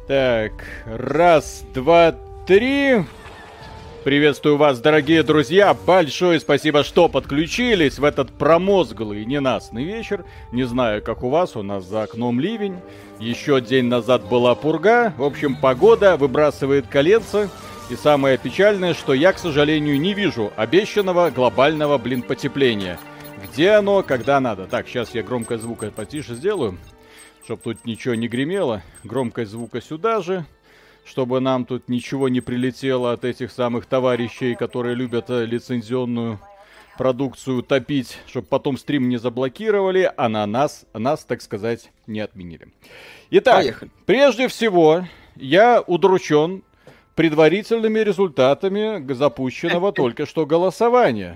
Так, раз, два, три. Приветствую вас, дорогие друзья. Большое спасибо, что подключились в этот промозглый ненастный вечер. Не знаю, как у нас за окном ливень. Еще день назад была пурга. В общем, погода выбрасывает коленца. И самое печальное, что я, к сожалению, не вижу обещанного глобального, потепления. Где оно, когда надо? Так, сейчас я громкость звука потише сделаю, чтобы тут ничего не гремело. Громкость звука сюда же, чтобы нам тут ничего не прилетело от этих самых товарищей, которые любят лицензионную продукцию топить, чтобы потом стрим не заблокировали, а нас, так сказать, не отменили. Итак, поехали. Прежде всего, я удручен предварительными результатами запущенного только что голосования.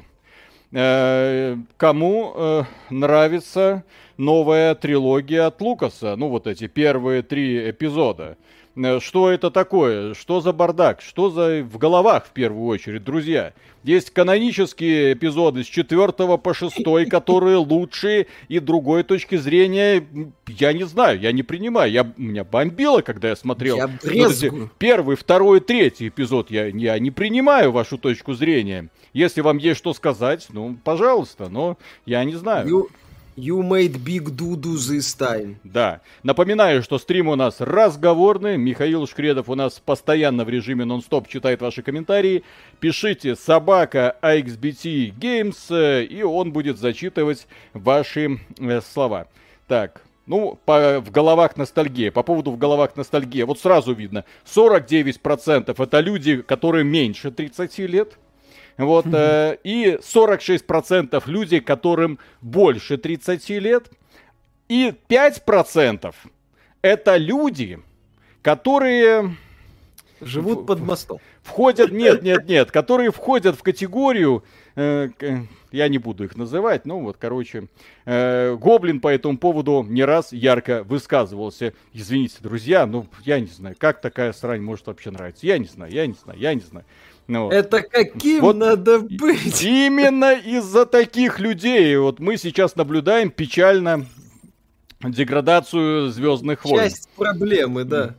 Кому нравится новая трилогия от Лукаса? Ну, вот эти первые 3 эпизода. Что это такое? Что за бардак? Что за в головах, в первую очередь, друзья? Есть канонические эпизоды с 4 по 6, которые лучшие, и другой точки зрения, я не знаю, я не принимаю. Меня бомбило, когда я смотрел. Я брезгую. Первый, второй, третий эпизод. Я не принимаю вашу точку зрения. Если вам есть что сказать, ну, пожалуйста, но я не знаю. You made big doo-doo this time. Да. Напоминаю, что стрим у нас разговорный. Михаил Шкредов у нас постоянно в режиме нон-стоп читает ваши комментарии. Пишите собака AXBT Games, и он будет зачитывать ваши слова. Так. Ну, в головах ностальгия. По поводу в головах ностальгия. Вот сразу видно. 49% это люди, которые меньше 30 лет. Вот, и 46% люди, которым больше 30 лет. И 5% это люди, которые... Живут под мостом. Входят, которые входят в категорию... Я не буду их называть, ну вот, короче, Гоблин по этому поводу не раз ярко высказывался. Извините, друзья, ну, я не знаю, как такая срань может вообще нравиться. Я не знаю. Ну, это каким вот надо быть? Именно из-за таких людей вот мы сейчас наблюдаем печально деградацию «Звездных войн». Часть проблемы, да.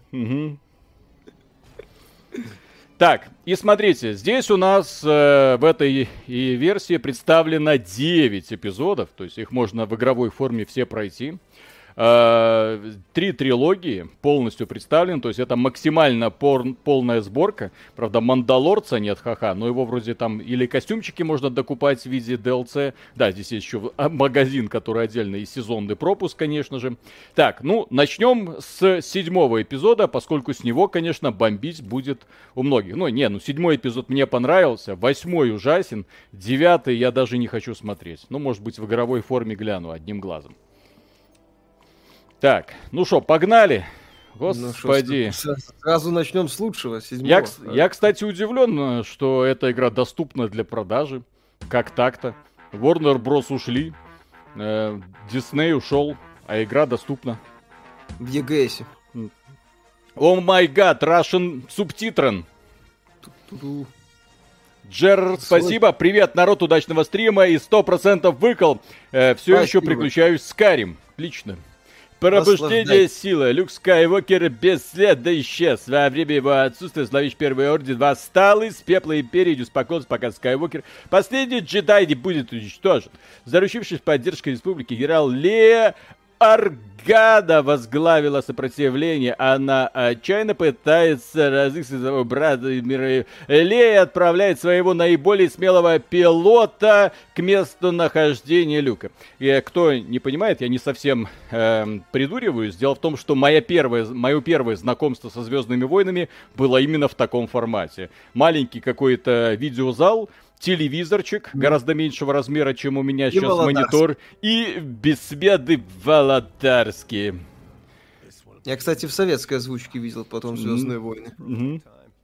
Так, и смотрите, здесь у нас в этой версии представлено 9 эпизодов, то есть их можно в игровой форме все пройти. 3 трилогии полностью представлены, то есть это максимально полная сборка. Правда, Мандалорца нет, ха-ха, но его вроде там или костюмчики можно докупать в виде DLC. Да, здесь есть еще магазин, который отдельно, и сезонный пропуск, конечно же. Так, ну, начнем с 7-го эпизода, поскольку с него, конечно, бомбить будет у многих. Ну, 7-й эпизод мне понравился, 8-й ужасен, 9-й я даже не хочу смотреть. Ну, может быть, в игровой форме гляну одним глазом. Так, ну что, погнали. Господи. Сразу начнем с лучшего, 7-го. Я, кстати, удивлен, что эта игра доступна для продажи. Как так-то? Warner Bros. Ушли, Disney ушел, а игра доступна. В EGS. О май гад, Russian субтитрен. Джерард, спасибо. Привет, народ, удачного стрима и 100% выкол. Все еще приключаюсь с Карим. Отлично. Пробуждение силы. Люк Скайуокер бесследно исчез. Во время его отсутствия зловещий Первый Орден восстал из пепла Империи и успокоился, пока Скайуокер, последний джедай, не будет уничтожен. Заручившись поддержкой Республики, генерал Лея Аргада возглавила сопротивление. Она отчаянно пытается разыскать своего брата мира. Лея отправляет своего наиболее смелого пилота к месту нахождения Люка. И кто не понимает, я не совсем придуриваюсь. Дело в том, что мое первое знакомство со «Звездными войнами» было именно в таком формате. Маленький какой-то видеозал, телевизорчик гораздо меньшего размера, чем у меня сейчас монитор, и беседы володарские. Я, кстати, в советской озвучке видел потом «Звездные войны».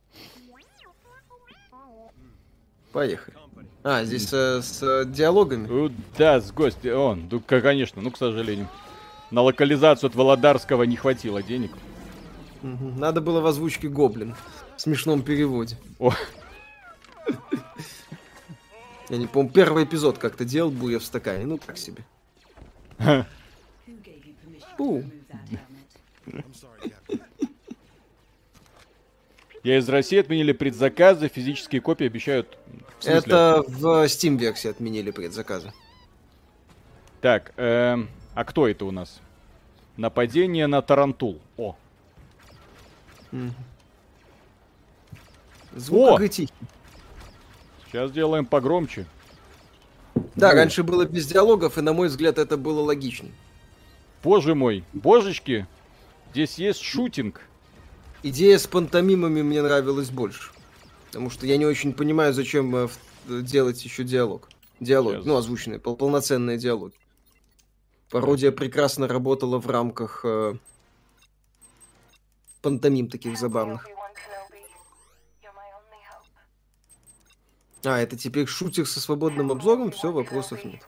Поехали. Здесь с диалогами? Да, с гостем. Конечно, к сожалению. На локализацию от Володарского не хватило денег. Надо было в озвучке «Гоблин». В смешном переводе. Я не помню, первый эпизод как-то делал Буя в стакане. Ну, так себе. Я из России, отменили предзаказы, физические копии обещают... Это в Steam-версии отменили предзаказы. Так, а кто это у нас? Нападение на Тарантул. О. Звук игры тихий. Сейчас сделаем погромче. Да, раньше было без диалогов, и, на мой взгляд, это было логично. Боже мой, божечки, здесь есть шутинг. Идея с пантомимами мне нравилась больше. Потому что я не очень понимаю, зачем делать еще диалог. Диалог, Сейчас. ну, озвученный, полноценный диалог. Пародия прекрасно работала в рамках пантомим таких забавных. А, это теперь шутер со свободным обзором? Все, вопросов нет.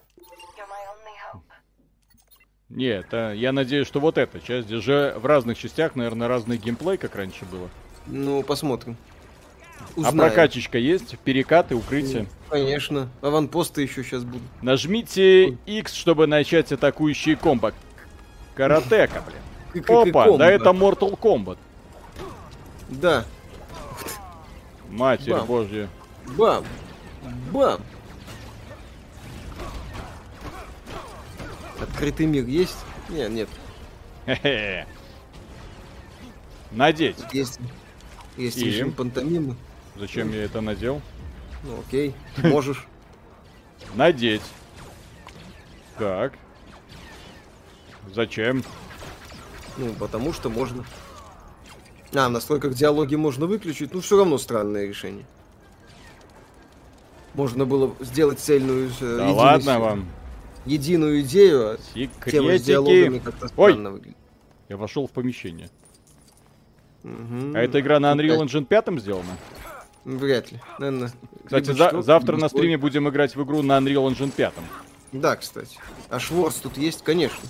Нет, я надеюсь, что вот эта часть, где же в разных частях, наверное, разный геймплей, как раньше было. Ну, посмотрим. Узнаем. А прокачечка есть? Перекаты, укрытия? Конечно. Аванпосты еще сейчас будут. Нажмите X, чтобы начать атакующий комбо. Каратека, блин. Опа, да это Mortal Kombat. Да. Матерь Божья. Бам! Бам! Открытый мир есть? Нет, нет. Хе-хе. Надеть. Есть режим пантомимы. Зачем я это надел? Ну окей, можешь. Надеть. Так. Зачем? Ну, потому что можно. А, в настройках диалоги можно выключить, ну все равно странное решение. Можно было сделать цельную... Да ладно вам. Единую идею, а тема с диалогами как-то странно выглядит. Я вошел в помещение. А эта игра на Unreal Engine 5 сделана? Вряд ли. Наверное, кстати, завтра на стриме будем играть в игру на Unreal Engine 5. Да, кстати. А Шворц тут есть, конечно.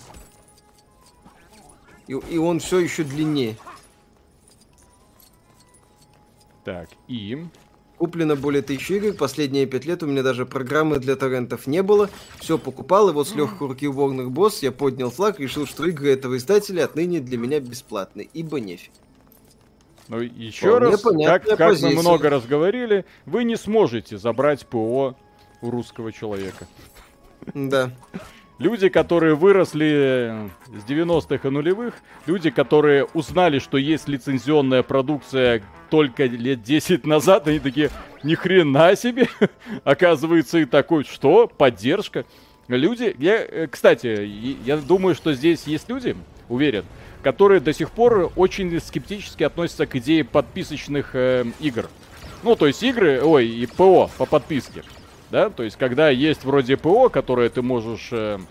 И он все еще длиннее. Так, и... Куплено более 1000 игр. Последние 5 лет у меня даже программы для торрентов не было. Все покупал, и вот с легкой руки Warner Bros. Я поднял флаг, решил, что игры этого издателя отныне для меня бесплатны, ибо нефиг. Ну, еще раз, как мы много раз говорили, вы не сможете забрать ПО у русского человека. Да. Люди, которые выросли с 90-х и нулевых, люди, которые узнали, что есть лицензионная продукция только лет 10 назад, они такие, ни хрена себе, оказывается, и такой, что, поддержка. Люди, кстати, я думаю, что здесь есть люди, уверен, которые до сих пор очень скептически относятся к идее подписочных игр. Ну, то есть игры, и ПО по подписке. Да, то есть, когда есть вроде ПО, которое ты можешь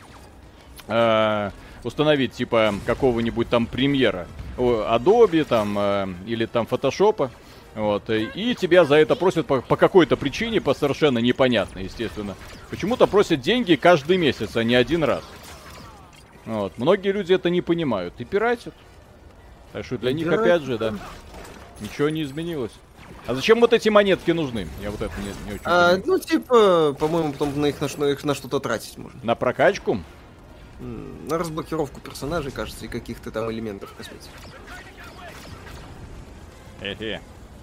установить, типа, какого-нибудь там премьера, Adobe там, или там Photoshop, вот, и тебя за это просят по какой-то причине, по совершенно непонятной, естественно. Почему-то просят деньги каждый месяц, а не один раз. Вот, многие люди это не понимают и пиратят. Так что для них, опять же, да, ничего не изменилось. А зачем вот эти монетки нужны? Я вот это не очень понимаю. Ну, типа, по-моему, потом их на что-то тратить можно. На прокачку? На разблокировку персонажей, кажется, и каких-то там элементов косметики. Эхе.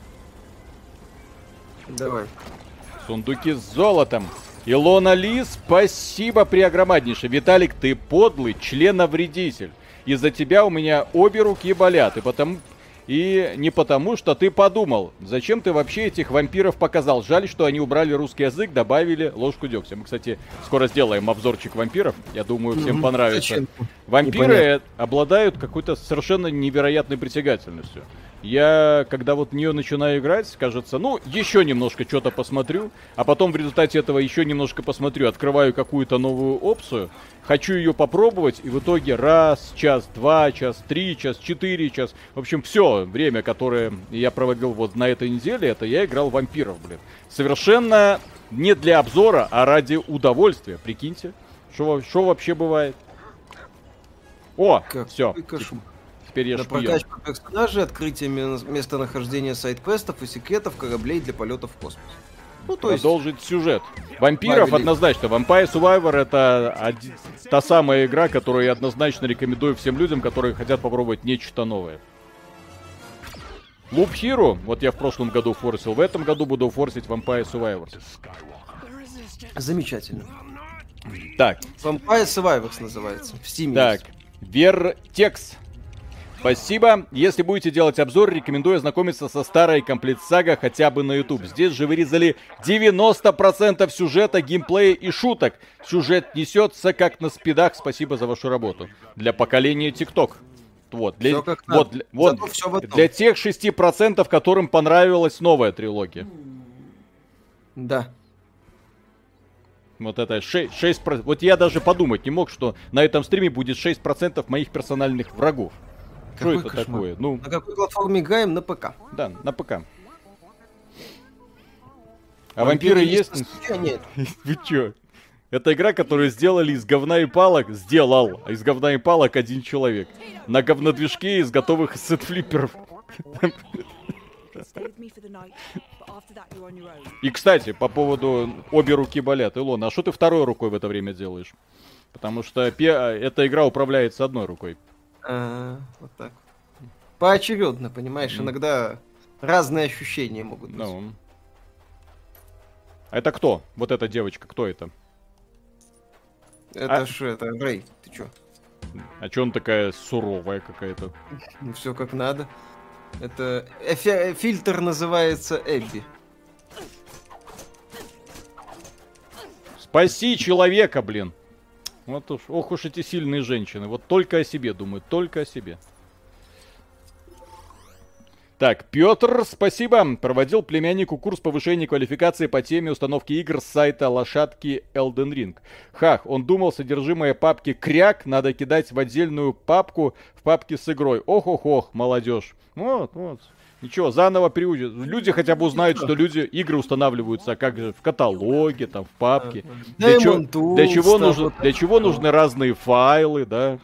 Давай. Сундуки с золотом. Илона Ли, спасибо преогромаднейшее. Виталик, ты подлый членовредитель. Из-за тебя у меня обе руки болят. И не потому, что ты подумал, зачем ты вообще этих вампиров показал. Жаль, что они убрали русский язык, добавили ложку дегтя. Мы, кстати, скоро сделаем обзорчик вампиров. Я думаю, всем понравится. Зачем? Вампиры обладают какой-то совершенно невероятной притягательностью. Я, когда вот в нее начинаю играть, кажется, ну, еще немножко что-то посмотрю, а потом в результате этого еще немножко посмотрю, открываю какую-то новую опцию, хочу ее попробовать, и в итоге раз, час, 2, час, 3, час, 4, час. В общем, все время, которое я проводил вот на этой неделе, это я играл в вампиров, блин. Совершенно не для обзора, а ради удовольствия, прикиньте. Что вообще бывает? О, все. Теперь я шпион. Прокачку персонажей, открытие местонахождения сайт-квестов и секретов кораблей для полетов в космос. Ну, то есть... Продолжить сюжет. Вампиров однозначно. Vampire Survivor это та самая игра, которую я однозначно рекомендую всем людям, которые хотят попробовать нечто новое. Loop Hero, вот я в прошлом году форсил, в этом году буду форсить Vampire Survivors. Замечательно. Так. Vampire Survivors называется. В Steam. Так. Vertex. Спасибо. Если будете делать обзор, рекомендую ознакомиться со старой Complete Saga хотя бы на YouTube. Здесь же вырезали 90% сюжета, геймплея и шуток. Сюжет несется как на спидах. Спасибо за вашу работу. Для поколения TikTok. Вот, для тех 6%, которым понравилась новая трилогия. Да. Вот это 6%. Вот я даже подумать не мог, что на этом стриме будет 6% моих персональных врагов. Что это кошмар. такое? Ну, на какой платформе играем? На ПК. Да, на ПК. А вампиры есть? Нет. Вы чё? Это игра, которую сделали из говна и палок. Сделал. А из говна и палок один человек. На говнодвижке из готовых сет-флипперов. И, кстати, по поводу обе руки болят. Илона, а что ты второй рукой в это время делаешь? Потому что эта игра управляется одной рукой. Вот так. Поочередно, понимаешь, иногда разные ощущения могут быть. Ну. А это кто? Вот эта девочка, кто это? Это Рэй, ты чё? А чё она такая суровая какая-то? Ну все как надо. Это фильтр называется Эбби. Спаси человека, блин. Вот уж, ох уж эти сильные женщины. Вот только о себе думают, только о себе. Так, Петр, спасибо. Проводил племяннику курс повышения квалификации по теме установки игр с сайта лошадки Elden Ring. Хах, он думал, содержимое папки кряк надо кидать в отдельную папку в папке с игрой. Ох-ох-ох, молодежь. Вот. Ничего, заново приучат. Люди хотя бы узнают, что игры устанавливаются как же в каталоге, там, в папке. Для чего нужны разные файлы, да?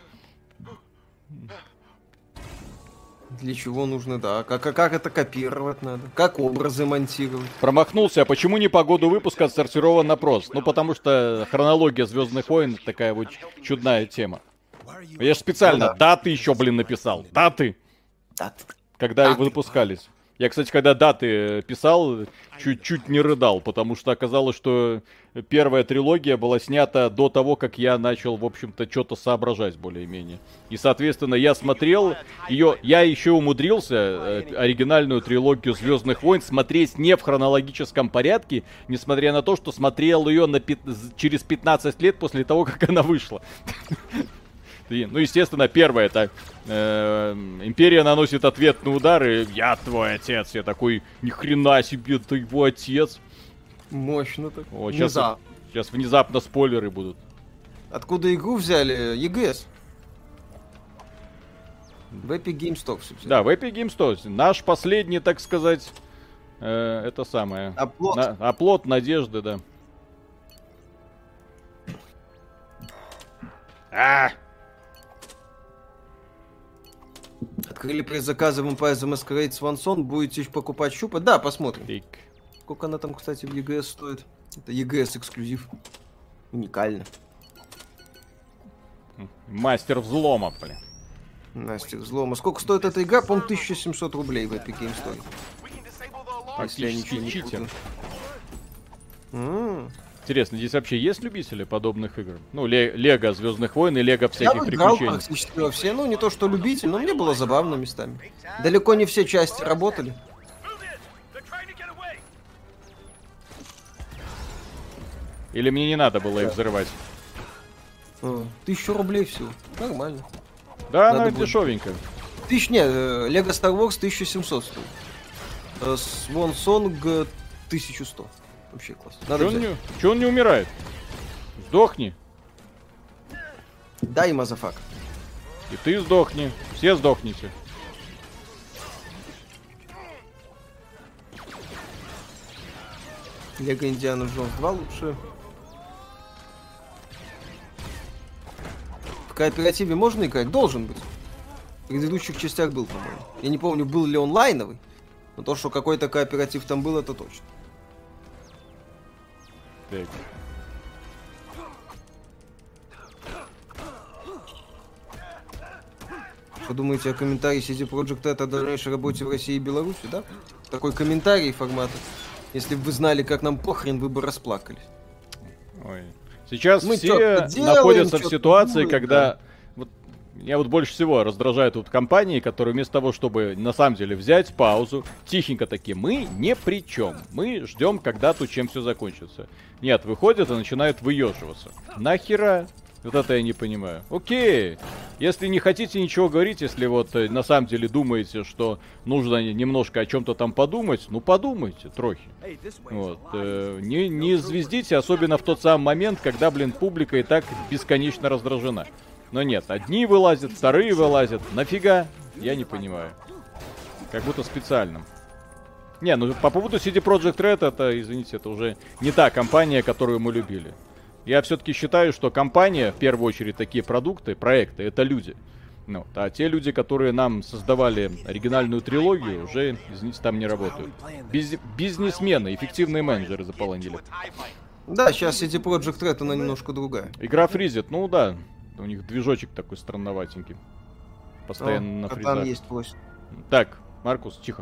Для чего нужно, да. Как это копировать надо? Как образы монтировать? Промахнулся, а почему не по году выпуска отсортирован вопрос? Ну, потому что хронология Звездных войн такая вот чудная тема. Я же специально даты еще, написал. Даты! Когда выпускались. Я, кстати, когда даты писал, чуть-чуть не рыдал, потому что оказалось, что первая трилогия была снята до того, как я начал, в общем-то, что-то соображать более-менее. И, соответственно, я смотрел ее, я еще умудрился оригинальную трилогию Звездных войн смотреть не в хронологическом порядке, несмотря на то, что смотрел ее через 15 лет после того, как она вышла. Ну, естественно, первое это Империя наносит ответный удар, и я твой отец. Я такой, ни хрена себе, ты его отец. Мощно так. О, сейчас внезапно спойлеры будут. Откуда игру взяли? EGS. В Epic Game Store все взяли. Да, в Epic Game Store. Наш последний, так сказать, это самое. Оплот надежды, да. Открыли предзаказы Vampire the Masquerade Swanson, будете покупать щупа? Да, посмотрим. Сколько она там, кстати, в EGS стоит? Это EGS эксклюзив. Уникально. Мастер взлома, блин. Мастер взлома. Сколько стоит эта игра? По-моему, 1700 рублей в Epic Game Store. Если я ничего не путаю. Интересно, здесь вообще есть любители подобных игр? Ну, Лего Звездных войн и Лего всяких приключений. Я практически во все. Ну, не то, что любитель, но мне было забавно местами. Далеко не все части работали. Или мне не надо было их взрывать? 1000 рублей всего. Нормально. Да, она дешевенькая. Лего Star Wars 1700 стоит. Swan Song 1100. Вообще классно. Чё он не умирает? Сдохни. Дай, мазафак. И ты сдохни. Все сдохните. Лего Индиана Джонс 2 лучше. В кооперативе можно играть? Должен быть. В предыдущих частях был, по-моему. Я не помню, был ли онлайновый. Но то, что какой-то кооператив там был, это точно. Так. Вы думаете о комментарии CD Projekt Red о дальнейшей работе в России и Беларуси, да? Такой комментарий формата. Если бы вы знали, как нам похрен, вы бы расплакались. Ой. Сейчас Мы все делаем, находятся в ситуации, думаем, когда... да. Вот, меня вот больше всего раздражают вот компании, которые вместо того, чтобы на самом деле взять паузу, тихенько такие, мы ни при чем. Мы ждем, когда тут чем все закончится. Нет, выходят и начинают выеживаться. Нахера? Вот это я не понимаю. Окей, если не хотите ничего говорить, если вот на самом деле думаете, что нужно немножко о чем-то там подумать, ну подумайте трохи. Вот. Не звездите, особенно в тот самый момент, когда, блин, публика и так бесконечно раздражена. Но нет, одни вылазят, вторые вылазят. Нафига? Я не понимаю. Как будто специально. Не, ну по поводу CD Projekt Red, это, извините, это уже не та компания, которую мы любили. Я все-таки считаю, что компания, в первую очередь, такие продукты, проекты, это люди. Ну, а те люди, которые нам создавали оригинальную трилогию, уже, извините, там не работают. Бизнесмены, эффективные менеджеры заполонили. Да, сейчас CD Projekt Red, она немножко другая. Игра фризит, ну да. У них движочек такой странноватенький. Постоянно на фризах. Там есть площадь. Так, Маркус, тихо.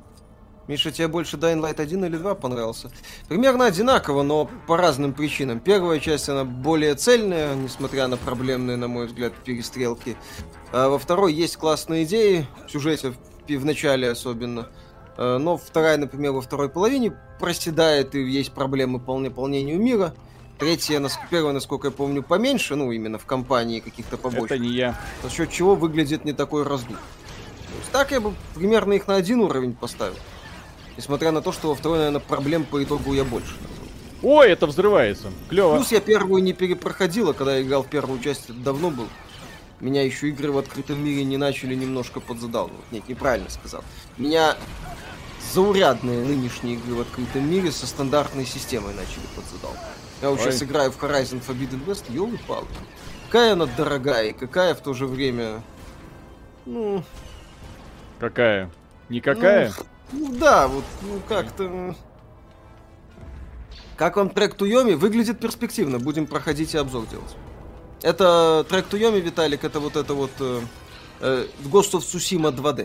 Миша, тебе больше Dying Light 1 или 2 понравился? Примерно одинаково, но по разным причинам. Первая часть, она более цельная, несмотря на проблемные, на мой взгляд, перестрелки. А во второй есть классные идеи, в сюжете, в начале особенно. Но вторая, например, во второй половине проседает, и есть проблемы по наполнению мира. Третья, первая, насколько я помню, поменьше, ну, именно в компании каких-то побочек. Это не я. За счет чего выглядит не такой раздут. Так я бы примерно их на один уровень поставил. Несмотря на то, что во второй, наверное, проблем по итогу я больше. Ой, это взрывается. Клево. Плюс я первую не перепроходил, а когда я играл в первую часть, это давно было. Меня еще игры в открытом мире не начали немножко подзадалбывать. Нет, неправильно сказал. Меня заурядные нынешние игры в открытом мире со стандартной системой начали подзадалбывать. Я вот сейчас играю в Horizon Forbidden West, ёлы-палки. Какая она дорогая и какая в то же время... Ну... Какая? Никакая? Ну да, вот как-то... Как вам трек Туйоми? Выглядит перспективно, будем проходить и обзор делать. Это трек Туйоми, Виталик, это вот Ghost of Tsushima 2D.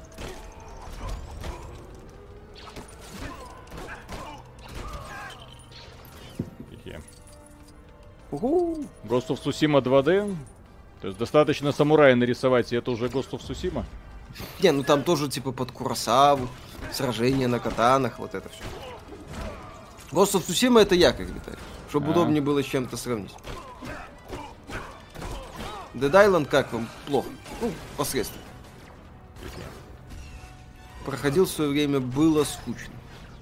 Ghost of Tsushima 2D? То есть достаточно самурая нарисовать, и это уже Ghost of Tsushima? Не, ну там тоже типа под Куросаву, сражения на катанах, вот это все. Ghost of Tsushima это я, как Виталий, чтобы удобнее было с чем-то сравнить. Dead Island как вам? Плохо. Ну, посредственно. Проходил в свое время, было скучно.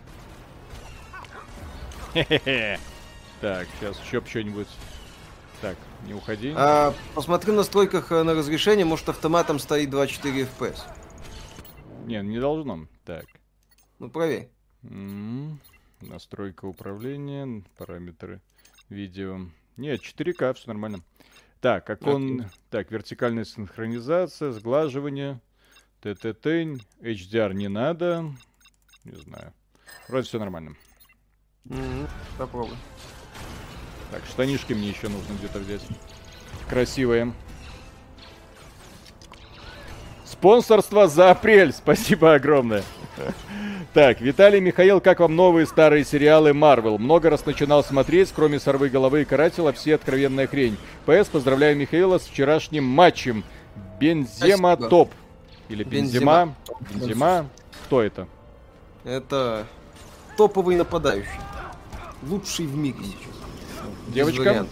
Хе-хе-хе. Так, сейчас еще что-нибудь. Так, не уходи. Посмотри в настройках на разрешение, может автоматом стоит 2.4 FPS. Не должно. Так. Ну, проверь. Настройка управления, параметры видео. Нет, 4К, все нормально. Так, Так, вертикальная синхронизация, сглаживание, ТТТ, HDR не надо. Не знаю. Вроде все нормально. Попробуй. Так, штанишки мне еще нужно где-то взять. Красивые. Спонсорство за апрель. Спасибо огромное. Так, Виталий, Михаил, как вам новые старые сериалы Marvel? Много раз начинал смотреть, кроме «Сорвы головы» и «Карателя», все откровенная хрень. ПС, поздравляю Михаила с вчерашним матчем. Бензема топ. Или Бензема. Бензема. Кто это? Это топовый нападающий. Лучший в мире сейчас. Девочка?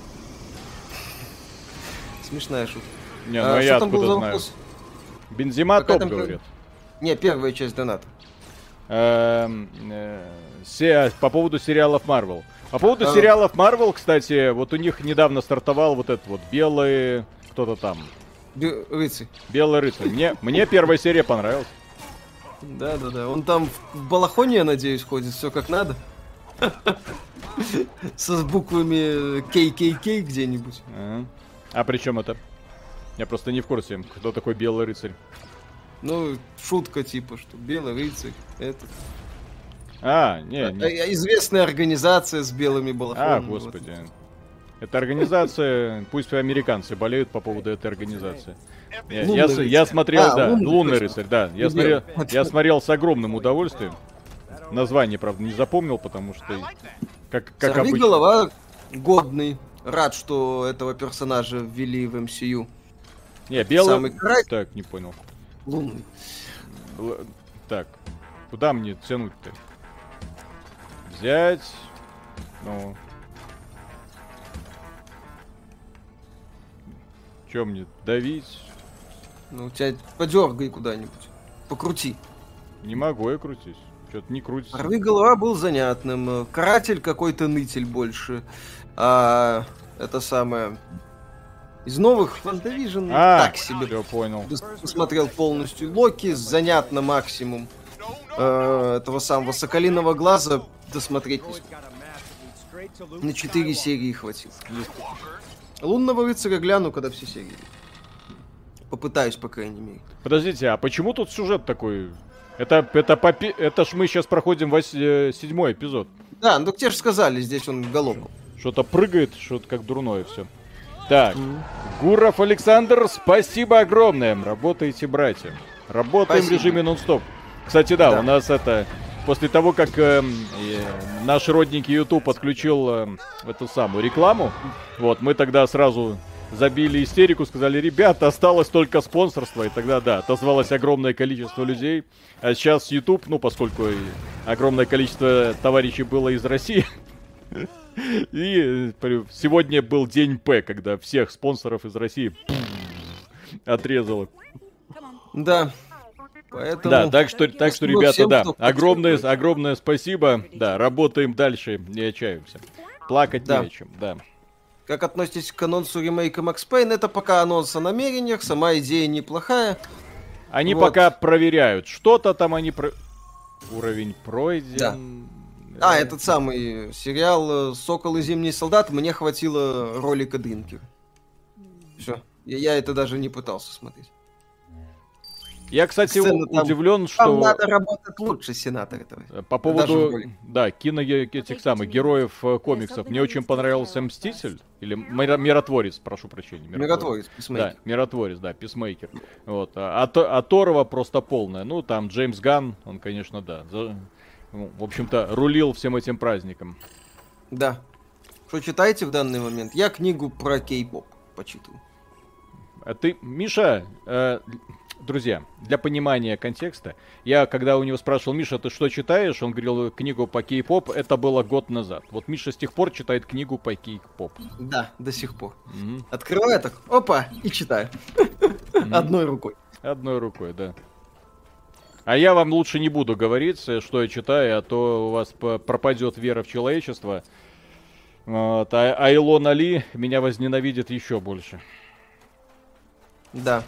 Смешная шутка. Не, ну я откуда знаю. Бензема топ, говорят. Не, первая часть доната. По поводу сериалов Marvel. По поводу сериалов Marvel, кстати, вот у них недавно стартовал вот этот вот белый... Кто-то там. Рыцарь. Белый рыцарь. Мне первая серия понравилась. Да. Он там в балахоне, я надеюсь, ходит, все как надо. С буквами KKK где-нибудь. А при чем это? Я просто не в курсе, кто такой белый рыцарь. Ну, шутка типа, что белый рыцарь, это... Не. Известная организация с белыми балахонами. Господи. Эта организация, пусть американцы болеют по поводу этой организации. Я смотрел, да, «Лунный рыцарь», да. Я смотрел с огромным удовольствием. Название, правда, не запомнил, потому что... Как обычно. Голова годный. Рад, что этого персонажа ввели в MCU. Не, белый... Так, не понял. Лунный. Так, куда мне тянуть-то? Взять... Ну... Чё мне, давить? Ну, у тебя подергай куда-нибудь. Покрути. Не могу я крутить. Что-то не крутится. Голова был занятным. Каратель какой-то нытель больше. Это самое... Из новых WandaVision так себе. Всё, понял. Посмотрел полностью. Локи занятно максимум. Этого самого Соколиного глаза досмотреть не смог. На 4 серии хватило. Лунного рыцаря гляну, когда все серии. Попытаюсь, по крайней мере. Подождите, а почему тут сюжет такой? Это ж мы сейчас проходим 7-й эпизод. Да, ну те же сказали, здесь он галопом. Что-то прыгает, что-то как дурное все. Так, Гуров Александр, спасибо огромное. Работаете, братья. Работаем в режиме нон-стоп. Кстати, да, у нас это... После того, как наш родненький YouTube подключил эту самую рекламу, вот, мы тогда сразу забили истерику, сказали, ребята, осталось только спонсорство, и тогда, да, отозвалось огромное количество людей. А сейчас YouTube, ну, поскольку огромное количество товарищей было из России, и сегодня был день П, когда всех спонсоров из России отрезало. Да. Поэтому... Да, так что ребята, всем, да, огромное спасибо. Да, работаем дальше, не отчаиваемся. Плакать не о чем, да. Как относитесь к анонсу ремейка Max Payne? Это пока анонс о намерениях, сама идея неплохая. Они пока проверяют. Что-то там они... Уровень пройден... Да. Этот самый сериал «Сокол и Зимний солдат», мне хватило ролика Дринкера. Все. Я это даже не пытался смотреть. Я, кстати, удивлен, что... Там надо работать лучше, сенатор этого. По поводу, да, этих самых героев комиксов. Мне очень понравился Мститель, или Миротворец, прошу прощения. Миротворец, Писмейкер. Да, Миротворец, да, Писмейкер. Вот. А Торова просто полная. Ну, там Джеймс Ганн, он, конечно, да, в общем-то, рулил всем этим праздником. Да. Что читаете в данный момент? Я книгу про кей-поп почитываю. А ты, Миша... Друзья, для понимания контекста, я когда у него спрашивал, Миша, ты что читаешь? Он говорил, книгу по кей-поп, это было год назад. Вот Миша с тех пор читает книгу по кей-поп. Да, до сих пор. Открываю так, опа, и читаю. Одной рукой. Одной рукой, да. А я вам лучше не буду говорить, что я читаю, а то у вас пропадет вера в человечество. Вот. А Илон Али меня возненавидит еще больше. Да.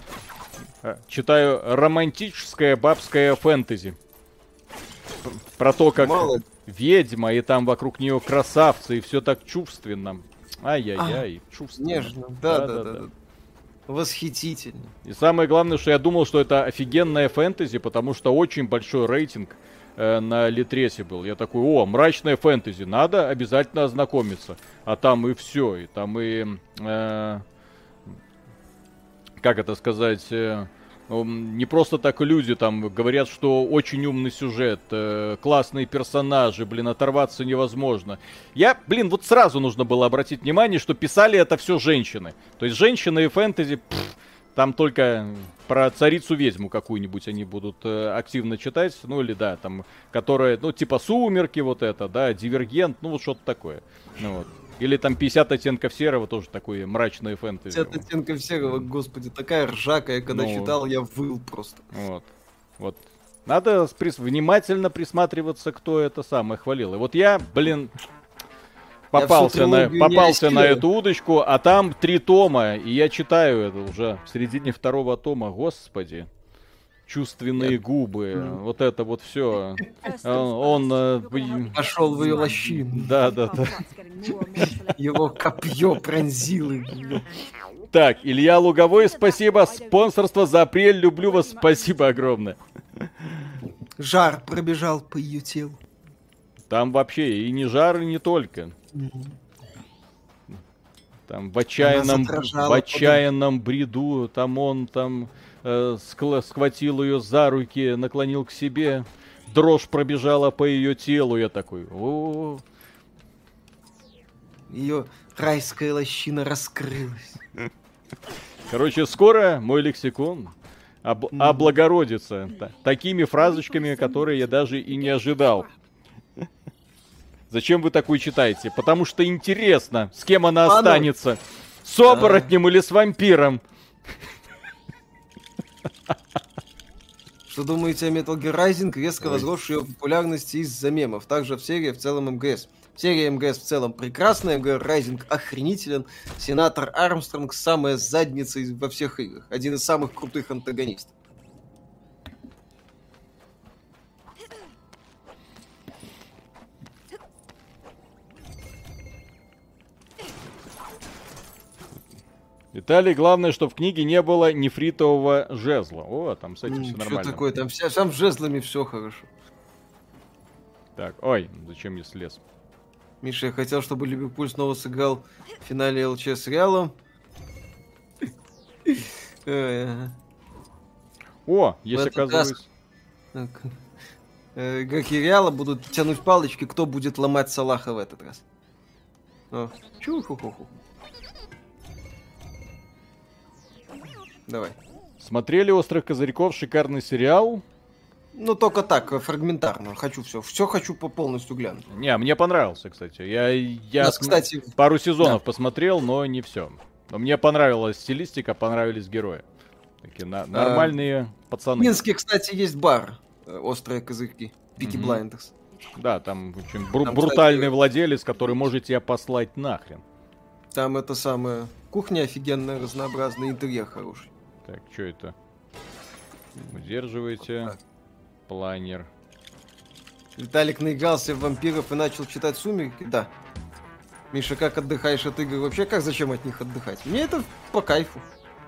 Читаю романтическое бабское фэнтези. Про то, как ведьма, и там вокруг нее красавцы, и все так чувственно. Ай-яй-яй, чувственно. Нежно, да. Восхитительно. И самое главное, что я думал, что это офигенное фэнтези, потому что очень большой рейтинг на Литресе был. Я такой, мрачное фэнтези, надо обязательно ознакомиться. А там и все, и там и... как это сказать, не просто так люди там говорят, что очень умный сюжет, классные персонажи, оторваться невозможно. Вот сразу нужно было обратить внимание, что писали это все женщины. То есть женщины и фэнтези, там только про царицу-ведьму какую-нибудь они будут активно читать, ну или да, там, которая, ну типа «Сумерки» вот это, да, «Дивергент», ну вот что-то такое, ну вот. Или там 50 оттенков серого, тоже такое мрачное фэнтези. 50 оттенков серого, господи, такая ржака, я когда читал, я выл просто. Вот. Надо внимательно присматриваться, кто это самое хвалил. И вот я, попался на эту удочку, а там 3 тома, и я читаю это уже в середине 2-го тома, господи. Чувственные губы, вот это вот все. Он пошел в ее лощину. Да. Его копье пронзило ее. Так, Илья Луговой, спасибо. Спонсорство за апрель. Люблю вас. Спасибо огромное. Жар пробежал по ее телу. Там вообще и не жар, и не только. Там в отчаянном бреду, там он там схватил ее за руки, наклонил к себе, дрожь пробежала по ее телу, я такой, о. Ее райская лощина раскрылась. Короче, скоро мой лексикон облагородится такими фразочками, которые я даже и не ожидал. Зачем вы такую читаете? Потому что интересно, с кем она останется. С оборотнем или с вампиром? Что думаете о Metal Gear Rising, резко возросшей ее популярности из-за мемов? Также в серии в целом МГС. Серия МГС в целом прекрасная, Gear Rising охренителен. Сенатор Армстронг самая задница во всех играх. Один из самых крутых антагонистов. Виталий, главное, что в книге не было нефритового жезла. О, там с этим все нормально. Что такое? Там с жезлами все хорошо. Так, ой, зачем я слез? Миша, я хотел, чтобы Ливерпуль снова сыграл в финале ЛЧ с Реалом. О, есть, оказывается. Игроки Реала будут тянуть палочки, кто будет ломать Салаха в этот раз. Чу-ху-ху-ху. Давай. Смотрели «Острых козырьков», шикарный сериал. Ну, только так, фрагментарно. Хочу все хочу полностью глянуть. Не, мне понравился, кстати. Я кстати, пару сезонов посмотрел, но не все. Но мне понравилась стилистика, понравились герои. Такие нормальные пацаны. В Минске, кстати, есть бар «Острые козырьки». Пики Блайндерс. Да, там очень брутальный владелец, который может тебя послать нахрен. Там это самое... Кухня офигенная, разнообразная, интерьер хороший. Так, что это? Удерживайте. Планер. Виталик наигрался в вампиров и начал читать «Сумерки». Да. Миша, как отдыхаешь от игр? Вообще, зачем от них отдыхать? Мне это по кайфу.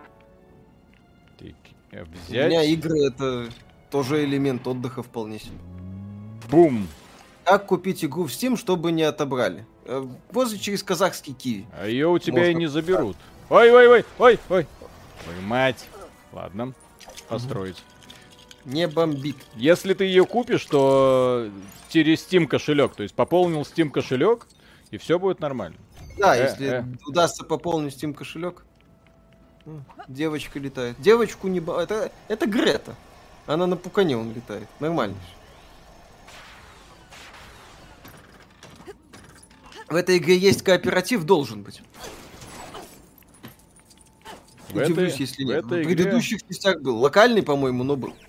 Так, взять. У меня игры — это тоже элемент отдыха вполне себе. Бум! Как купить игру в Steam, чтобы не отобрали? Возле через казахский Киви. А ее у тебя и не заберут. Ой. Ой, мать. Ладно, построить. Не бомбит. Если ты ее купишь, то через Steam кошелек, то есть пополнил Steam кошелек, и все будет нормально. Да, если удастся пополнить Steam кошелек. Девочка летает. Девочку не... Это Грета. Она на пукане он летает. Нормально. В этой игре есть кооператив, должен быть. Удивлюсь, если нет. В предыдущих частях был. Локальный, по-моему, но был.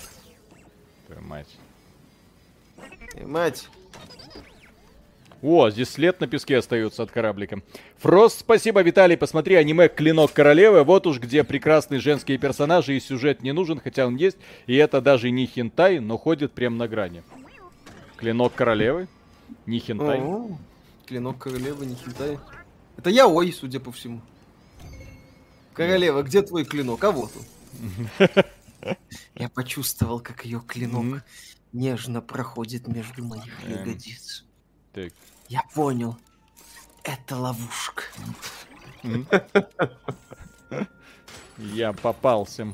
Мать. О, здесь след на песке остается от кораблика. Фрост, спасибо, Виталий. Посмотри аниме «Клинок королевы». Вот уж где прекрасные женские персонажи и сюжет не нужен, хотя он есть. И это даже не хентай, но ходит прям на грани. «Клинок королевы»? Не хентай. «Клинок королевы», не хентай. Это яой, судя по всему. Королева, где твой клинок? А вот он. Я почувствовал, как ее клинок нежно проходит между моих ягодиц. Так. Я понял. Это ловушка. Я попался.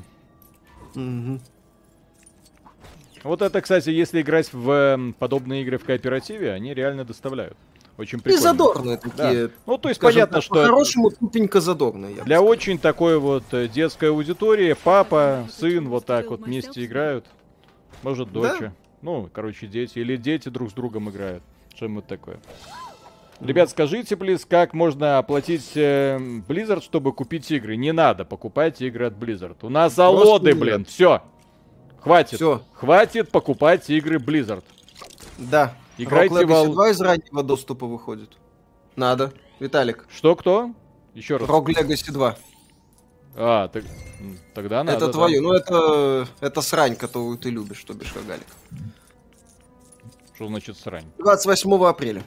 Вот это, кстати, если играть в подобные игры в кооперативе, они реально доставляют. Очень прикольно. И задорные такие. Да. Ну, то есть понятно, что... По-хорошему, тупенько задорные. Для очень такой вот детской аудитории папа, сын вот так вот вместе играют. Может, дочь. Да? Ну, короче, дети. Или дети друг с другом играют. Что-нибудь такое. Ребят, скажите, плиз, как можно оплатить Blizzard, чтобы купить игры? Не надо покупать игры от Blizzard. У нас залоды, блин. Все. Хватит. Все. Хватит покупать игры Blizzard. Да. Играйте Rogue Legacy 2 из раннего доступа выходит. Надо. Виталик. Что, кто? Еще раз. Rogue Legacy 2. А, тогда надо. Это твое. Да. Ну, это срань, которую ты любишь, что бишь, Рогалик. Что значит срань? 28 апреля.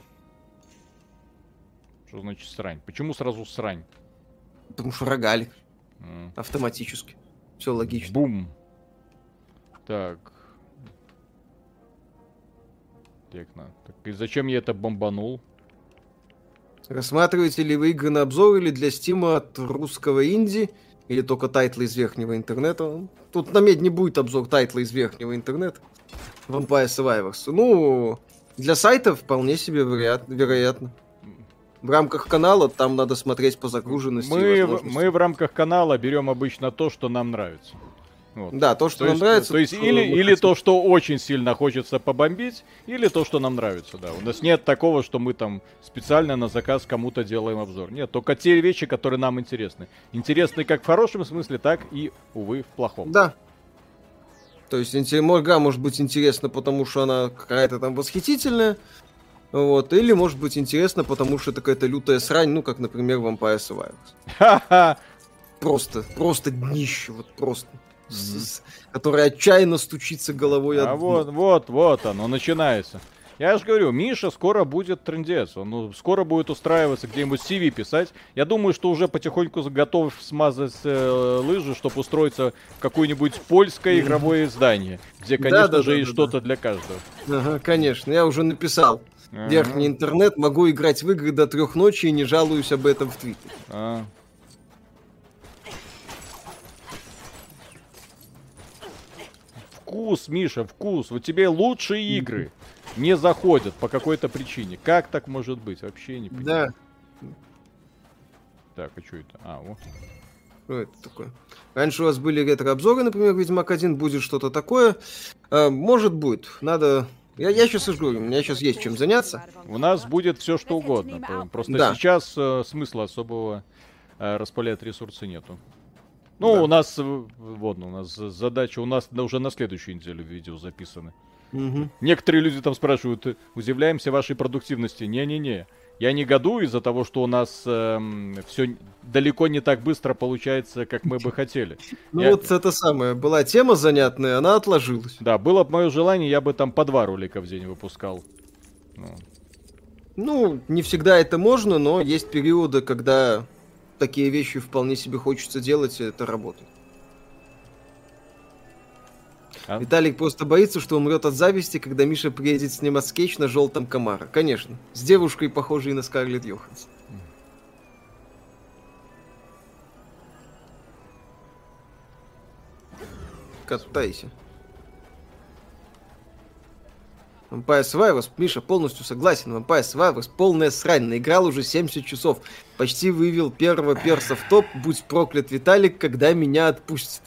Что значит срань? Почему сразу срань? Потому что рогалик. Автоматически. Все логично. Бум. Так. Так, и зачем я это бомбанул? Рассматриваете ли вы игры на обзор или для стима от русского инди? Или только тайтлы из верхнего интернета? Тут на медь не будет обзор тайтла из верхнего интернета. Vampire Survivors. Ну, для сайта вполне себе вероятно. В рамках канала там надо смотреть по загруженности. Мы в рамках канала берем обычно то, что нам нравится. Вот. Да, то, что нам нравится. То есть или то, что очень сильно хочется побомбить, или то, что нам нравится, да. У нас нет такого, что мы там специально на заказ кому-то делаем обзор. Нет, только те вещи, которые нам интересны. Интересны как в хорошем смысле, так и, увы, в плохом. Да. То есть игра может быть интересна, потому что она какая-то там восхитительная. Вот, или может быть интересно, потому что это какая-то лютая срань, ну, как, например, Vampire Survivors. Ха-ха! Просто днище, вот просто. Который отчаянно стучится головой от... вот оно начинается. Я же говорю, Миша скоро будет трындец. Он скоро будет устраиваться где-нибудь CV писать. Я думаю, что уже потихоньку готов смазать лыжи, чтобы устроиться в какое-нибудь польское игровое издание, где, конечно же, есть что-то для каждого. Ага, конечно, я уже написал. Верхний интернет, могу играть в игры до 3 ночи и не жалуюсь об этом в Твиттере. Вкус, Миша, вкус. Вот тебе лучшие игры не заходят по какой-то причине. Как так может быть? Вообще не понимаю. Да. Так, а что это? Вот. Что это такое? Раньше у вас были ретро-обзоры, например, Ведьмак 1, будет что-то такое. Может, будет. Надо... Я сейчас и говорю, у меня сейчас есть чем заняться. У нас будет все что угодно. Просто сейчас смысла особого распылять ресурсы нету. Ну, да. у нас задача, у нас уже на следующую неделю видео записаны. Угу. Некоторые люди там спрашивают, удивляемся вашей продуктивности. Не-не-не, я негодую из-за того, что у нас все далеко не так быстро получается, как мы бы хотели. Ну вот это самое, была тема занятная, она отложилась. Да, было бы мое желание, я бы там по 2 ролика в день выпускал. Ну, не всегда это можно, но есть периоды, когда... Такие вещи вполне себе хочется делать, и это работает. Виталик просто боится, что умрет от зависти, когда Миша приедет снимать скетч на желтом Камаро. Конечно. С девушкой, похожей на Скарлетт Йоханссон. Катайся. Vampire Survivors, Миша, полностью согласен. Vampire Survivors полная срань. Наиграл уже 70 часов. Почти вывел первого перса в топ. Будь проклят, Виталик, когда меня отпустит.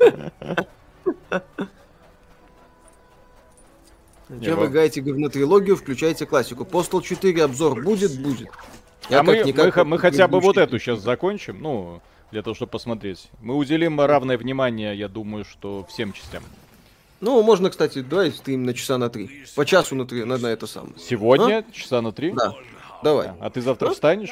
Чем вы играете говнотрилогию, включайте классику. Postal 4 обзор будет? Будет. Мы хотя бы вот эту сейчас закончим. Ну, для того, чтобы посмотреть. Мы уделим равное внимание, я думаю, что всем частям. Ну, можно, кстати, давай стрим на часа на 3. По часу на 3, на это самое. Сегодня? Часа на 3? Да. Давай. А ты завтра встанешь?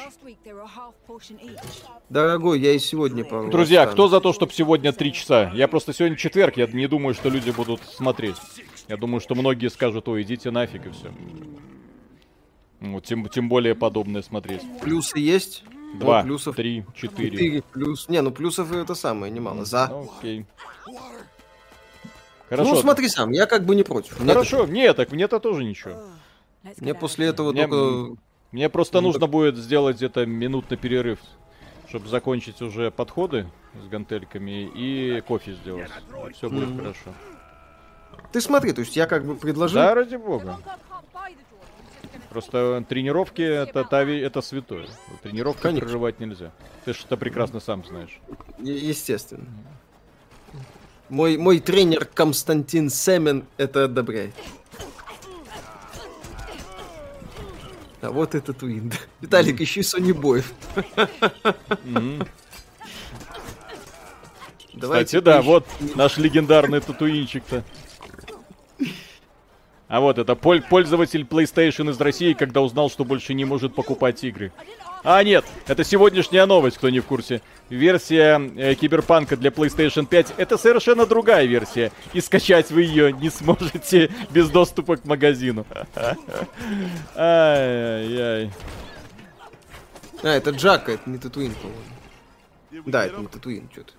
Дорогой, я и сегодня пару. Друзья, кто за то, чтобы сегодня 3 часа? Я просто сегодня четверг, я не думаю, что люди будут смотреть. Я думаю, что многие скажут, ой, идите нафиг и все. Ну, тем более подобное смотреть. Плюсы есть? 2, 3, 4. 4 плюс. Не, ну плюсов это самое немало. За. Окей. Хорошо. Ну, смотри сам, я как бы не против. Хорошо, нет, так мне-то тоже ничего. Мне после этого только... Мне просто нужно будет сделать где-то минутный перерыв, чтобы закончить уже подходы с гантельками и кофе сделать. Все будет хорошо. Ты смотри, то есть я как бы предложил... Да, ради бога. Просто тренировки это святое. Тренировки прерывать нельзя. Ты же это прекрасно сам знаешь. Естественно. Мой тренер Константин Семен это одобряет. А вот это Туин. Виталик, ищи Сони Боев. Кстати, да, вот наш легендарный татуинчик-то. А вот это пользователь PlayStation из России, когда узнал, что больше не может покупать игры. А нет, это сегодняшняя новость, кто не в курсе. Версия Киберпанка для PlayStation 5 это совершенно другая версия. И скачать вы ее не сможете без доступа к магазину. Ай-яй-яй. А, это Джака, это не Татуин, по-моему. Да, это не Татуин, что-то.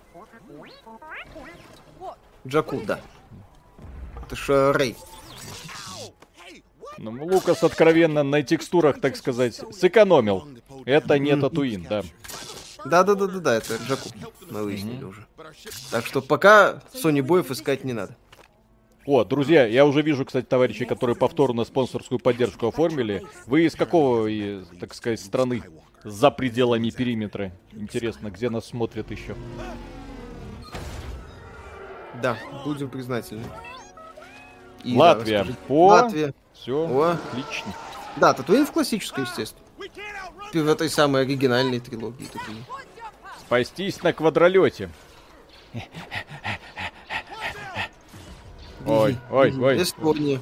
Джаку, да. Это ж Рэй. Ну, Лукас откровенно на текстурах, так сказать, сэкономил. Это не Татуин, да. Да, это Джаку. Мы выяснили уже. Так что пока Sony боев искать не надо. О, друзья, я уже вижу, кстати, товарищи, которые повторно спонсорскую поддержку оформили. Вы из какого, так сказать, страны за пределами периметра? Интересно, где нас смотрят еще? Да, будем признательны. И Латвия. Да, Латвия. Все, отлично. Да, Татуин в классической, естественно. В этой самой оригинальной трилогии Татуин. Спастись на квадролете. Ой. Эстония.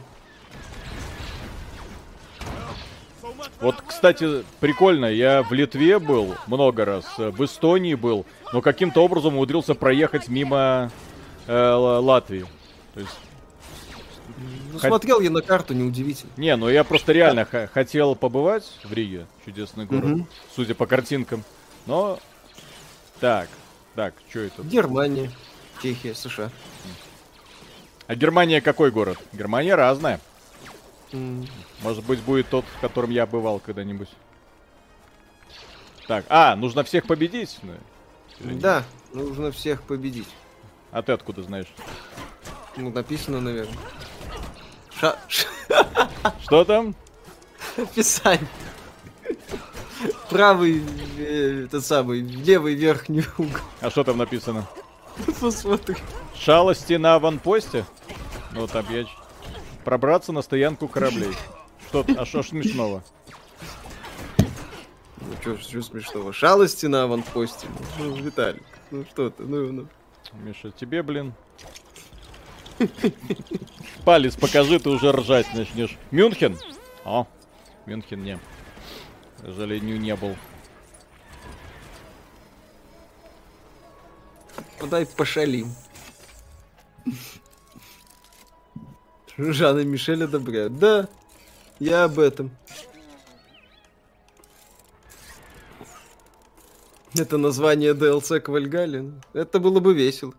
Вот, кстати, прикольно, я в Литве был много раз, в Эстонии был, но каким-то образом умудрился проехать мимо Латвии. То есть... Ну, смотрел я на карту, неудивительно. Не, ну я просто реально хотел побывать в Риге, чудесный город, судя по картинкам. Но... Так, что это? Германия, Чехия, США. А Германия какой город? Германия разная. Может быть, будет тот, в котором я бывал когда-нибудь. Так, нужно всех победить? Да, нужно всех победить. А ты откуда знаешь? Ну, написано, наверное. Что там? Описание. Правый, левый верхний угол. А что там написано? Посмотри. Шалости на аванпосте? Ну, там я... Пробраться на стоянку кораблей. Что смешного? Ну, что смешного? Шалости на аванпосте. Ну, Виталик, ну что ты, ну. Миша, тебе, блин. Палец покажи, ты уже ржать начнешь. Мюнхен? Мюнхен не. К сожалению, не был. Подай пошалим. Жан и Мишель одобряют. Да, я об этом. Это название DLC к Вальгалле. Это было бы весело.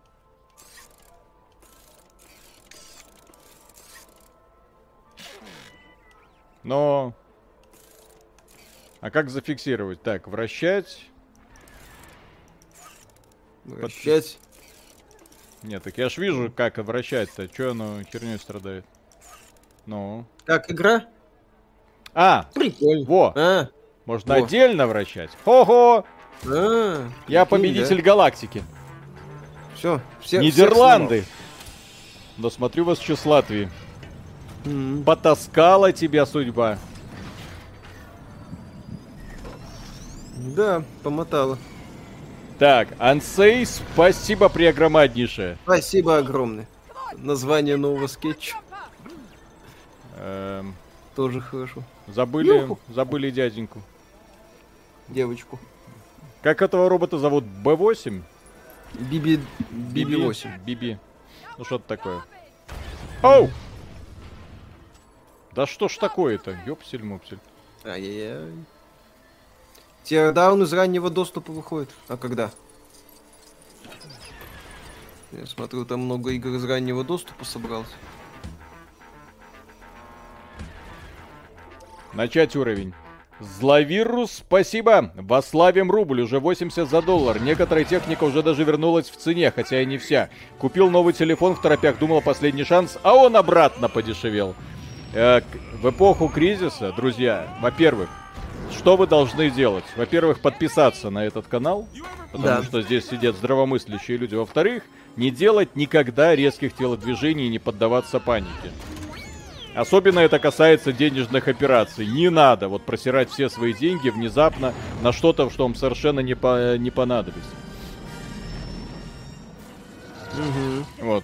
Но... А как зафиксировать? Так, вращать. Вращать. Нет, так я ж вижу, как вращать-то. Чё оно хернёй страдает? Ну. Как игра? Прикольно. Во. Можно отдельно вращать. Хо-хо! Я победитель галактики. Все. Нидерланды. Но смотрю вас сейчас с Латвии. Потаскала тебя судьба. Да, помотала. Так, Ансей, спасибо преогромаднейшее. Спасибо огромное. Название нового скетча. Тоже хорошо. Забыли дяденьку. Девочку. Как этого робота зовут? Б8? Биби-8. Биби. Ну что-то такое. Оу! Да что ж такое-то? Ёпсель-мопсель. Ай-яй-яй. Тирдаун из раннего доступа выходит. А когда? Я смотрю, там много игр из раннего доступа собралось. Начать уровень. Зловирус, спасибо. Восславим рубль, уже 80 за $1. Некоторая техника уже даже вернулась в цене, хотя и не вся. Купил новый телефон в торопях, думал последний шанс, а он обратно подешевел. В эпоху кризиса, друзья, во-первых, что вы должны делать? Во-первых, подписаться на этот канал, потому что здесь сидят здравомыслящие люди. Во-вторых, не делать никогда резких телодвижений и не поддаваться панике. Особенно это касается денежных операций. Не надо вот просирать все свои деньги внезапно на что-то, что вам совершенно не понадобится. Вот.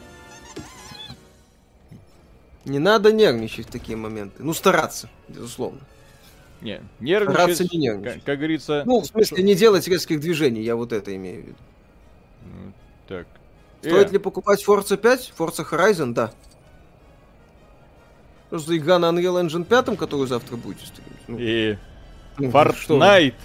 Не надо нервничать в такие моменты. Ну, стараться, безусловно. Не, нервничать, стараться не нервничать. Как говорится... Ну, в смысле, не делать резких движений, я вот это имею в виду. Так. Стоит ли покупать Forza 5? Forza Horizon, да. Что за игра на Unreal Engine 5, которую завтра будете стримить? Fortnite.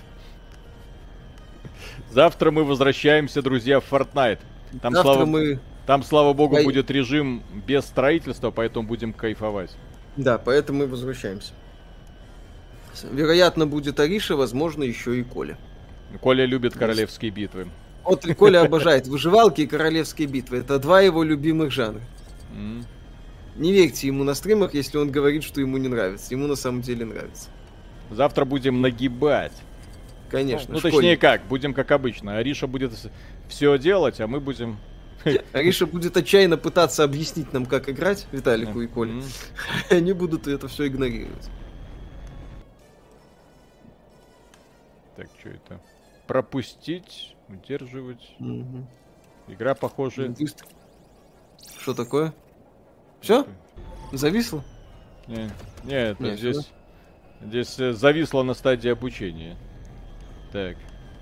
Завтра мы возвращаемся, друзья, в Fortnite. Там, слава богу, будет режим без строительства, поэтому будем кайфовать. Да, поэтому мы возвращаемся. Вероятно, будет Ариша, возможно, еще и Коля. Коля любит королевские битвы. Вот Коля обожает выживалки и королевские битвы. Это два его любимых жанра. Не верьте ему на стримах, если он говорит, что ему не нравится. Ему на самом деле нравится. Завтра будем нагибать. Конечно. Ну, точнее как, будем как обычно. Ариша будет все делать, а мы будем... Ариша будет отчаянно пытаться объяснить нам, как играть, Виталику и Коле. Они будут это все игнорировать. Так, что это? Пропустить, удерживать. Игра похожа... Что такое? Все? Зависло? Нет, здесь зависло на стадии обучения. Так.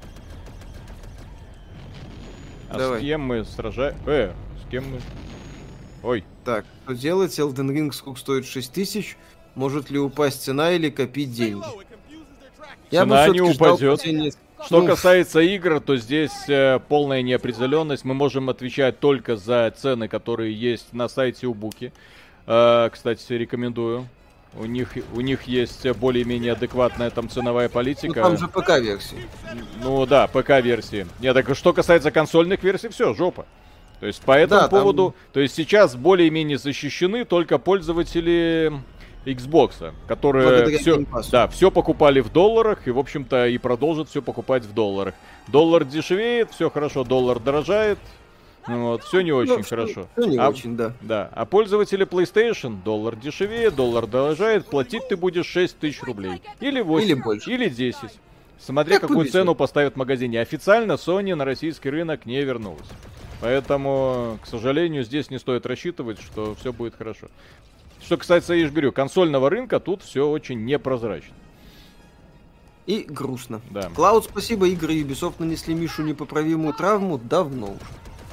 Давай. С кем мы сражаемся? С кем мы? Ой. Так, что делать? Elden Ring сколько стоит? 6000. Может ли упасть цена или копить деньги? Цена не упадет. Что касается игр, то здесь полная неопределенность. Мы можем отвечать только за цены, которые есть на сайте Убуки. Кстати, рекомендую. У них есть более-менее адекватная там ценовая политика. Ну, там же ПК-версии. Ну да, ПК-версии. Нет, так что касается консольных версий, все, жопа. То есть по этому поводу... Там... То есть сейчас более-менее защищены только пользователи Xbox, которые все покупали в долларах и, в общем-то, и продолжат все покупать в долларах. Доллар дешевеет, все хорошо, доллар дорожает. Вот, все не очень хорошо. Все не очень, да. Да. А пользователи PlayStation, доллар дешевеет, доллар дорожает, платить ты будешь 6 тысяч рублей. Или 8, или больше. Или 10. Смотря какую цену поставят в магазине. Официально Sony на российский рынок не вернулась. Поэтому, к сожалению, здесь не стоит рассчитывать, что все будет хорошо. Что касается, я же говорю, консольного рынка, тут все очень непрозрачно. И грустно. Да. Клауд, спасибо, игры Ubisoft нанесли Мишу непоправимую травму давно уже.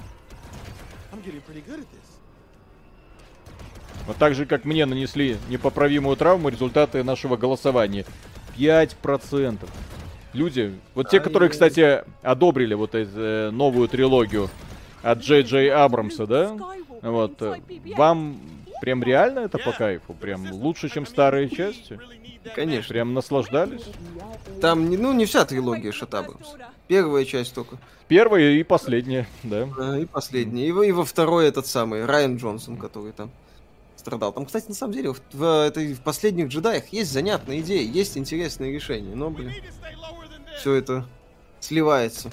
Вот так же, как мне нанесли непоправимую травму результаты нашего голосования. 5%. Люди, вот те, которые, кстати, одобрили вот эту новую трилогию от Джей Джей Абрамса, да? Вот, вам прям реально это по кайфу? Прям лучше, чем старые части? Конечно. Прям наслаждались? Там, не вся трилогия Шот Абрамс. Первая часть только. Первая и последняя, да. И последняя. И во второй этот самый, Райан Джонсон, который там страдал. Там, кстати, на самом деле, в последних джедаях есть занятные идеи, есть интересные решения. Но, блин, все это сливается.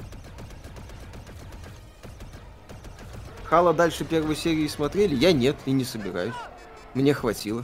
Хало дальше первой серии смотрели? Я нет, и не собираюсь. Мне хватило.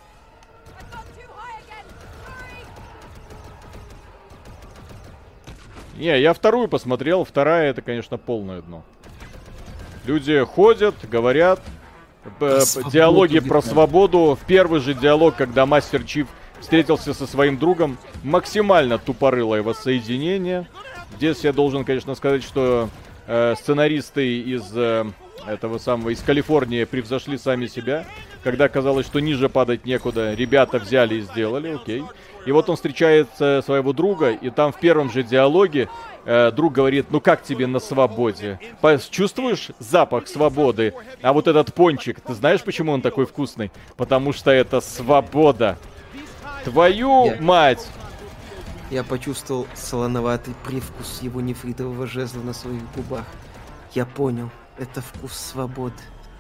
Не, я вторую посмотрел. Вторая, это, конечно, полное дно. Люди ходят, говорят. Диалоги про свободу. В первый же диалог, когда Мастер Чиф встретился со своим другом, максимально тупорылое воссоединение. Здесь я должен, конечно, сказать, что сценаристы из Калифорнии превзошли сами себя. Когда казалось, что ниже падать некуда, ребята взяли и сделали, окей. И вот он встречает своего друга, и там в первом же диалоге друг говорит: ну как тебе на свободе? Чувствуешь запах свободы? А вот этот пончик, ты знаешь, почему он такой вкусный? Потому что это свобода. Твою мать! Я почувствовал солоноватый привкус его нефритового жезла на своих губах. Я понял, это вкус свободы.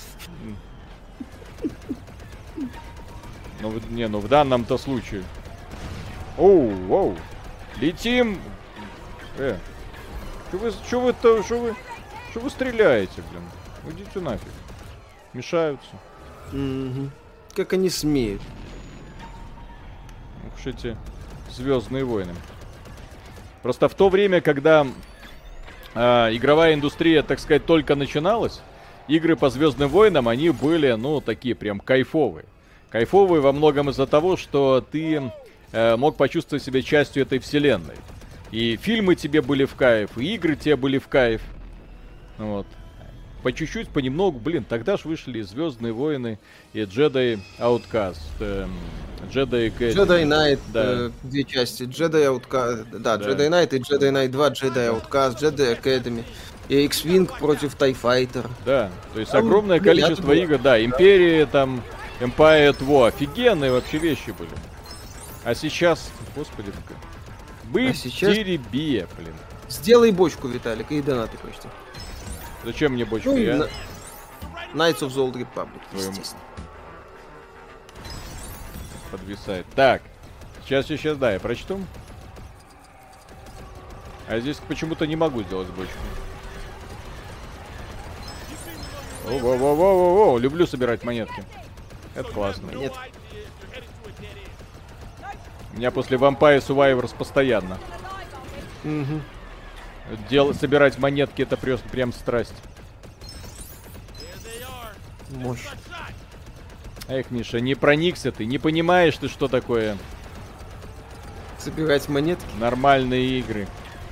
Ну в данном-то случае. Оу. Летим. Что вы стреляете, блин? Идите нафиг. Мешаются. Как они смеют. Уж эти Звездные войны. Просто в то время, когда игровая индустрия, так сказать, только начиналась, игры по Звездным войнам, они были, такие прям кайфовые. Кайфовые во многом из-за того, что ты мог почувствовать себя частью этой вселенной. И фильмы тебе были в кайф, и игры тебе были в кайф. Вот. По чуть-чуть, понемногу, тогда ж вышли Звездные войны и Jedi Outcast. Jedi Knight, да. Две части. Jedi Outcast, да, Jedi Knight и Jedi Knight 2, Jedi Outcast, Jedi Academy. И X-Wing против TIE Fighter. Да, то есть огромное количество игр, да, Империи, там, Empire 2, офигенные вообще вещи были. А сейчас, господи, Быб-теребия, блин. Сделай бочку, Виталик, и донаты почти. Зачем мне бочка? Я... Knights of the Old Republic, естественно. Подвисает. Так, сейчас, да, я прочту. А здесь почему-то не могу сделать бочку. О, люблю собирать монетки. Это классно. Нет. У меня после Vampire Survivors постоянно. Собирать монетки — это прям страсть. Мощь. Эх, Миша, не проникся ты, не понимаешь ты, что такое собирать монетки? Нормальные игры.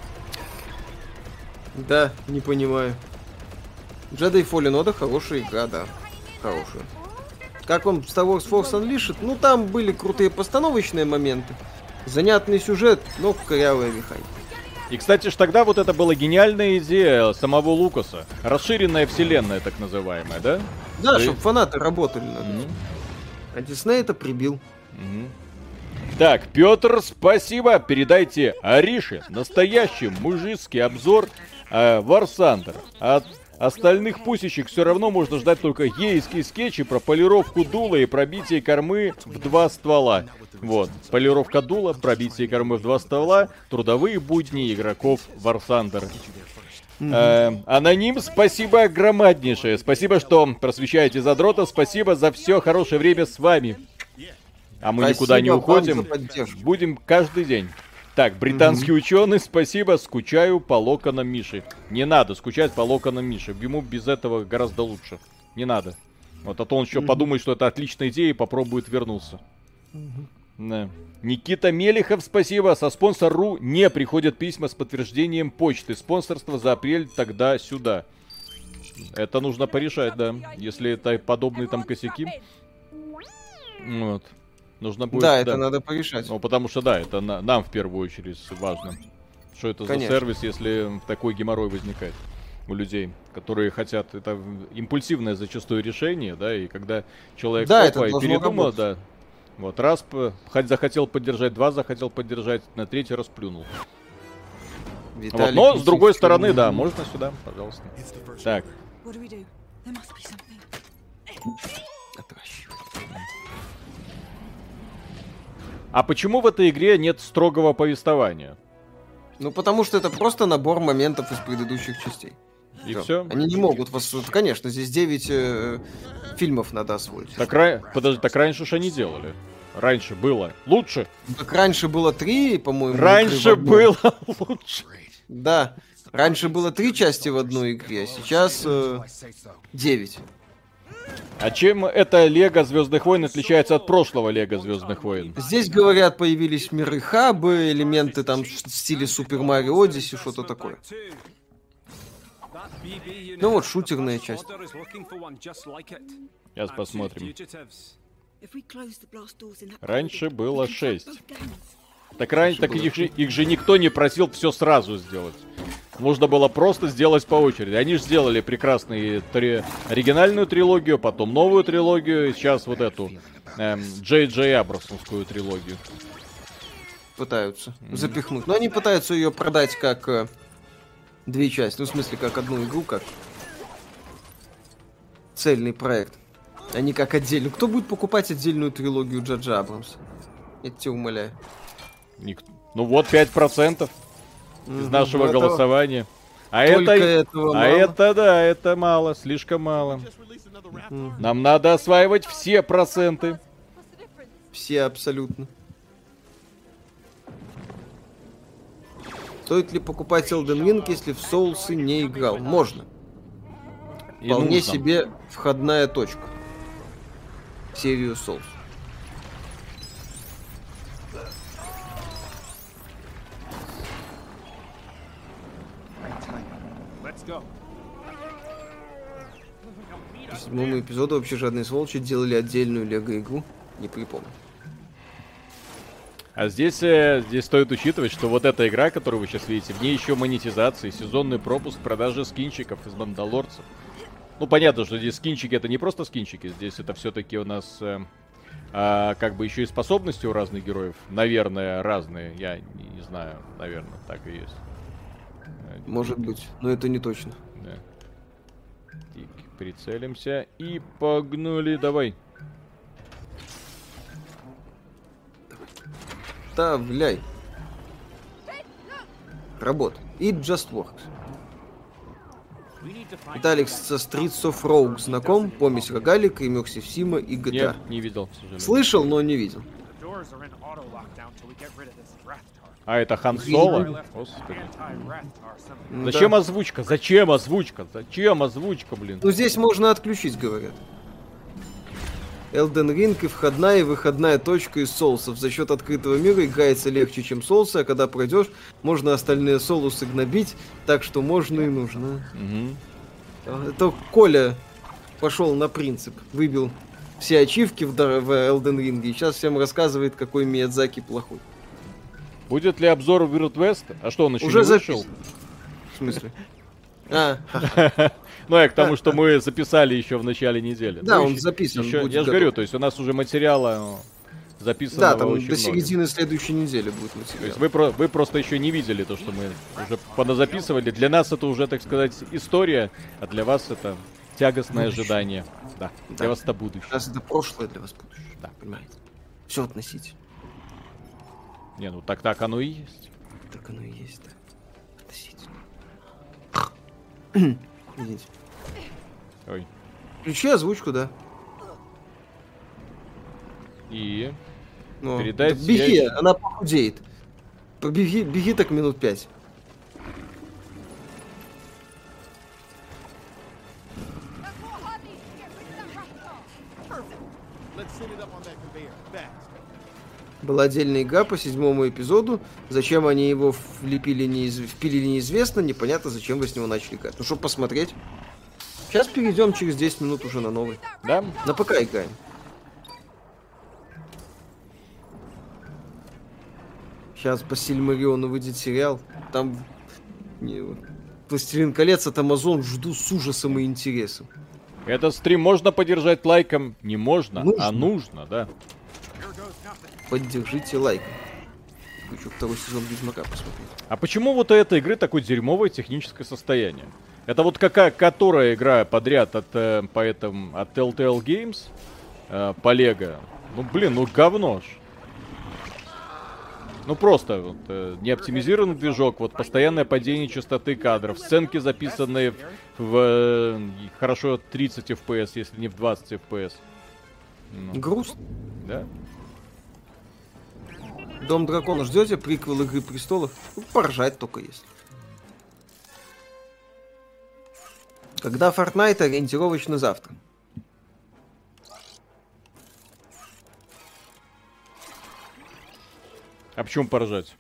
Да, не понимаю. Jedi Fallen Order хорошая игра, да. Хорошая. Как вам Star Wars Force Unleashed? Ну, там были крутые постановочные моменты. Занятный сюжет, но корявая механика. И, кстати ж, тогда вот это была гениальная идея самого Лукаса. Расширенная вселенная, так называемая, да? Да, чтобы фанаты работали над этим. А Дисней это прибил. Так, Петр, спасибо. Передайте Арише настоящий мужицкий обзор War Thunder. От остальных пусечек все равно можно ждать только гейские скетчи про полировку дула и пробитие кормы в 2 ствола. Вот, полировка дула, пробитие кормы в 2 ствола, трудовые будни игроков War Thunder. Аноним, спасибо громаднейшее. Спасибо, что просвещаете задрота. Спасибо за все хорошее время с вами. А мы никуда не уходим. Будем каждый день. Так, британский ученый, спасибо. Скучаю по локонам Миши. Не надо скучать по локонам Миши. Ему без этого гораздо лучше. Не надо. Вот, а то он еще подумает, что это отличная идея, и попробует вернуться. Да. Никита Мелихов, спасибо. Со спонсор.ру не приходят письма с подтверждением почты. Спонсорство за апрель тогда сюда. Это нужно порешать, да. Если это подобные там косяки. Вот. Нужно будет, да, это надо порешать. Ну, потому что, да, это нам в первую очередь важно. Что это за сервис, если такой геморрой возникает у людей, которые хотят... Это импульсивное зачастую решение, да, и когда человек передумал, да, вот, раз захотел поддержать, 2 захотел поддержать, на 3-й раз плюнул. Вот, но, с другой стороны, да, можно сюда, пожалуйста. Так. А почему в этой игре нет строгого повествования? Ну, потому что это просто набор моментов из предыдущих частей. И все? Они не могут вас... Конечно, здесь 9 фильмов надо освоить. Подожди, так раньше же они делали. Раньше было лучше. Так раньше было 3, по-моему. Раньше было лучше. Да. Раньше было 3 части в одной игре, а сейчас 9. А чем это Лего Звездных войн отличается от прошлого Лего Звездных войн? Здесь, говорят, появились миры хабы, элементы там в стиле Супер Марио Одиссе, что-то такое. Ну вот, шутерная часть. Сейчас посмотрим. Раньше было 6. Так их же никто не просил все сразу сделать. Можно было просто сделать по очереди. Они же сделали прекрасную оригинальную трилогию, потом новую трилогию, и сейчас вот эту Джей Джей Абрамсовскую трилогию. Пытаются запихнуть. Но они пытаются ее продать как 2 части. Ну, в смысле, как одну игру, как цельный проект. А не как отдельную. Кто будет покупать отдельную трилогию Джаджа Абрамса? Я тебя умоляю. Ну вот 5% из нашего голосования. Это мало, слишком мало. Нам надо осваивать все проценты. Все абсолютно. Стоит ли покупать Elden Ring, если в Souls'ы не играл? Можно. Вполне себе входная точка в серию Souls. По 7-му эпизоду вообще жадные сволочи делали отдельную лего-игру. Не припомню. А здесь стоит учитывать, что вот эта игра, которую вы сейчас видите, в ней еще монетизация, сезонный пропуск, продажи скинчиков из Мандалорцев. Ну, понятно, что здесь скинчики — это не просто скинчики, здесь это все-таки у нас как бы еще и способности у разных героев, наверное, разные. Я не знаю, наверное, так и есть. Может быть, но это не точно. Да. Прицелимся и погнали, давай. Вставляй. Работа. It just works. Виталик со Streets of Rogue знаком? Помесь Рогалика, Immersive Sim и GTA. Нет, не видел, к сожалению. Слышал, но не видел. А это Хан Соло? Господи. Зачем озвучка? Зачем озвучка? Зачем озвучка, блин? Ну здесь можно отключить, говорят. Elden Ring и входная, и выходная точка из соусов. За счет открытого мира играется легче, чем соусы, а когда пройдешь, можно остальные соусы гнобить, так что можно и нужно. Это Коля пошел на принцип, выбил все ачивки в Elden Ring, и сейчас всем рассказывает, какой Миядзаки плохой. Будет ли обзор Weird West? А что, он еще уже не вышел? Записан. В смысле? Ну, я к тому, что мы записали еще в начале недели. Да, он записан. Я же говорю, то есть у нас уже материала записанного очень много. Да, там до середины следующей недели будет материал. То есть вы просто еще не видели то, что мы уже поназаписывали. Для нас это уже, так сказать, история, а для вас это тягостное ожидание. Да, для вас это будущее. Для нас это прошлое, для вас будущее. Да. Понимаете? Все относительно. Не, ну так оно и есть. Так оно и есть, да. Относительно. Видите. Ой. Включи озвучку, да. И передать беги, она похудеет. Беги так минут 5. Была отдельная игра по 7-му эпизоду. Зачем они его впилили неизвестно. Непонятно, зачем вы с него начали играть. Ну, чтобы посмотреть. Сейчас перейдем через 10 минут уже на новый. Да? На ПК играем. Сейчас по Сильмариону выйдет сериал. Там «Властелин колец» от Amazon жду с ужасом и интересом. Этот стрим можно поддержать лайком? Не можно, нужно. А нужно, да. Поддержите лайком. Хочу второй сезон Ведьмака посмотреть. А почему вот у этой игры такое дерьмовое техническое состояние? Это вот которая игра подряд от Telltale Games по Lego? Ну блин, ну говно ж. Ну просто вот, не оптимизированный движок, вот постоянное падение частоты кадров, сценки записанные в хорошо 30 FPS, если не в 20 FPS. Ну. Грустно. Да? Дом дракона ждете? Приквел Игры престолов? Ну, поржать только есть. Когда Fortnite ориентировочно завтра? А почему поржать?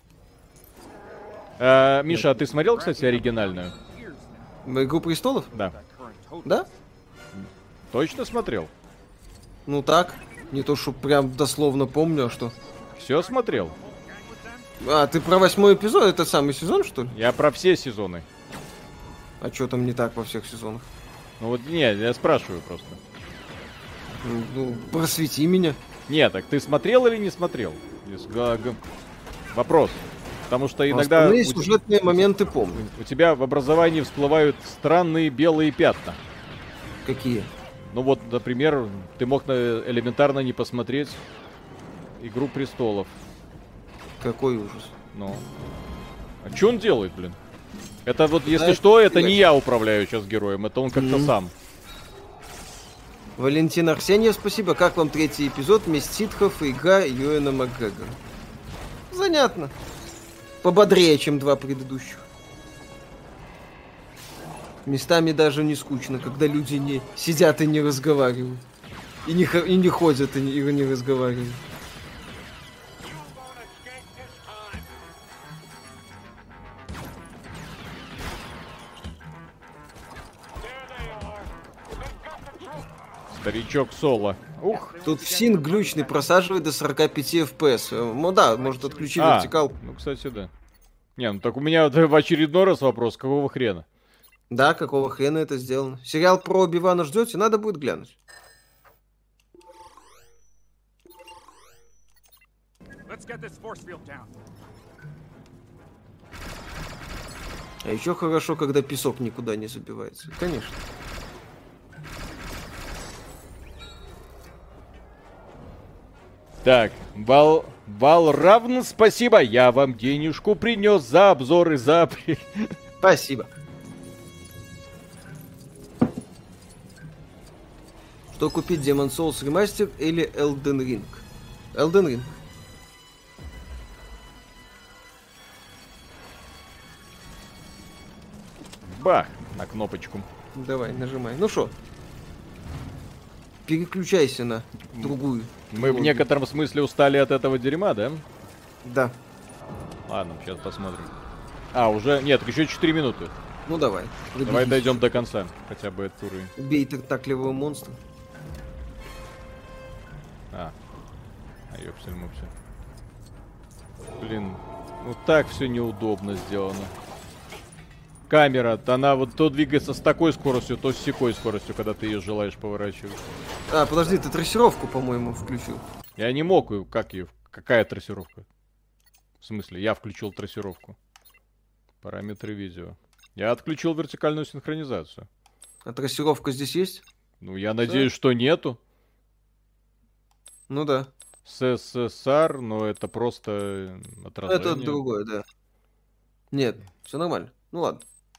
Миша, а ты смотрел, кстати, оригинальную? Игру престолов? Да. Да? Точно смотрел? Ну так. Не то, что прям дословно помню, а что. Все смотрел? А, ты про 8-й эпизод? Это самый сезон, что ли? Я про все сезоны. А что там не так во всех сезонах? Ну вот, нет, я спрашиваю просто. Ну, просвети меня. Нет, так ты смотрел или не смотрел? Вопрос. Потому что иногда... Основные сюжетные моменты помню. У тебя в образовании всплывают странные белые пятна. Какие? Ну вот, например, ты мог элементарно не посмотреть «Игру престолов». Какой ужас. Ну. А что он делает, блин? Это вот, если что, это не я управляю сейчас героем, это он как-то сам. Валентин Арсеньев, спасибо. Как вам 3-й эпизод «Месть ситхов» и игра Юэна Макгрегора? Занятно. Пободрее, чем 2 предыдущих. Местами даже не скучно, когда люди не сидят и не разговаривают. И не ходят и не разговаривают. Старичок Соло. Ух. Тут в син глючный просаживает до 45 FPS. Ну да, может отключить вертикал. Ну, кстати, да. Не, ну так у меня в очередной раз вопрос, какого хрена? Да, какого хрена это сделано? Сериал про Оби-Вана ждете? Надо будет глянуть. А еще хорошо, когда песок никуда не забивается. Конечно. Так, Валравн, спасибо. Я вам денежку принес за обзоры, за... Спасибо. Что купить, Demon's Souls Remastered или Elden Ring? Elden Ring. Бах, на кнопочку. Давай, нажимай. Ну что? Переключайся на другую. Мы в некотором смысле устали от этого дерьма, да? Да. Ладно, сейчас посмотрим. А, уже... Нет, еще 4 минуты. Ну давай. Давай дойдем до конца. Хотя бы этот уровень. Убей тактакливого монстра. А ёпсель-мупсель. Блин, ну так все неудобно сделано. Камера, она вот то двигается с такой скоростью, то с сякой скоростью, когда ты ее желаешь поворачивать. А, подожди, ты трассировку, по-моему, включил. Я не мог ее, как ее, какая трассировка? В смысле, я включил трассировку. Параметры видео. Я отключил вертикальную синхронизацию. А трассировка здесь есть? Ну, я надеюсь, что нету. Ну да. СССР, но это просто отражение. Это другое, да. Нет, все нормально. Ну ладно.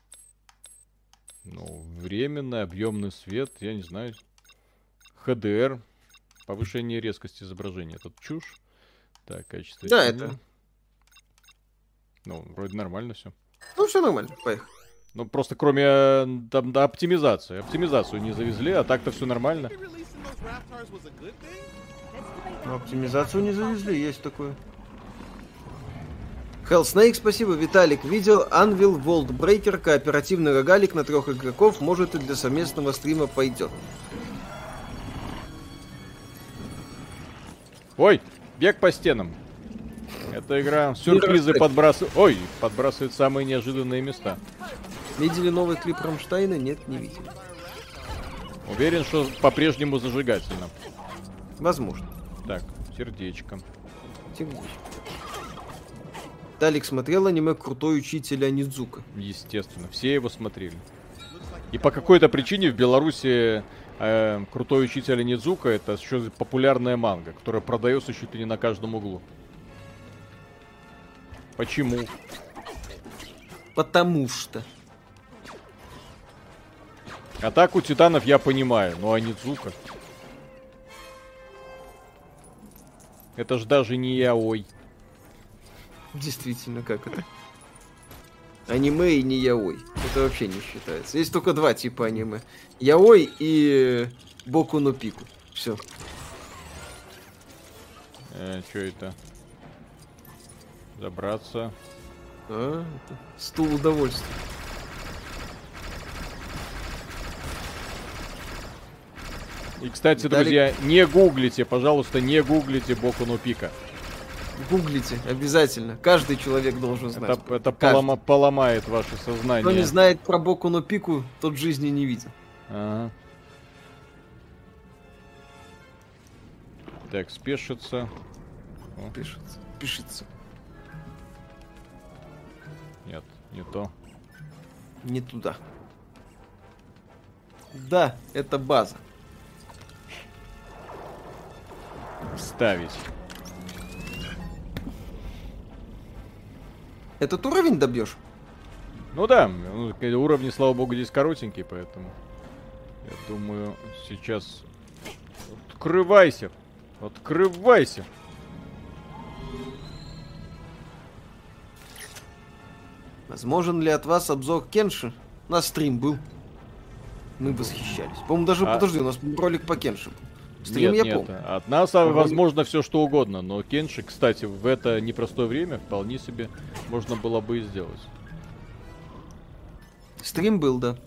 Ну, временный, объемный свет, я не знаю. HDR, повышение резкости изображения. Это чушь. Так, качество. Да, тени. это. Ну, вроде нормально все. Ну, все нормально, поехали. Ну, просто кроме там, да, оптимизации. Оптимизацию не завезли, а так-то все нормально. Ну, оптимизацию не завезли, есть такое. Hell Snake, спасибо. Виталик видел Anvil World Breaker, кооперативный рогалик на 3 игроков, может и для совместного стрима пойдет. Ой, бег по стенам. Эта игра сюрпризы подбрасывает. Ой, подбрасывает самые неожиданные места. Видели новый клип Рамштайна? Нет, не видели. Уверен, что по-прежнему зажигательно. Возможно. Так, сердечко. Сердечко. Талик смотрел аниме «Крутой учитель Онидзука». Естественно, все его смотрели. И по какой-то причине в Беларуси «Крутой учитель Онидзука» это еще популярная манга, которая продается чуть ли не на каждом углу. Почему? Потому что. Атаку титанов я понимаю, но Онидзука... Это ж даже не яой. Действительно, как это? Аниме и не яой. Это вообще не считается. Есть только два типа аниме. Яой и Боку но Пику. Все. Что это? Забраться. Это стул удовольствия. И, кстати, Виталик... друзья, не гуглите, пожалуйста, не гуглите Боку но Пика. Гуглите, обязательно. Каждый человек должен знать. Это поломает ваше сознание. Кто не знает про Боку но Пику, тот жизни не видел. Ага. Так, спешится. Пишется. Нет, не то. Не туда. Да, это база. Ставить. Этот уровень добьешь? Ну да, уровни, слава богу, здесь коротенькие, поэтому я думаю, сейчас... Открывайся! Открывайся! Возможен ли от вас обзор Кенши? У нас стрим был. Мы восхищались. По-моему, даже, подожди, у нас ролик по Кенши был. Стрим нет, я нет, помню. от нас возможно все что угодно, но Кенши, кстати, в это непростое время вполне себе можно было бы и сделать. Стрим был, да.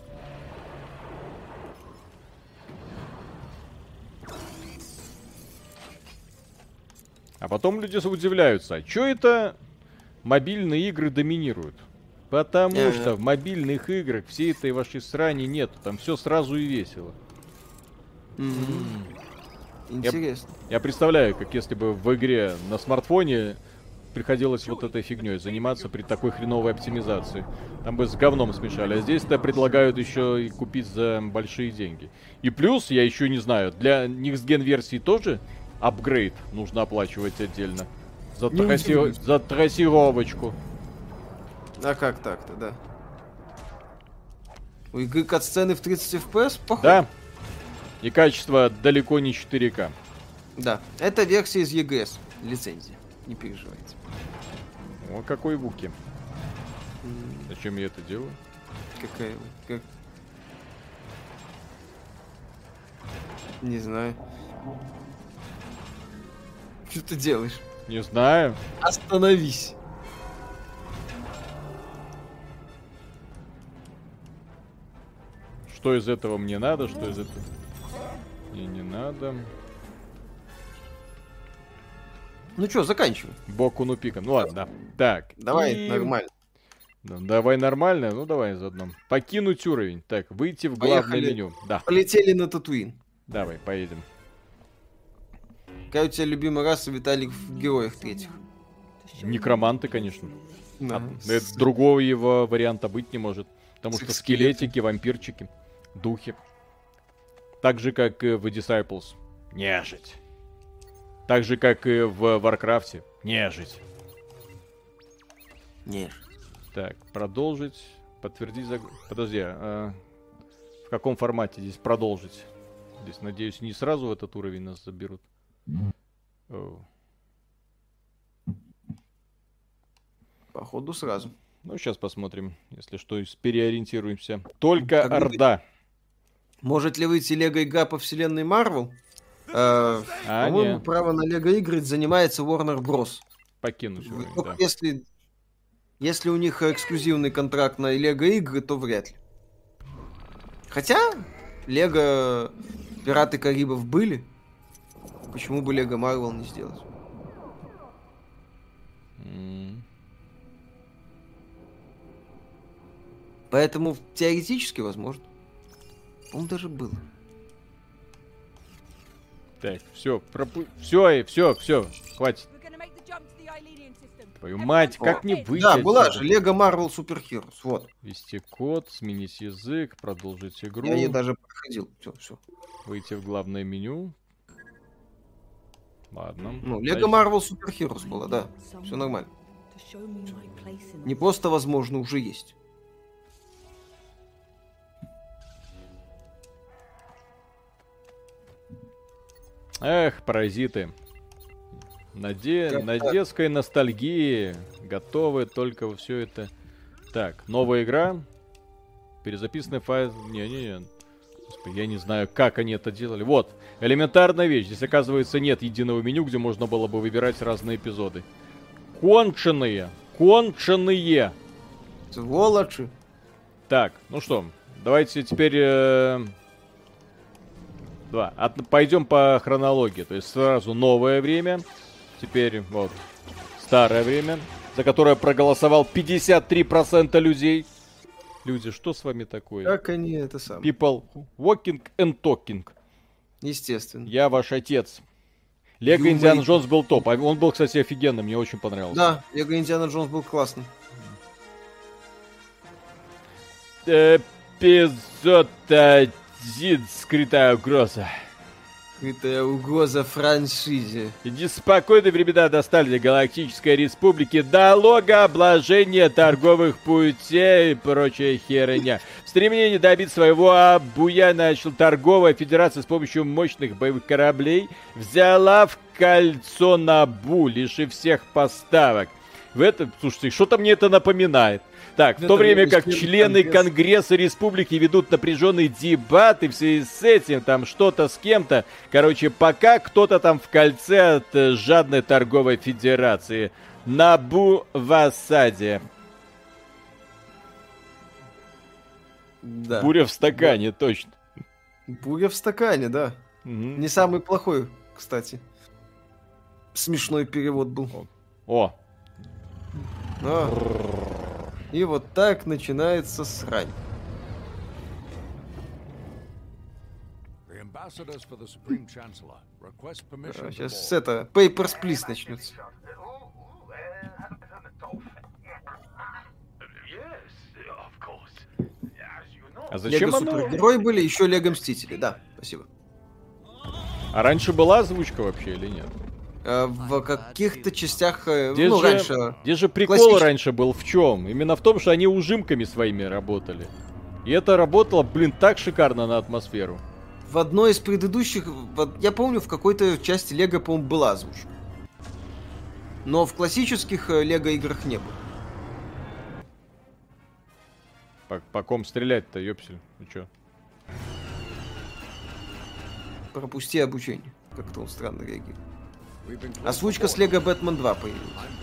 А потом люди удивляются, а чё это мобильные игры доминируют? Потому что в мобильных играх всей этой вашей срани нет, там все сразу и весело. Интересно. Я представляю, как если бы в игре на смартфоне приходилось вот этой фигней заниматься при такой хреновой оптимизации. Там бы с говном смешали. А здесь-то предлагают еще и купить за большие деньги. И плюс, я еще не знаю, для Next Gen версии тоже апгрейд нужно оплачивать отдельно. За трассировочку. А как так-то, да? У игры кат-сцены в 30 FPS, походу? Да. И качество далеко не 4К. Да. Это версия из EGS. Лицензия. Не переживайте. О, какой Вуки. Зачем я это делаю? Какая? Как? Не знаю. Что ты делаешь? Не знаю. Остановись. Что из этого мне надо, что из этого мне не надо. Ну что, заканчивай. Боку ну пиком. Ну ладно, да. Так. Давай, нормально. Да, давай нормально, ну давай заодно. Покинуть уровень. Так, выйти в главное меню. Да. Полетели на Татуин. Давай, поедем. Какая у тебя любимая раса, Виталик, в героях третьих? Некроманты, конечно. Да. Другого его варианта быть не может. Потому что скелетики, вампирчики, духи. Так же, как и в Disciples. Нежить. Так же, как и в Варкрафте. Нежить. Нежить. Так, продолжить. Подтвердить Подожди, в каком формате здесь продолжить? Здесь, надеюсь, не сразу в этот уровень нас заберут. Походу сразу. Ну, сейчас посмотрим. Если что, переориентируемся. Только Орда. Может ли выйти Лего игра по вселенной Марвел? По-моему, нет. право на Лего игры занимается Warner Bros. Покинуть уровень, Только да. если у них эксклюзивный контракт на Лего игры, то вряд ли. Хотя Лего Пираты Карибов были. Почему бы Лего Марвел не сделать? Поэтому теоретически возможно. Он даже был. Так, все, все, хватит. Твою мать, как не выйти? Да, была же Лего Марвел Супер Хирос, вот. Ввести код, сменить язык, продолжить игру. Я ее даже проходил, все. Выйти в главное меню. Ладно. Ну, Лего Марвел Супер Хирос было, да. Все нормально. Не просто возможно, уже есть. Эх, паразиты. На детской ностальгии готовы только все это. Так, новая игра. Перезаписанный файл. Не. Господи, я не знаю, как они это делали. Вот, элементарная вещь. Здесь, оказывается, нет единого меню, где можно было бы выбирать разные эпизоды. Конченые. Сволочи. Так, ну что, давайте теперь... Пойдем по хронологии. То есть сразу новое время. Теперь вот старое время, за которое проголосовал 53% людей. Люди, что с вами такое? Как они это сам? People walking and talking. Естественно. Я ваш отец. Лего Индиана Джонс был топ. Он был, кстати, офигенный, мне очень понравился. Да, Лего Индиана Джонс был классным. Эпизод 1. Скрытая угроза. Скрытая угроза франшизе. Неспокойные времена достали для Галактической Республики. Налогообложение торговых путей и прочая херня. В стремлении добить своего обуя начал торговая федерация с помощью мощных боевых кораблей взяла в кольцо Набу, лишив всех поставок. Слушайте, что-то мне это напоминает. Так, в то время как члены Конгресса Республики ведут напряженные дебаты в связи с этим, там что-то с кем-то. Короче, пока кто-то там в кольце от жадной торговой федерации. Набу в осаде. Да. Буря в стакане, точно. Буря в стакане, да. Угу. Не самый плохой, кстати. Смешной перевод был. О. И вот так начинается срань. Сейчас это, Papers, Please начнется. А зачем Лего Супергерои были, еще Лего Мстители, да, спасибо. А раньше была озвучка вообще или нет? В каких-то частях, раньше... Где же прикол раньше был в чем? Именно в том, что они ужимками своими работали. И это работало, так шикарно на атмосферу. В одной из предыдущих, я помню, в какой-то части Лего, по-моему, была озвучка. Но в классических Лего играх не было. По ком стрелять-то, ёпсель? Ну чё? Пропусти обучение. Как-то он странно реагирует. Озвучка с Лего Бэтмен 2 появилась.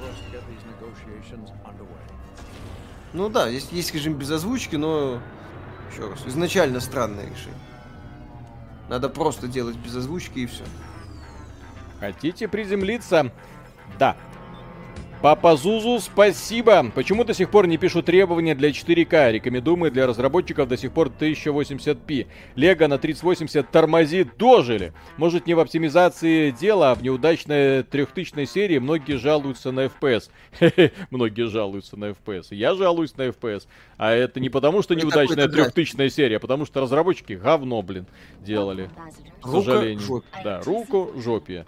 Ну да, есть режим без озвучки, но... Еще раз, изначально странное решение. Надо просто делать без озвучки и все. Хотите приземлиться? Да. Папа Зузу, спасибо. Почему до сих пор не пишут требования для 4К? Рекомендуемые для разработчиков до сих пор 1080p. Лего на 3080 тормозит, дожили. Может, не в оптимизации дела, а в неудачной 3000 серии многие жалуются на FPS. Многие жалуются на FPS. Я жалуюсь на FPS. А это не потому, что неудачная 3000 серия, а потому что разработчики говно, делали. К сожалению. Да, руку жопе.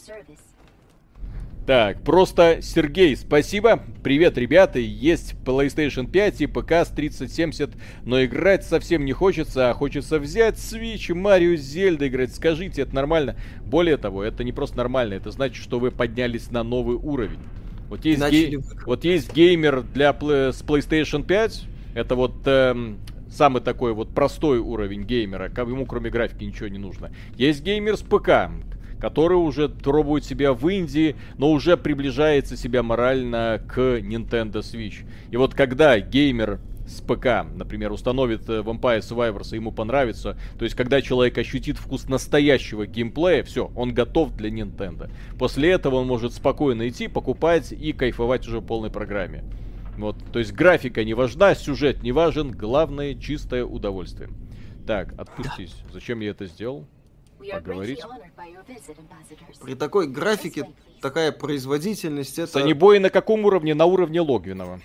Так, просто Сергей, спасибо. Привет, ребята. Есть PlayStation 5 и ПК с 3070, но играть совсем не хочется, а хочется взять Switch и Марио Зельда играть. Скажите, это нормально? Более того, это не просто нормально, это значит, что вы поднялись на новый уровень. Вот есть геймер с PlayStation 5, это вот самый такой вот простой уровень геймера, ему кроме графики ничего не нужно. Есть геймер с ПК, который уже пробует себя в Индии, но уже приближается себя морально к Nintendo Switch. И вот когда геймер с ПК, например, установит Vampire Survivors и ему понравится, то есть когда человек ощутит вкус настоящего геймплея, все, он готов для Nintendo. После этого он может спокойно идти, покупать и кайфовать уже в полной программе. Вот, то есть графика не важна, сюжет не важен, главное чистое удовольствие. Так, отпустись. Да. Зачем я это сделал? Поговорить. При такой графике, такая производительность, это... Санебой на каком уровне? На уровне Логвинова.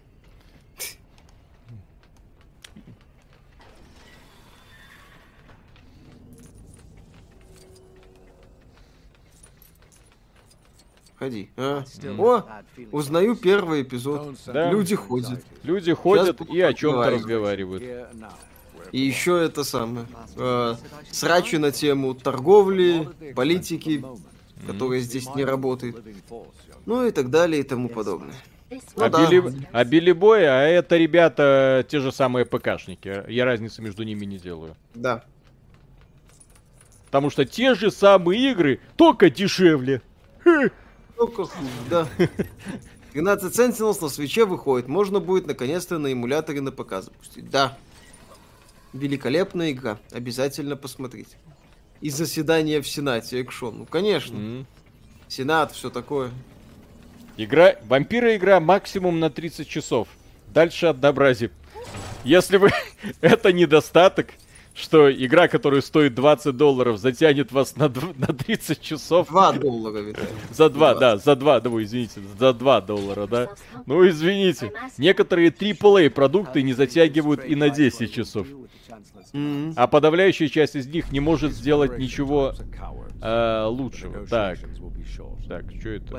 Ходи. О, узнаю первый эпизод. Да. Люди ходят. Люди ходят и о чем-то разговаривают. И еще это самое. Срачи на тему торговли, политики, которая здесь не работает. Ну и так далее и тому подобное. Билли Бой, а это ребята те же самые ПКшники. Я разницы между ними не делаю. Да. Потому что те же самые игры, только дешевле. Только хуже, да. 12 Sentinels на свитче выходит. Можно будет наконец-то на эмуляторе на ПК запустить. Да. Великолепная игра. Обязательно посмотрите. И заседание в Сенате, экшон. Ну, конечно. Сенат, все такое. Вампира игра максимум на 30 часов. Дальше однообразие. Если вы... это недостаток, что игра, которая стоит $20, затянет вас на 30 часов. $2, Виталий. За 2, да, за 2, да, извините, за $2, да. Ну, извините. Некоторые AAA продукты не затягивают и на 10 часов. А подавляющая часть из них не может сделать ничего лучшего. Так, что это?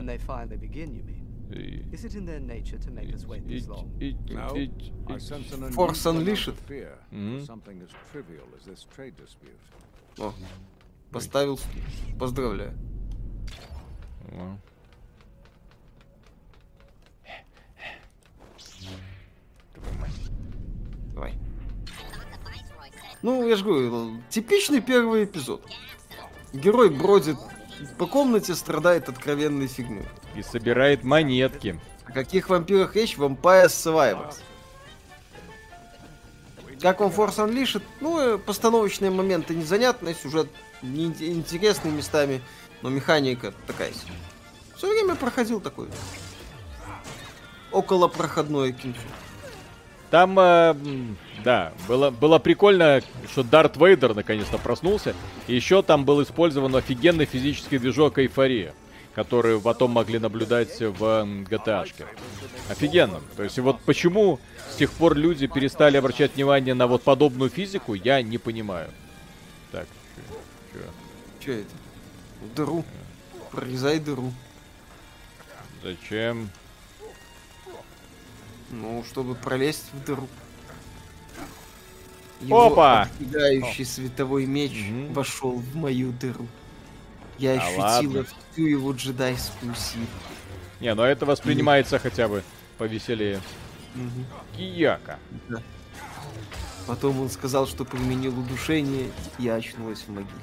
Force Unleashed. О, поставил. Поздравляю. Давай. Ну, я же говорю, типичный первый эпизод. Герой бродит по комнате, страдает откровенной фигней. И собирает монетки. О каких вампирах речь? Vampire Survivors. Как вам Force Unleashed? Ну, постановочные моменты незанятные, сюжет неинтересный местами, но механика такая себе. Все время проходил такой около проходной кинцу. Там, да, было прикольно, что Дарт Вейдер наконец-то проснулся. И еще там был использован офигенный физический движок Эйфория, который потом могли наблюдать в GTA-шке. Офигенно. То есть вот почему с тех пор люди перестали обращать внимание на вот подобную физику, я не понимаю. Так, Че это? Дыру. Прорезай дыру. Зачем? Ну, чтобы пролезть в дыру. Опа! Обжигающий световой меч вошел в мою дыру. Я ощутила всю его джедайскую силу. Не, ну это воспринимается хотя бы повеселее. Кияка. Да. Потом он сказал, что применил удушение, я очнулась в могиле.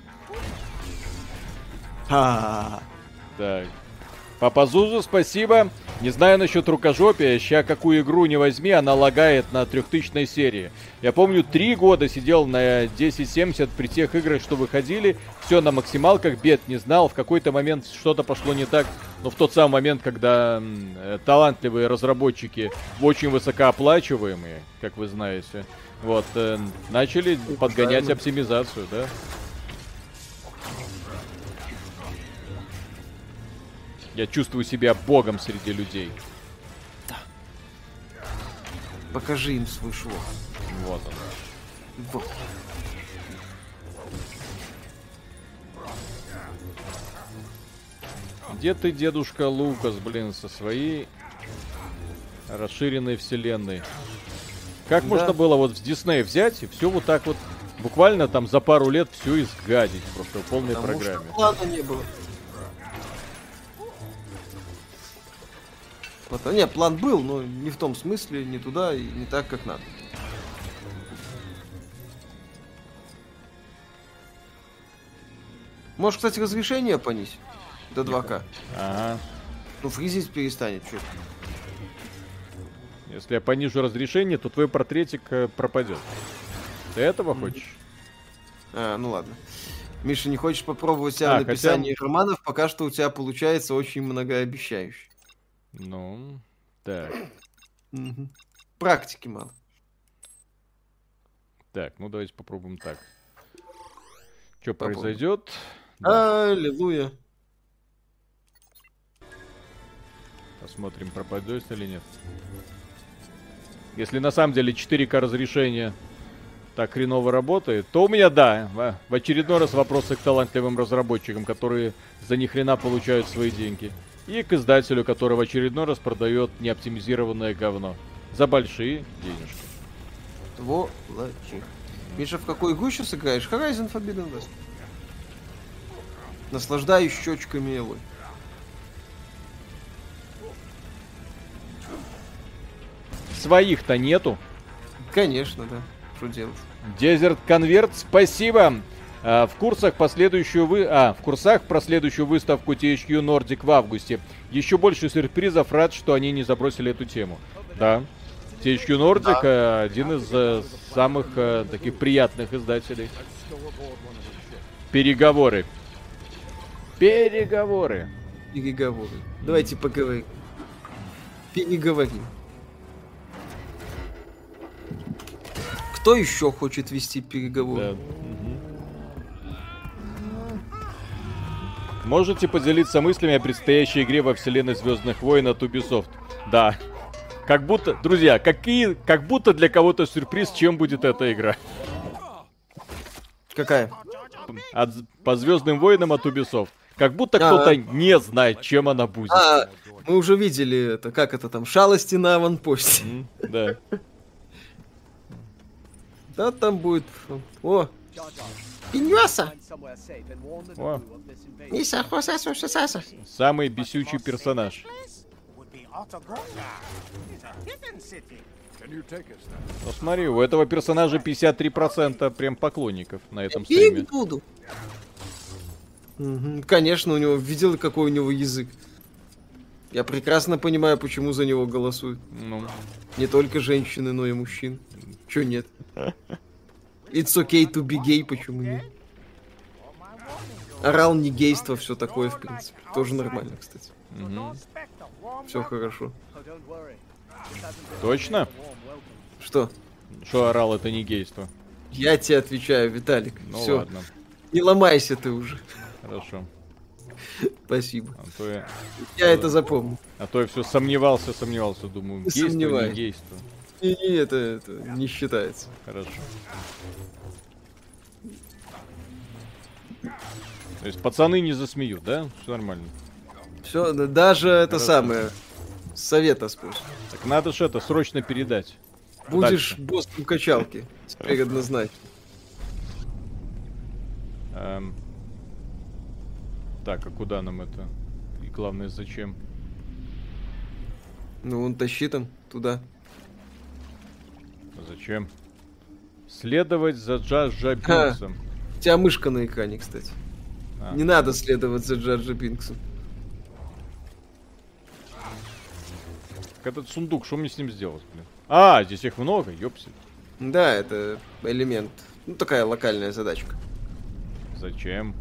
Так. Папа Зузу, спасибо. Не знаю насчет рукожопия, ща какую игру не возьми, она лагает на 3000 серии. Я помню, 3 года сидел на 1070 при тех играх, что выходили. Все на максималках, бед не знал. В какой-то момент что-то пошло не так. Но в тот самый момент, когда талантливые разработчики, очень высокооплачиваемые, как вы знаете, вот, начали подгонять оптимизацию, да. Я чувствую себя богом среди людей. Да. Покажи им свой шло. Вот он. Вот. Где ты, дедушка Лукас, блин, со своей расширенной вселенной? Как можно было вот с Диснея взять и все вот так вот, буквально там за пару лет все изгадить, просто в полной программе? Что плана не было. Не, план был, но не в том смысле, не туда и не так, как надо. Может, кстати, разрешение понизить до 2К. Ага. Ну, фризить перестанет, что. Если я понижу разрешение, то твой портретик пропадет. Ты этого хочешь? Ну ладно. Миша, не хочешь попробовать себя в написании романов? Пока что у тебя получается очень многообещающе. Ну, так. Практики мало. Так, ну давайте попробуем так. Что произойдет? Аллилуйя. Посмотрим, пропадет или нет. Если на самом деле 4К разрешение так хреново работает, то у меня, да, в очередной раз вопросы к талантливым разработчикам, которые за ни хрена получают свои деньги. И к издателю, который в очередной раз продает неоптимизированное говно. За большие денежки. Сволочи. Миша, в какую игру сейчас играешь? Horizon Forbidden West. Наслаждаюсь щечками Элой. Своих-то нету. Конечно, да. Что делать? Desert Convert, спасибо. В курсах про следующую выставку THQ Nordic в августе. Еще больше сюрпризов, рад, что они не забросили эту тему. Да. THQ Nordic один из самых таких приятных издателей. Переговоры. Давайте поговорим. Переговорим. Кто еще хочет вести переговоры? Да. Можете поделиться мыслями о предстоящей игре во вселенной Звездных войн от Ubisoft? Да. Как будто, друзья, как будто для кого-то сюрприз, чем будет эта игра. Какая? По Звездным войнам от Ubisoft. Как будто кто-то не знает, чем она будет. Мы уже видели это, как это там, шалости на аванпосте. Да. Да, там будет... О! Пиньоса! Самый бесючий персонаж. Ну смотри, у этого персонажа 53% прям поклонников на этом стриме. Буду. Конечно, у него... Видел, какой у него язык? Я прекрасно понимаю, почему за него голосуют. Ну. Не только женщины, но и мужчин. Чё нет? It's okay to be gay, почему нет? Орал не гейство, все такое, в принципе. Тоже нормально, кстати. Все хорошо. Точно? Что? Что орал, это не гейство. Я тебе отвечаю, Виталик. Ну Всё. ладно. Не ломайся ты уже. Хорошо. Спасибо. А то Я это запомню. я все сомневался, думаю, гейство, не Сомневаюсь. гейство. И это не считается. Хорошо. То есть пацаны не засмеют, да? Все нормально. Все, даже это Хорошо. самое. Совета спросим. Так надо же это срочно передать. Будешь Дальше. боссом качалки. Теперь однозначно. Так, а куда нам это? И главное, зачем? Ну, он тащи там туда. Зачем? Следовать за Джаджа Бинксом. У тебя мышка на экране, кстати. А. Не надо следовать за Джаджа Бинксом. Так этот сундук, что мне с ним сделать, блин? А, здесь их много, ёпсель. Да, это элемент. Ну, такая локальная задачка. Зачем?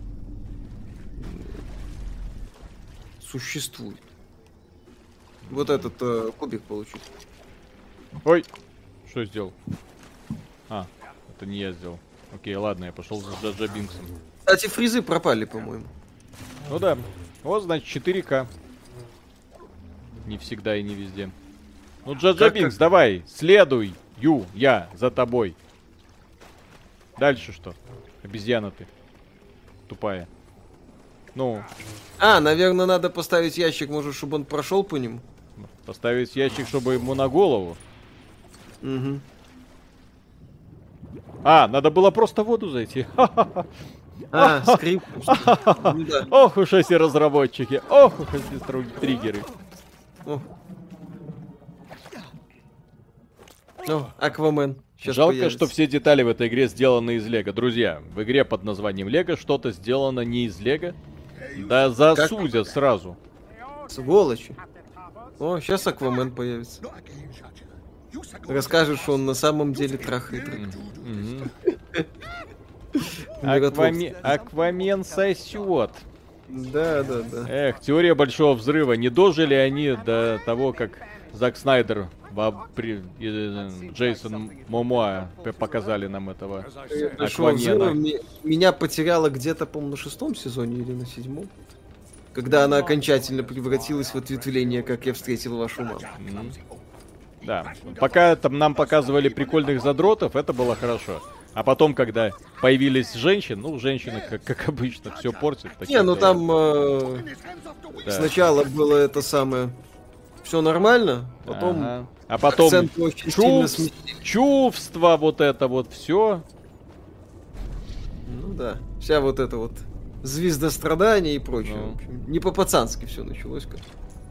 Существует. Вот этот кубик получить. Ой! Что сделал? А, это не я сделал. Окей, ладно, я пошел за Джаджа Бинксом. Кстати, фризы пропали, по-моему. Ну да. Вот, значит, 4К. Не всегда и не везде. Ну, Джаджа Бинкс, давай, следуй, я за тобой. Дальше что? Обезьяна ты. Тупая. Ну, наверное, надо поставить ящик, может, чтобы он прошел по нему. поставить ящик, чтобы ему на голову. Угу. Надо было просто в воду зайти. Скрипт. Ну да. Ох уж эти разработчики. Ох уж эти триггеры. Аквамен. Сейчас Жалко, появится. что все детали в этой игре сделаны из Лего. Друзья, в игре под названием Лего что-то сделано не из Лего. Да засудят сразу. Сволочи. Сейчас Аквамен появится. Расскажешь, что он на самом деле трахает. Аквамен сосет. Да. Эх, теория большого взрыва. Не дожили они до того, как Зак Снайдер, Джейсон Момоа показали нам этого Аквамена. Меня потеряло где-то, по-моему, на 6-м сезоне или на 7-м. Когда она окончательно превратилась в ответвление, как я встретил вашу маму. Да. Пока там нам показывали прикольных задротов, это было хорошо. А потом, когда появились женщины, женщины, как обычно, все портят. Там сначала было это самое... Все нормально, потом... Ага. А потом чувства, вот это вот все. Ну да, вся вот эта вот звездострадание и прочее. В общем, не по-пацански все началось как.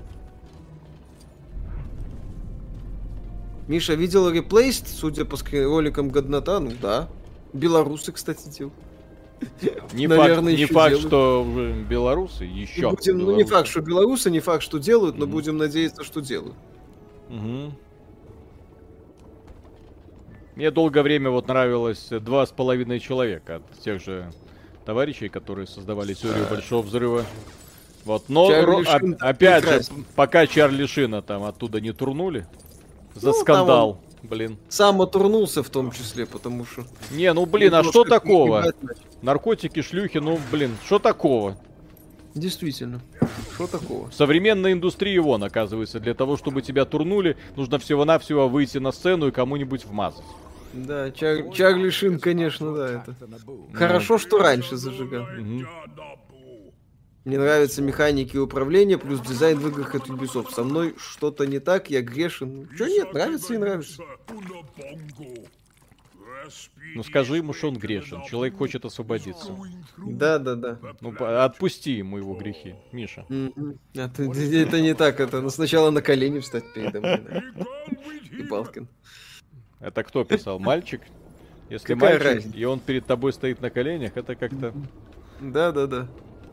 Миша, видел реплейст, судя по роликам годнота? Ну да. Белорусы, кстати, делают. Не факт, что белорусы еще. Не факт, что белорусы, не факт, что делают, но будем надеяться, что делают. Мне долгое время нравилось 2,5 человека от тех же товарищей, которые создавали теорию большого взрыва. Но опять же, пока Чарли Шина там оттуда не турнули за скандал. Блин. Сам отурнулся в том числе, потому что... а что такого? Наркотики, шлюхи, что такого? Действительно, что такого? Современная индустрия оказывается, для того, чтобы тебя турнули, нужно всего-навсего выйти на сцену и кому-нибудь вмазать. Да, Чарли Шин, конечно, да, это... Хорошо, что раньше зажигал. Мне нравятся механики управления, плюс дизайн в играх от Ubisoft. Со мной что-то не так, я грешен. Чё нет, нравится и нравится. Скажи ему, что он грешен. Человек хочет освободиться. Да. Отпусти ему его грехи, Миша. Это не так, это сначала на колени встать передо мной. И Балкин. Это кто писал? Мальчик? Если Какая мальчик, разница? и он перед тобой стоит на коленях, это как-то... Да.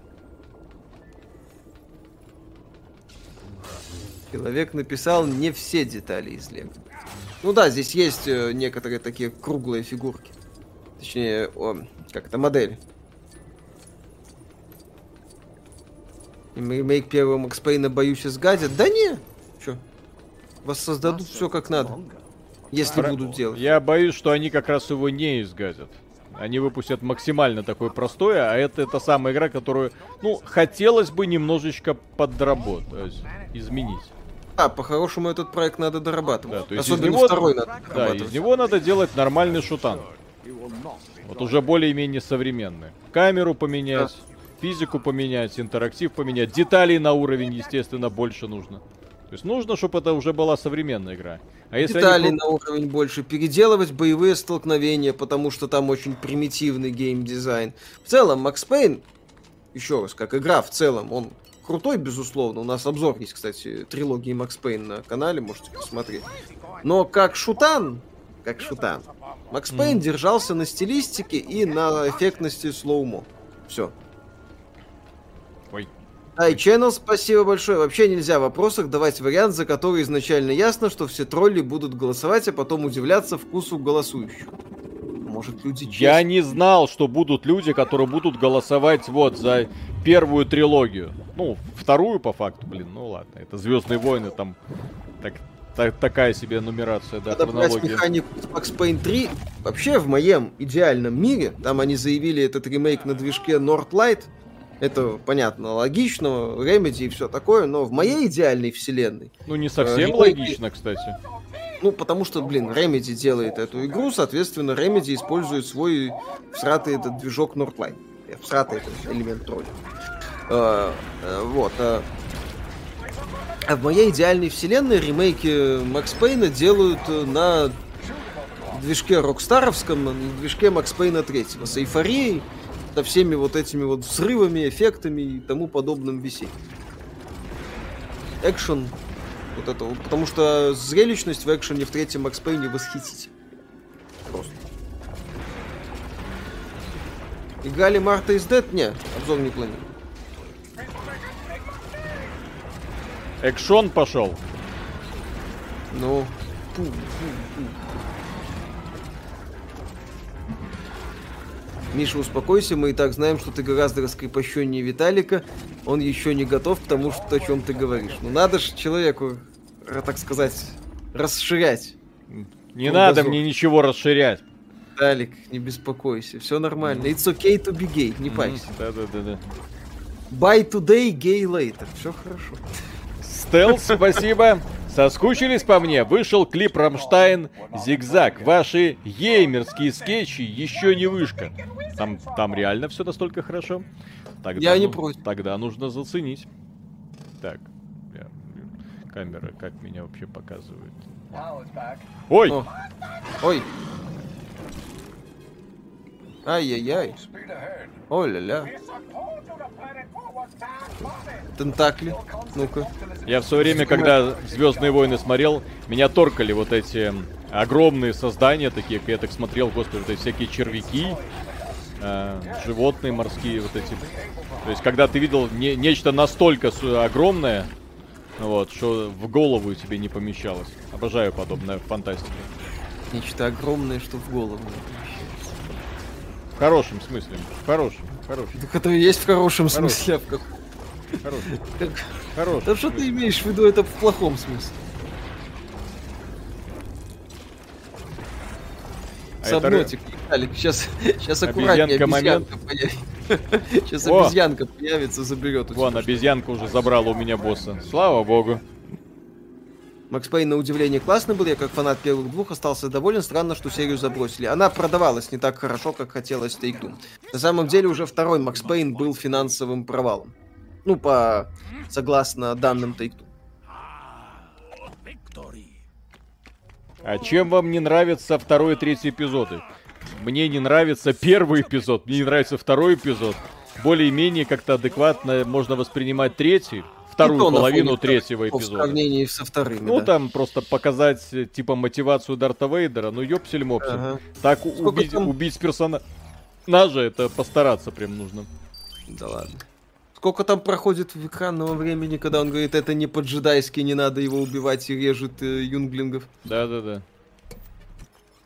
Человек написал не все детали из Лего. Ну да, здесь есть некоторые такие круглые фигурки. Точнее, как это, модели. Ремейк первого Макс Пейна, боюсь, изгадят. Да не! Чё? Воссоздадут все как надо. Если будут делать. Я боюсь, что они как раз его не изгадят. Они выпустят максимально такое простое, а это самая игра, которую, ну, хотелось бы немножечко подработать, то есть изменить. По-хорошему этот проект надо дорабатывать. Да, то есть особенно из него, второй надо дорабатывать. Да, из него надо делать нормальный шутан. Вот уже более-менее современный. Камеру поменять, физику поменять, интерактив поменять, деталей на уровень, естественно, больше нужно. То есть нужно, чтобы это уже была современная игра. А если деталей на уровень больше, переделывать боевые столкновения, потому что там очень примитивный геймдизайн. В целом, Макс Пейн, еще раз, как игра в целом, он крутой, безусловно. У нас обзор есть, кстати, трилогии Макс Пейн на канале, можете посмотреть. Но как шутан, Макс Пейн держался на стилистике и на эффектности слоумо. Все. Ой. iChannel, спасибо большое. Вообще нельзя в вопросах давать вариант, за который изначально ясно, что все тролли будут голосовать, а потом удивляться вкусу голосующих. Может, люди честны? Я не знал, что будут люди, которые будут голосовать вот за первую трилогию. Ну, вторую по факту, блин, ну ладно. Это Звездные войны, там такая себе нумерация, да, надо брать механику Max Payne 3. Вообще, в моем идеальном мире, там они заявили этот ремейк на движке Northlight. Это, понятно, логично, Remedy и все такое, но в моей идеальной вселенной... Ну, не совсем логично, кстати. Ну, потому что, блин, Remedy делает эту игру, соответственно, Remedy использует свой всратый этот движок Northlight. Всратый этот элемент тролля. Вот. А в моей идеальной вселенной ремейки Макс Пейна делают на движке Рокстаровском, на движке Макс Пейна 3, с эйфорией, со всеми вот этими вот взрывами, эффектами и тому подобным весельем. Экшен, вот это вот, потому что зрелищность в экшене в третьем Макс Пейне восхитительна. Просто. Играли Марта из Dead? Не, обзор не планирую. Экшон пошел. Ну. Миша, успокойся, мы и так знаем, что ты гораздо раскрепощеннее Виталика. Он еще не готов к тому, что, о чем ты говоришь. Ну надо же человеку, так сказать, расширять. Не надо мне ничего расширять. Виталик, не беспокойся, все нормально. It's okay to be gay, не пайся. Да. Buy today, gay later. Все хорошо. Стелс, спасибо. Соскучились по мне? Вышел клип Рамштайн «Зигзаг». Ваши геймерские скетчи еще не вышка. Там реально все настолько хорошо? Тогда, я не против. Тогда нужно заценить. Так. Камера как меня вообще показывает? Ой! Ой! Ай-яй-яй. Ой-ля-ля. Тентакли. Ну-ка. Я в свое время, когда «Звездные войны» смотрел, меня торкали вот эти огромные создания, такие, как я так смотрел, господи, вот эти всякие червяки, животные морские, вот эти. То есть, когда ты видел нечто настолько огромное, вот, что в голову тебе не помещалось. Обожаю подобное в фантастике. Нечто огромное, что в голову не помещается. В хорошем смысле. В хорошем. Так это и есть в хорошем смысле, а в каком? Хороший. Да что ты имеешь в виду, это в плохом смысле? Сабнотик, Виталик, сейчас аккуратнее, обезьянка появится. Сейчас обезьянка появится, заберет. Вон, обезьянка уже забрала у меня босса. Слава богу. Макс Пейн, на удивление, классный был. Я как фанат первых двух остался доволен. Странно, что серию забросили. Она продавалась не так хорошо, как хотелось Take-Two. На самом деле, уже второй Макс Пейн был финансовым провалом. Ну, согласно данным Take-Two. А чем вам не нравится второй и третий эпизоды? Мне не нравится первый эпизод, мне не нравится второй эпизод. Более-менее как-то адекватно можно воспринимать третий. Вторую половину третьего эпизода. В сравнении со вторыми, ну, да. Там просто показать, типа, мотивацию Дарта Вейдера. Ну, ёпсель-мопсель. Ага. Так убить персонажа, это постараться прям нужно. Да ладно. Сколько там проходит в экранного времени, когда он говорит, это не по-джедайски, не надо его убивать и режет юнглингов? Да.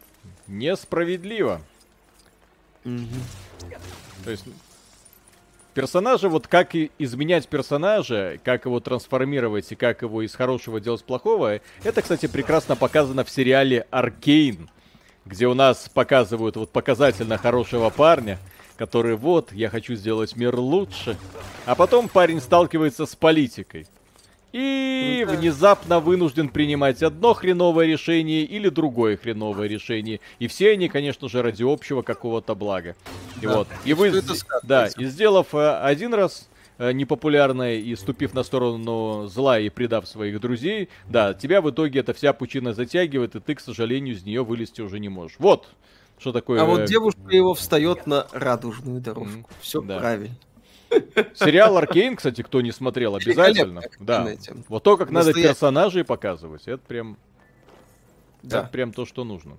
Несправедливо. Угу. То есть... Персонажа, вот как и изменять персонажа, как его трансформировать и как его из хорошего делать плохого, это, кстати, прекрасно показано в сериале «Аркейн», где у нас показывают вот показательно хорошего парня, который вот, я хочу сделать мир лучше, а потом парень сталкивается с политикой. И внезапно вынужден принимать одно хреновое решение или другое хреновое решение. И все они, конечно же, ради общего какого-то блага. И вот. И вы, да, и сделав один раз непопулярное и ступив на сторону зла и предав своих друзей, да, тебя в итоге эта вся пучина затягивает, и ты, к сожалению, из нее вылезти уже не можешь. Вот, что такое... А вот девушка его встает на радужную дорожку. Все да. правильно. Сериал «Аркейн», кстати, кто не смотрел, обязательно. Да. Вот то, как надо персонажей показывать, это прям... Да. Это прям то, что нужно.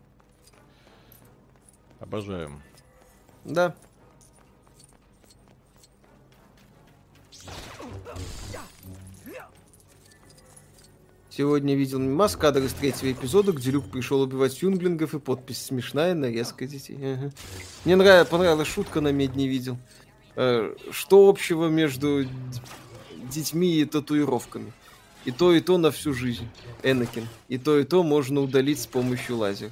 Обожаем. Да. Сегодня видел мимас, кадр из 3-го эпизода, где Люк пришел убивать юнглингов, и подпись смешная, нарезка детей. Ага. Мне понравилась шутка, на медне видел. Что общего между детьми и татуировками? И то на всю жизнь. Энакин. И то можно удалить с помощью лазера.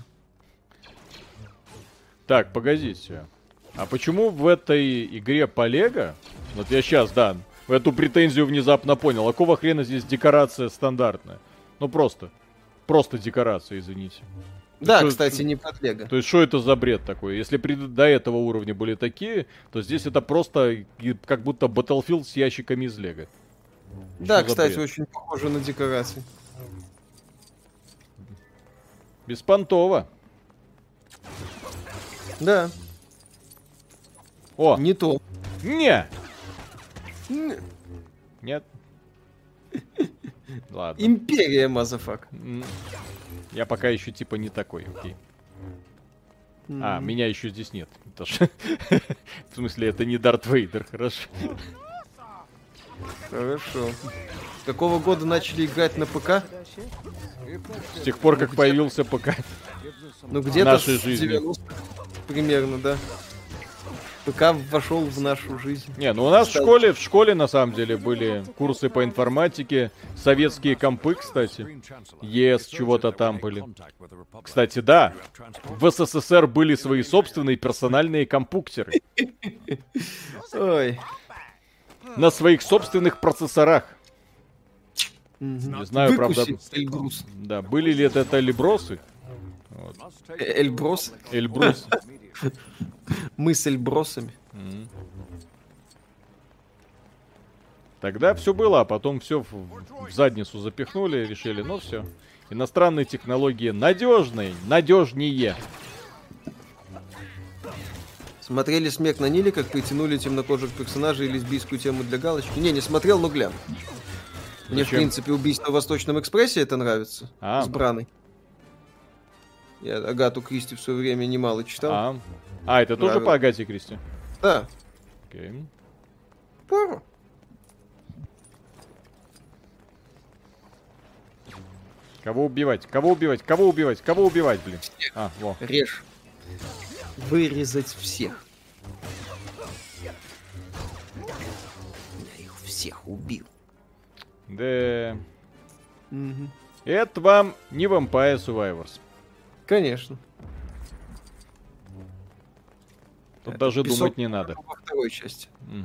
Так, погодите. А почему в этой игре по Лего... Вот я сейчас, да, эту претензию внезапно понял. А какого хрена здесь декорация стандартная? Ну просто. Просто декорация, извините. Да, что, кстати, не под Лего. То есть, что это за бред такой? Если до этого уровня были такие, то здесь это просто как будто Battlefield с ящиками из Лего. Да, кстати, очень похоже на декорации. Беспонтово. Да. О! Не то. Не! Нет? Ладно. Империя, мазафак. Я пока еще типа не такой, окей. А, меня еще здесь нет. В смысле, это не Дарт Вейдер, хорошо. Хорошо. С какого года начали играть на ПК? С тех пор, как появился ПК. Ну где-то с 90-х примерно, да. ПК вошел в нашу жизнь. Не, ну у нас в школе на самом деле были курсы по информатике, советские компы, кстати, ЕС, чего-то там были. Кстати, да, в СССР были свои собственные персональные компьютеры. Ой. На своих собственных процессорах. Не знаю, правда. Эльбрус. Да, были ли это Эльбросы? Вот. Эльброс? Эльбрус. Мы с Эльбросами. Тогда все было, а потом все в задницу запихнули, решили, ну все. Иностранные технологии надежнее. Смотрели «Смех на Ниле», как притянули темнокожих персонажей и лесбийскую тему для галочки? Не смотрел, но гляну. Мне, в принципе, «Убийство в Восточном экспрессе» это нравится. С Браной. Я Агату Кристи в свое время немало читал. Это тоже по Агате Кристи? Да. Окей. Пару. Кого убивать? Кого убивать? Кого убивать? Кого убивать, блин? Во. Режь. Вырезать всех. Я их всех убил. Да. Это вам не Vampire Survivors. Конечно. Тут даже думать не надо. Во второй части.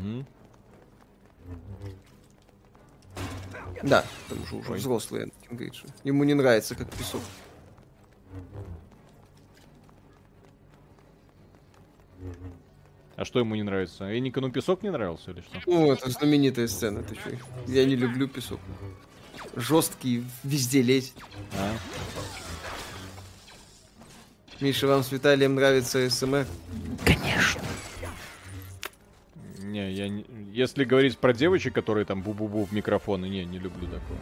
Да, потому что уже взрослый Энакин говорит, что ему не нравится, как песок. А что ему не нравится? Энакину песок не нравился или что? Ну, это знаменитая сцена, ты что? Я не люблю песок. Жесткий, везде лезет. Миша, вам с Виталием нравится СМР? Конечно. Не, я не... Если говорить про девочек, которые там бу-бу-бу в микрофоны, не люблю такое.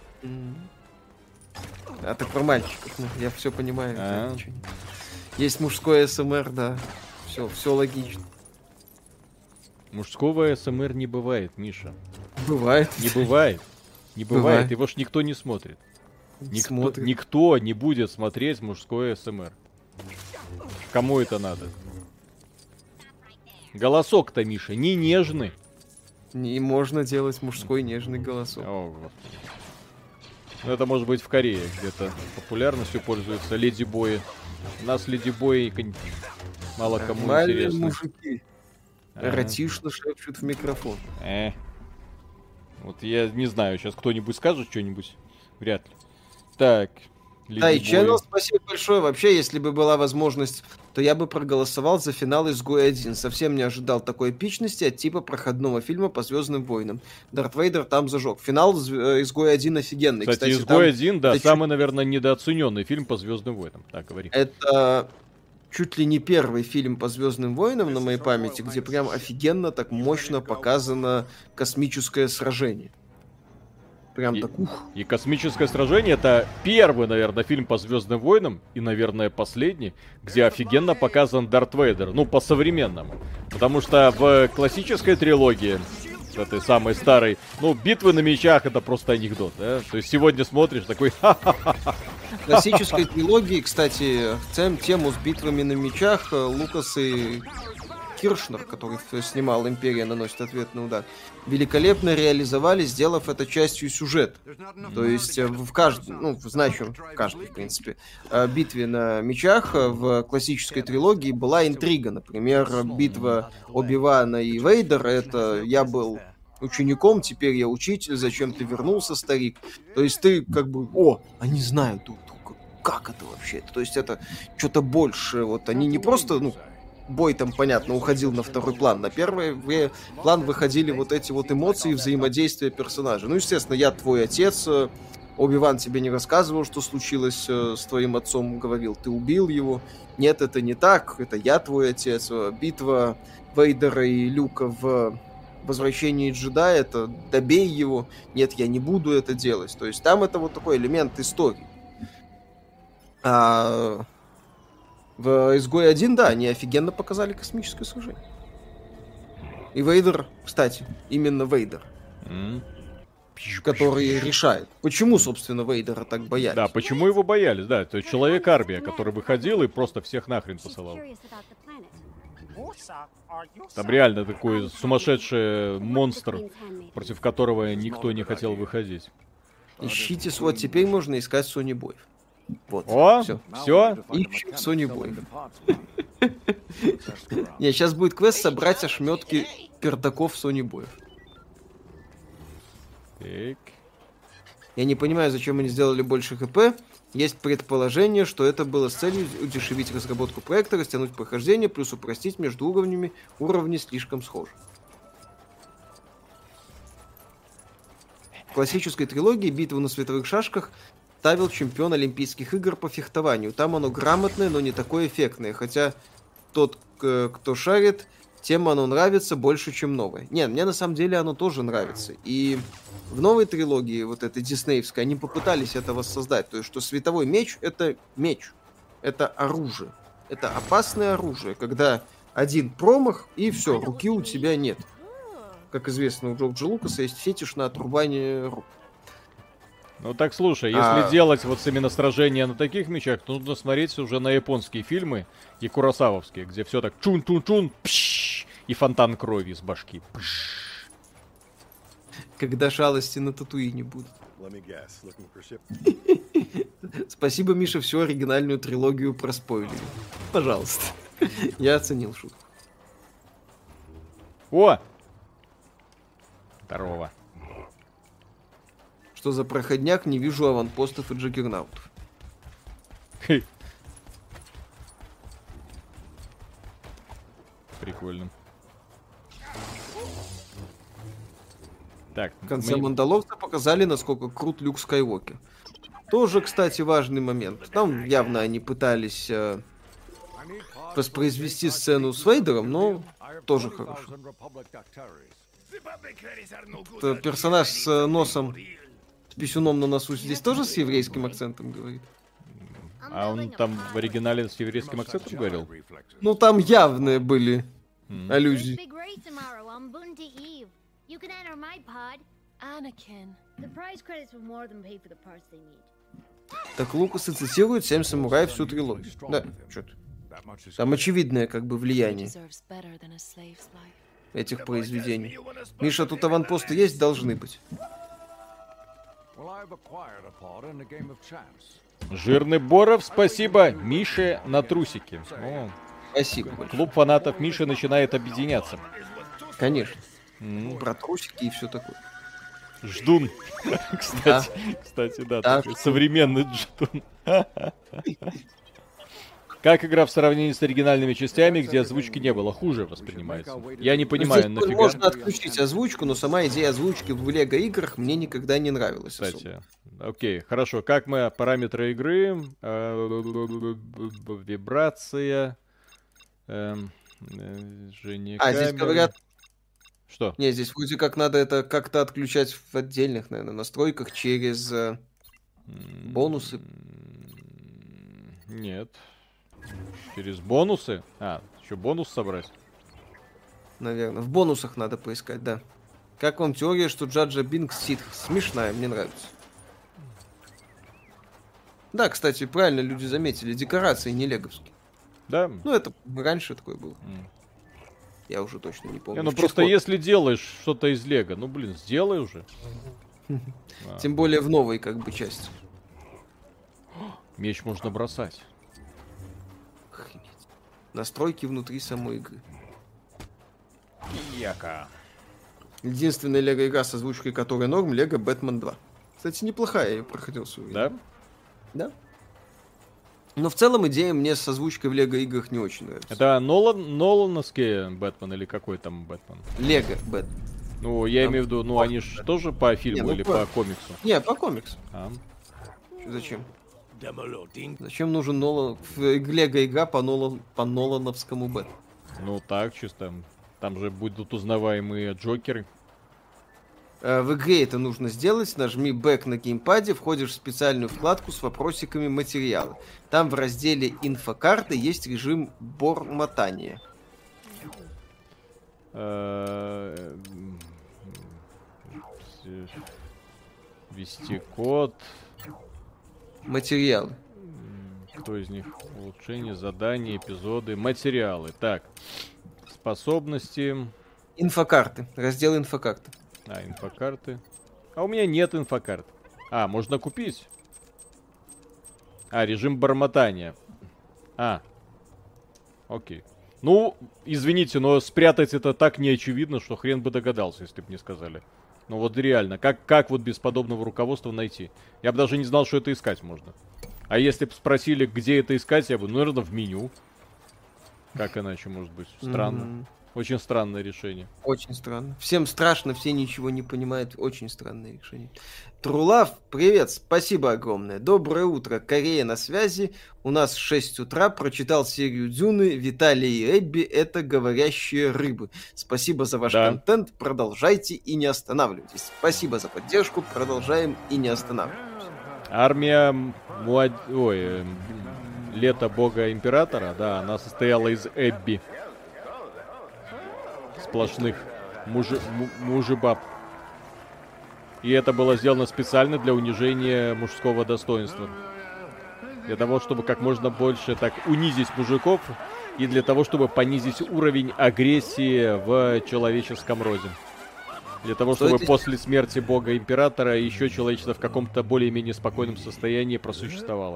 А так про мальчиков, я все понимаю. Есть мужское СМР, да. Все логично. Мужского СМР не бывает, Миша. Бывает. Не бывает. Не бывает. Его ж никто не смотрит. Никто не будет смотреть мужское СМР. Кому это надо? Голосок-то, Миша, не нежный. Не можно делать мужской нежный голосок. О, ну, это может быть в Корее где-то популярностью пользуются леди-бои. У нас леди-бои мало кому Нормальные интересны. мужики. Эротично шепчут в микрофон. Вот я не знаю, сейчас кто-нибудь скажет что-нибудь? Вряд ли. Так. Да, и Channel, спасибо большое. Вообще, если бы была возможность, то я бы проголосовал за финал «Изгой 1». Совсем не ожидал такой эпичности от типа проходного фильма по Звездным войнам. Дарт Вейдер там зажег. Финал «Изгой 1» офигенный. Кстати, «Изгой 1», да, самый, наверное, недооцененный фильм по Звездным войнам. Так, говори. Это чуть ли не первый фильм по Звездным войнам на моей памяти, где прям офигенно, так мощно показано космическое сражение. Прям так, ух. И «Космическое сражение» — это первый, наверное, фильм по Звездным войнам, и, наверное, последний, где офигенно показан Дарт Вейдер, ну, по-современному. Потому что в классической трилогии, этой самой старой, ну, битвы на мечах — это просто анекдот, да? То есть сегодня смотришь, такой ха-ха-ха. В классической трилогии, кстати, тему с битвами на мечах Лукас и Киршнер, который снимал «Империя наносит ответный удар», великолепно реализовали, сделав это частью сюжета. То есть в каждом, ну, в каждой, в принципе, битве на мечах в классической трилогии была интрига. Например, битва Оби-Вана и Вейдера, это я был учеником, теперь я учитель, зачем ты вернулся, старик? То есть ты как бы, они знают, как это вообще? То есть это что-то больше, вот они не просто, бой там, понятно, уходил на второй план. На первый план выходили вот эти вот эмоции и взаимодействия персонажей. Ну, естественно, я твой отец. Оби-Ван тебе не рассказывал, что случилось с твоим отцом. Говорил, ты убил его. Нет, это не так. Это я твой отец. Битва Вейдера и Люка в «Возвращении джедая» — это добей его. Нет, я не буду это делать. То есть там это вот такой элемент истории. В «Изгой 1», да, они офигенно показали космическое сражение. И Вейдер, кстати, именно Вейдер, который решает. Почему, собственно, Вейдера так боялись? Да, почему его боялись, да. То есть человек-армия, который выходил и просто всех нахрен посылал. Там реально такой сумасшедший монстр, против которого никто не хотел выходить. Ищите свод, теперь можно искать Сони Боев. Вот. Все? Ищем Сони Боев. Не, сейчас будет квест собрать ошметки пердаков Сони Боев. Так. Я не понимаю, зачем они сделали больше ХП. Есть предположение, что это было с целью удешевить разработку проекта, растянуть прохождение, плюс упростить между уровнями. Уровни слишком схожи. В классической трилогии битву на световых шашках ставил чемпион Олимпийских игр по фехтованию. Там оно грамотное, но не такое эффектное. Хотя тот, кто шарит, тем оно нравится больше, чем новое. Нет, мне на самом деле оно тоже нравится. И в новой трилогии, вот этой диснеевской, они попытались это воссоздать. То есть, что световой меч — это меч. Это оружие. Это опасное оружие, когда один промах, и все, руки у тебя нет. Как известно, у Джорджа Лукаса есть фетиш на отрубание рук. Ну так слушай, если делать вот именно сражения на таких мечах, то нужно смотреть уже на японские фильмы и куросавовские, где все так чун-чун-чун, пшш, и фонтан крови из башки. Пшш. Когда шалости на Татуине будут. Спасибо, Миша, всю оригинальную трилогию проспойлерил. Пожалуйста. Я оценил шутку. О! Здорово. Что за проходняк, не вижу аванпостов и джаггернаутов. Прикольно. Так, в конце Мандалорца показали, насколько крут Люк Скайуокер. Тоже, кстати, важный момент. Там явно они пытались воспроизвести сцену с Вейдером, но тоже хорошо. Персонаж с носом, с писюном на носу здесь тоже с еврейским акцентом говорит? А он там в оригинале с еврейским акцентом говорил? Ну, там явные были аллюзии. Так Лукасы цитирует «Семь самураев» всю трилогию. Да, что-то. Там очевидное как бы влияние. этих произведений. Миша, тут аванпосты есть? Должны быть. Жирный Боров, спасибо Мише на трусики. О, Спасибо большое. клуб фанатов Миши начинает объединяться. Конечно. Про трусики и все такое. Ждун. Кстати, да, такой современный ждун. Как игра в сравнении с оригинальными частями, где озвучки не было, хуже воспринимается? Я не понимаю, нафига. Можно отключить озвучку, но сама идея озвучки в Лего играх мне никогда не нравилась. Кстати, окей, хорошо. Как мы параметры игры? Вибрация. Жжение камеры. Здесь говорят... Что? Не, здесь вроде как надо это как-то отключать в отдельных, наверное, настройках через бонусы. Нет. Через бонусы? Еще бонус собрать? Наверное. В бонусах надо поискать, да. Как вам теория, что Джаджа Бинкс ситх? Смешная, мне нравится. Да, кстати, правильно люди заметили, декорации не леговские. Да? Ну, это раньше такое было. Я уже точно не помню. Просто если делаешь что-то из лего, сделай уже. Тем более в новой как бы части. Меч можно бросать. Охренеть. Настройки внутри самой игры. Яка. Единственная лего игра с озвучкой которой норм, Лего Бэтмен 2. Кстати, неплохая, я ее проходил свою. Да? Да. Но в целом идея мне с озвучкой в Лего играх не очень нравится. Это Нолановский Бэтмен или какой там Бэтмен? Лего Бэтмен. Ну, я имею в виду, они же тоже по фильму или по комиксу? Не, по комиксу. Зачем? Зачем нужен Лего игра по Нолановскому Бэтмену? Ну так, чисто. Там же будут узнаваемые Джокеры. В игре это нужно сделать. Нажми Back на геймпаде, входишь в специальную вкладку с вопросиками материалы. Там в разделе инфокарты есть режим бормотания. Ввести код. Материалы. Кто из них? Улучшение, задания, эпизоды, материалы. Так. Способности. Инфокарты. Раздел инфокарты. Инфокарты. А у меня нет инфокарт. Можно купить. Режим бормотания. Окей. Ну, извините, но спрятать это так неочевидно, что хрен бы догадался, если бы не сказали. Ну вот реально, как вот без подобного руководства найти? Я бы даже не знал, что это искать можно. А если бы спросили, где это искать, я бы, наверное, в меню. Как иначе может быть? Странно. Очень странное решение. Очень странно. Всем страшно, все ничего не понимают. Очень странное решение. Трулав, привет, спасибо огромное. Доброе утро, Корея на связи. У нас 6 утра, прочитал серию Дюны. Виталий и Эбби — это говорящие рыбы. Спасибо за ваш контент, продолжайте и не останавливайтесь. Спасибо за поддержку, продолжаем и не останавливаемся. Армия Лето Бога Императора, да, она состояла из Эбби. Сплошных мужебаб. И это было сделано специально для унижения мужского достоинства. Для того, чтобы как можно больше так унизить мужиков. И для того, чтобы понизить уровень агрессии в человеческом роде. Для того, чтобы после смерти Бога Императора еще человечество в каком-то более-менее спокойном состоянии просуществовало.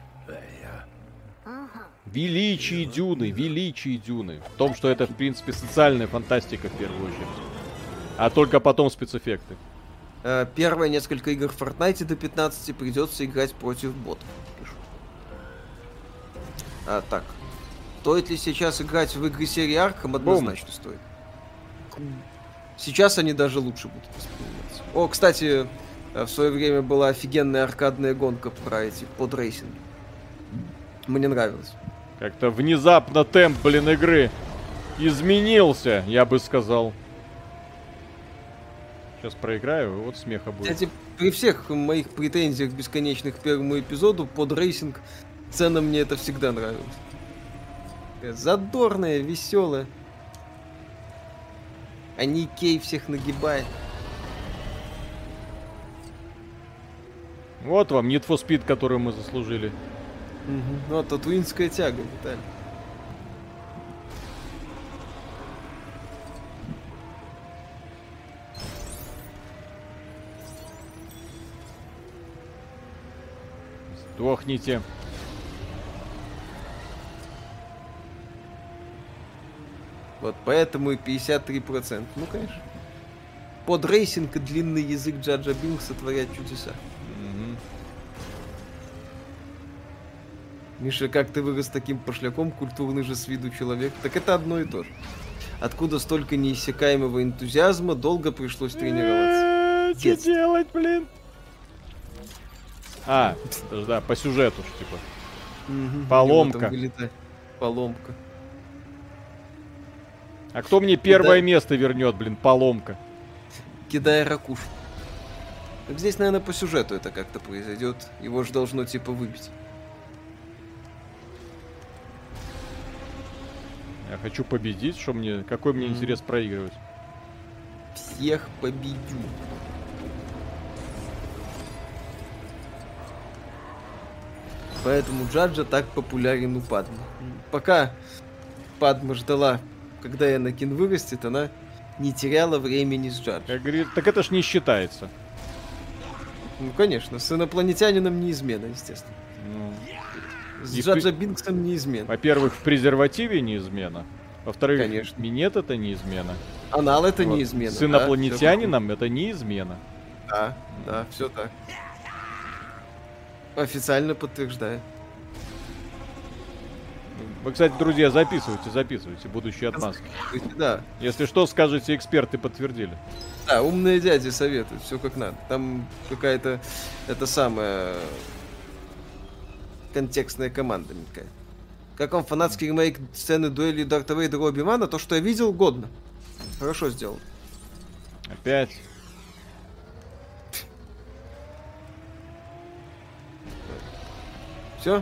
Величие Дюны. В том, что это, в принципе, социальная фантастика, в первую очередь. А только потом спецэффекты. Первые несколько игр в Fortnite до 15 придется играть против ботов. Пишу. Так. Стоит ли сейчас играть в игры серии Arkham? Однозначно стоит. Сейчас они даже лучше будут восприниматься. Кстати, в свое время была офигенная аркадная гонка про эти подрейсинги. Мне нравилось. Как-то внезапно темп, игры изменился, я бы сказал. Сейчас проиграю, вот смеха будет. Кстати, при всех моих претензиях бесконечных к первому эпизоду, подрейсинг, сцена мне это всегда нравилась. Задорная, веселая. А Никей всех нагибает. Вот вам Need for Speed, который мы заслужили. Вот татуинская тяга, Виталий. Сдохните. Вот поэтому и 53%. Ну, конечно. Под рейсинг и длинный язык Джаджа Бинкса творят чудеса. Миша, как ты вырос таким пошляком, культурный же с виду человек? Так это одно и то же. Откуда столько неиссякаемого энтузиазма, долго пришлось тренироваться. Что делать, блин? А, даже да, по сюжету, типа. Поломка. Поломка. А кто мне первое место вернет, блин, поломка? Кидая ракуш. Так здесь, наверное, по сюжету это как-то произойдет. Его же должно типа выбить. Я хочу победить, что мне, какой мне интерес проигрывать? Всех победю. Поэтому Джаджа так популярен у Падмы. Пока Падма ждала, когда Энакин вырастет, она не теряла времени с Джаджа. Как говорит, так это ж не считается. Ну, конечно, с инопланетянином не измена, естественно. Ну, с Джаджа Бинксом не измена. Во-первых, в презервативе не измена. Во-вторых, конечно. минет это не измена. Анал это Вот. не измена. С инопланетянином это не измена. Да, да, все так. Официально подтверждаю. Вы, кстати, друзья, записывайте будущие отмазки. Да. Если что, скажете, эксперты подтвердили. Да, умные дяди советуют, все как надо. Там какая-то, это самая контекстная команда мелькает. Как вам фанатский ремейк сцены дуэли Дарта Вейдера и Оби-Вана? То, что я видел, годно. Хорошо сделал. Опять. Все?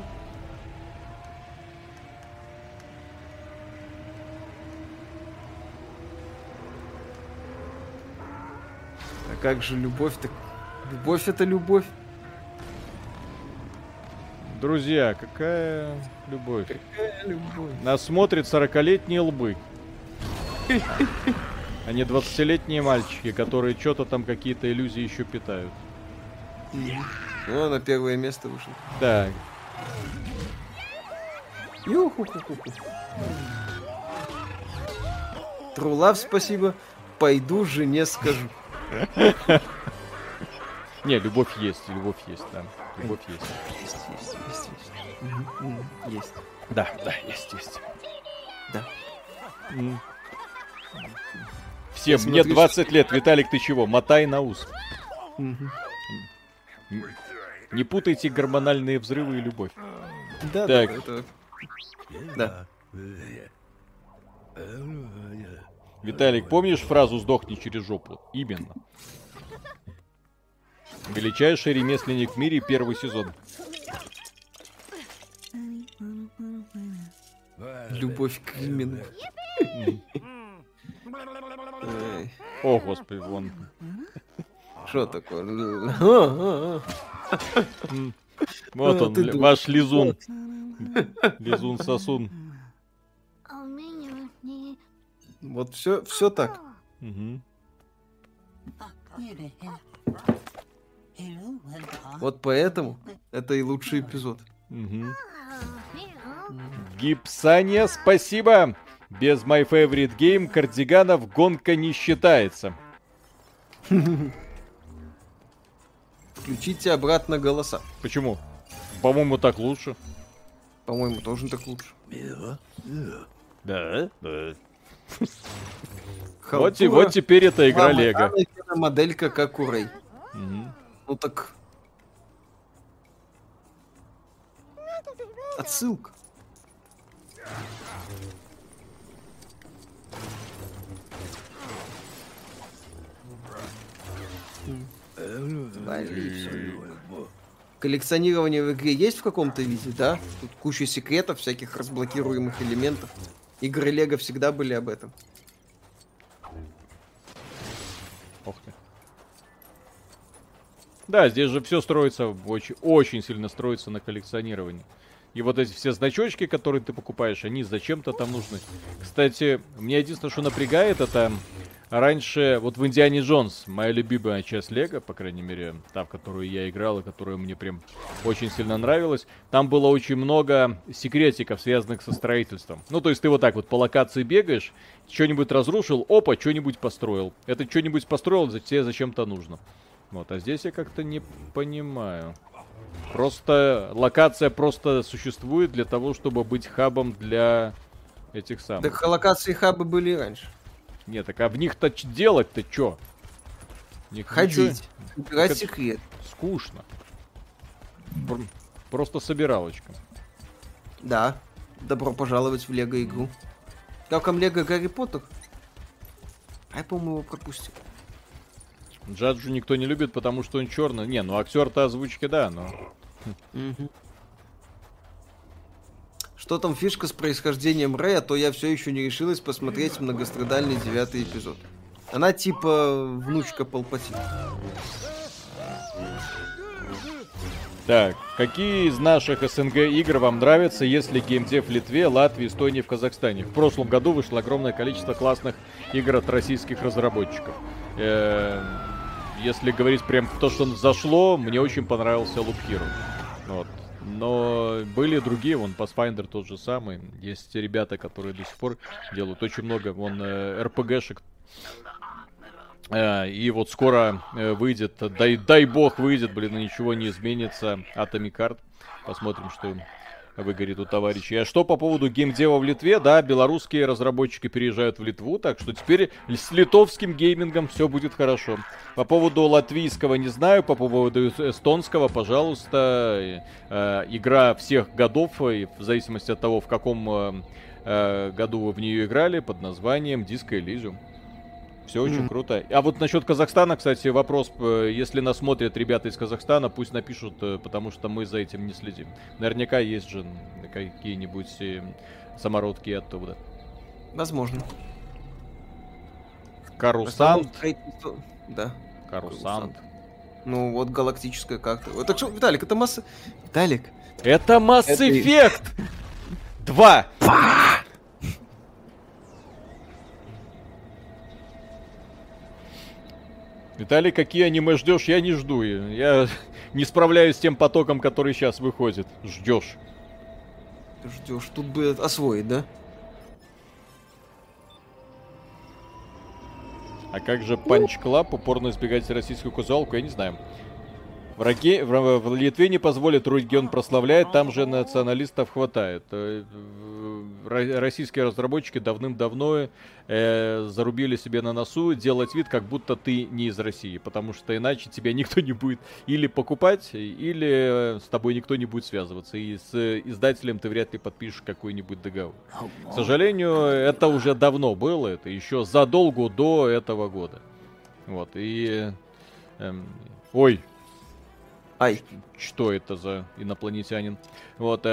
А как же любовь-то? Любовь это любовь. Друзья, какая любовь? Какая любовь? Нас смотрят 40-летние лбы. А не 20-летние мальчики, которые что-то там какие-то иллюзии еще питают. Ну, на первое место вышел. Да. Ю-ху-ху-ху-ху. Трулав, спасибо. Пойду жене скажу. Не, любовь есть, да. Любовь есть. Есть. Да, есть. Да. Всем, мне 20 лет. Виталик, ты чего? Мотай на ус. Не путайте гормональные взрывы и любовь. Да, так. Да. Виталик, помнишь фразу «сдохни через жопу»? Именно. Величайший ремесленник в мире, первый сезон. Любовь к именно. О, господи, вон. Что такое? Вот он, ваш лизун. Лизун-сосун. Вот все так. Вот поэтому это и лучший эпизод. Гипсания, спасибо. Без My Favorite Game кардиганов гонка не считается. Включите обратно голоса. Почему? По-моему, так лучше. По-моему, тоже так лучше. Да. Вот теперь это игра Лего. Моделька как у Рэй. Ну так... Отсылка. Коллекционирование в игре есть в каком-то виде, да? Тут куча секретов, всяких разблокируемых элементов. Игры Лего всегда были об этом. Ох ты. Да, здесь же все строится, очень сильно строится на коллекционировании. И вот эти все значочки, которые ты покупаешь, они зачем-то там нужны. Кстати, мне единственное, что напрягает, это раньше, вот в Индиане Джонс, моя любимая часть Лего, по крайней мере, та, в которую я играл и которая мне прям очень сильно нравилась, там было очень много секретиков, связанных со строительством. Ну, то есть ты вот так вот по локации бегаешь, что-нибудь разрушил, опа, что-нибудь построил. Это что-нибудь построил, тебе зачем-то нужно. Вот, а здесь я как-то не понимаю. Просто локация просто существует для того, чтобы быть хабом для этих самых. Так локации хабы были и раньше. Нет, так а в них-то делать-то чё? Ходить, убирать секрет. Скучно. Просто собиралочка. Да, добро пожаловать в Лего-игру. Как вам Лего Гарри Поттер? А я, по-моему, его пропустил. Джаджу никто не любит, потому что он черный. Не, ну актер-то озвучки, да, но... Что там фишка с происхождением Рэй, а то я все еще не решилась посмотреть многострадальный 9-й эпизод. Она типа внучка Палпатина. Так, какие из наших СНГ игр вам нравятся, если геймдев в Литве, Латвии, Эстонии, в Казахстане? В прошлом году вышло огромное количество классных игр от российских разработчиков. Если говорить прям то, что зашло, мне очень понравился Loop Hero. Вот. Но были другие, вон Pathfinder тот же самый. Есть ребята, которые до сих пор делают очень много вон РПГшек. И вот скоро выйдет, дай бог выйдет, блин, ничего не изменится, Atomic Heart. Посмотрим, что выгорит у товарищей. А что по поводу геймдева в Литве? Да, белорусские разработчики переезжают в Литву, так что теперь с литовским геймингом все будет хорошо. По поводу латвийского не знаю, по поводу эстонского, пожалуйста, игра всех годов, и в зависимости от того, в каком году вы в нее играли, под названием Disco Elysium. Все очень круто. А вот насчет Казахстана, кстати, вопрос. Если нас смотрят ребята из Казахстана, пусть напишут, потому что мы за этим не следим. Наверняка есть же какие-нибудь самородки оттуда. Возможно. Карусант. Да. Карусант. Ну вот галактическая как-то. Так что, Виталик, это масса... Виталик. Это Mass Effect 2. Виталий, какие аниме ждешь? Я не жду. Я не справляюсь с тем потоком, который сейчас выходит. Ждешь. Ждешь. Тут бы освоить, да? А как же Punch Club? Упорно избегать российскую казуалку? Я не знаю. Враги в Литве не позволят, регион прославляет, там же националистов хватает. Российские разработчики давным-давно зарубили себе на носу делать вид, как будто ты не из России, потому что иначе тебя никто не будет или покупать, или с тобой никто не будет связываться, и с издателем ты вряд ли подпишешь какой-нибудь договор. К сожалению, это уже давно было, это еще задолго до этого года. Вот, и... Ой! Ай. Что это за инопланетянин? Вот,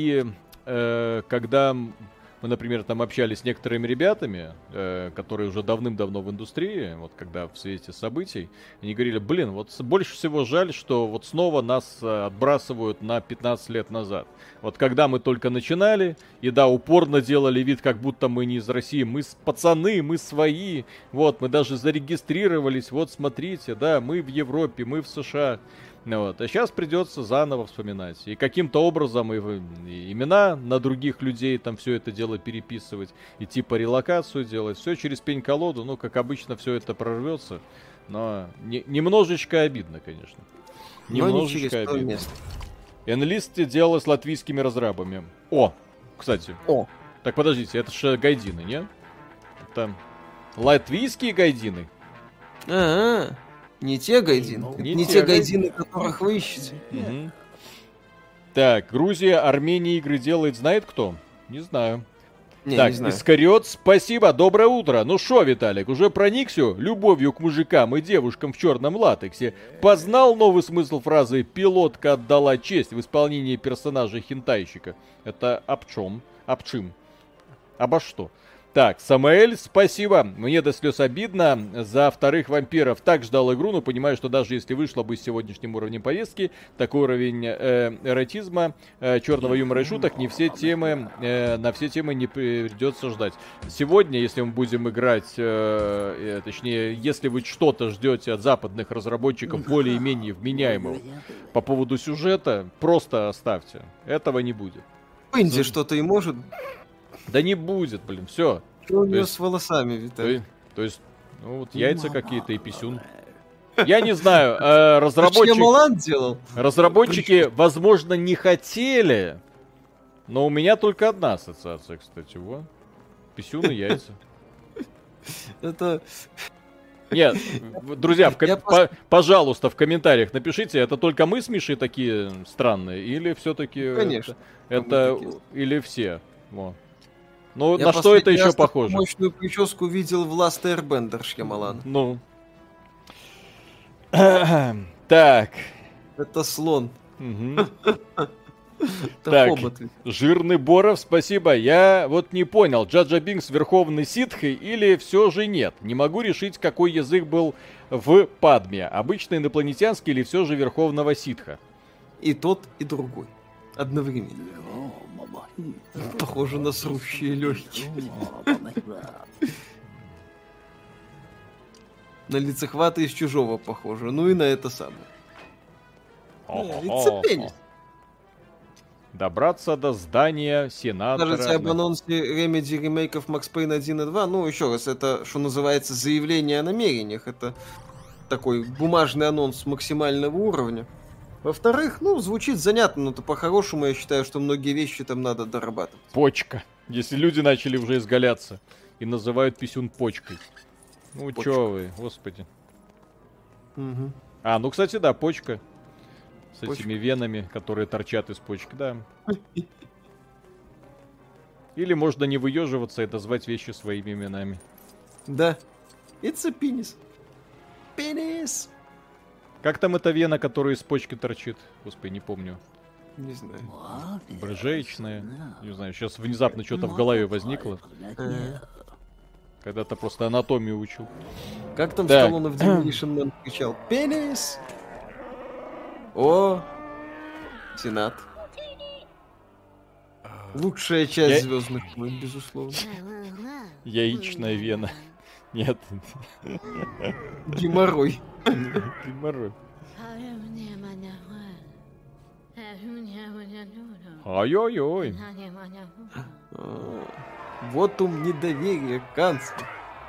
когда мы, например, там общались с некоторыми ребятами, которые уже давным-давно в индустрии, вот когда в свете событий, они говорили, блин, вот больше всего жаль, что вот снова нас отбрасывают на 15 лет назад. Вот когда мы только начинали, и да, упорно делали вид, как будто мы не из России, мы пацаны, мы свои, вот, мы даже зарегистрировались, вот смотрите, да, мы в Европе, мы в США. Вот. А сейчас придется заново вспоминать. И каким-то образом и имена на других людей там все это дело переписывать. И типа релокацию делать. Все через пень-колоду. Ну, как обычно, все это прорвется. Но немножечко обидно, конечно. Немножечко обидно. Enlist делалось латвийскими разрабами. О, кстати. О. Так, подождите, это же гайдины, не? Это латвийские гайдины? А-а-а. Не те гайдины. Не те гайдины, которых вы ищете. Угу. Так, Грузия, Армения игры делает, знает кто? Не знаю. Так, не знаю. Искариот, спасибо, доброе утро. Ну шо, Виталик, уже проникся любовью к мужикам и девушкам в черном латексе? Познал новый смысл фразы «пилотка отдала честь» в исполнении персонажа хентайщика? Это об чем? Об чем? Обо что? Так, Самаэль, спасибо. Мне до слез обидно за вторых вампиров. Так ждал игру, но понимаю, что даже если вышло бы с сегодняшним уровнем повестки, такой уровень эротизма, черного юмора и шуток, на все темы не придется ждать. Сегодня, если мы будем играть, точнее, если вы что-то ждете от западных разработчиков более-менее вменяемого по поводу сюжета, просто оставьте. Этого не будет. Инди что-то и может. Да не будет, блин, все. Что у него с волосами, Виталий? То есть, ну вот яйца какие-то и писюн. Я не знаю, разработчики, возможно, не хотели, но у меня только одна ассоциация, кстати, вот. Писюн и яйца. Это... Нет, друзья, пожалуйста, в комментариях напишите, это только мы с Мишей такие странные, или все-таки... Конечно. Это или все. Вот. Ну, на что это еще похоже? Я мощную прическу видел в Last Airbender Шьямалана. Ну. Так. Это слон. Так, жирный Боров, спасибо. Я вот не понял, Джаджа Бинкс верховный ситх или все же нет? Не могу решить, какой язык был в Падме. Обычный инопланетянский или все же верховного ситха? И тот, и другой. Одновременно. Похоже на срущие легкие. На лицехвата из Чужого похоже. Ну и на это самое. Добраться до здания сенатора. Кажется, об анонсе Remedy ремейков Max Payne 1 и 2. Ну, еще раз, это, что называется, заявление о намерениях. Это такой бумажный анонс максимального уровня. Во-вторых, ну, звучит занятно, но то по-хорошему я считаю, что многие вещи там надо дорабатывать. Почка. Если люди начали уже изгаляться и называют писюн почкой. Ну, почка. Чё вы, господи. Угу. А, ну, кстати, да, почка. С этими венами, которые торчат из почки, да. Или можно не выеживаться и назвать вещи своими именами. Да. It's a penis. Penis. Как там эта вена, которая из почки торчит? Господи, не помню. Не знаю. Брыжеечная. Не знаю, сейчас внезапно что-то в голове возникло. Когда-то просто анатомию учил. Как там Сталлоне в Demolition Man кричал? Пенис! О! Сенат. Лучшая часть Звездных войн, безусловно. Яичная вена. Нет. Геморрой. Геморрой. Ой-ой-ой. Вот недоверие к канцлеру.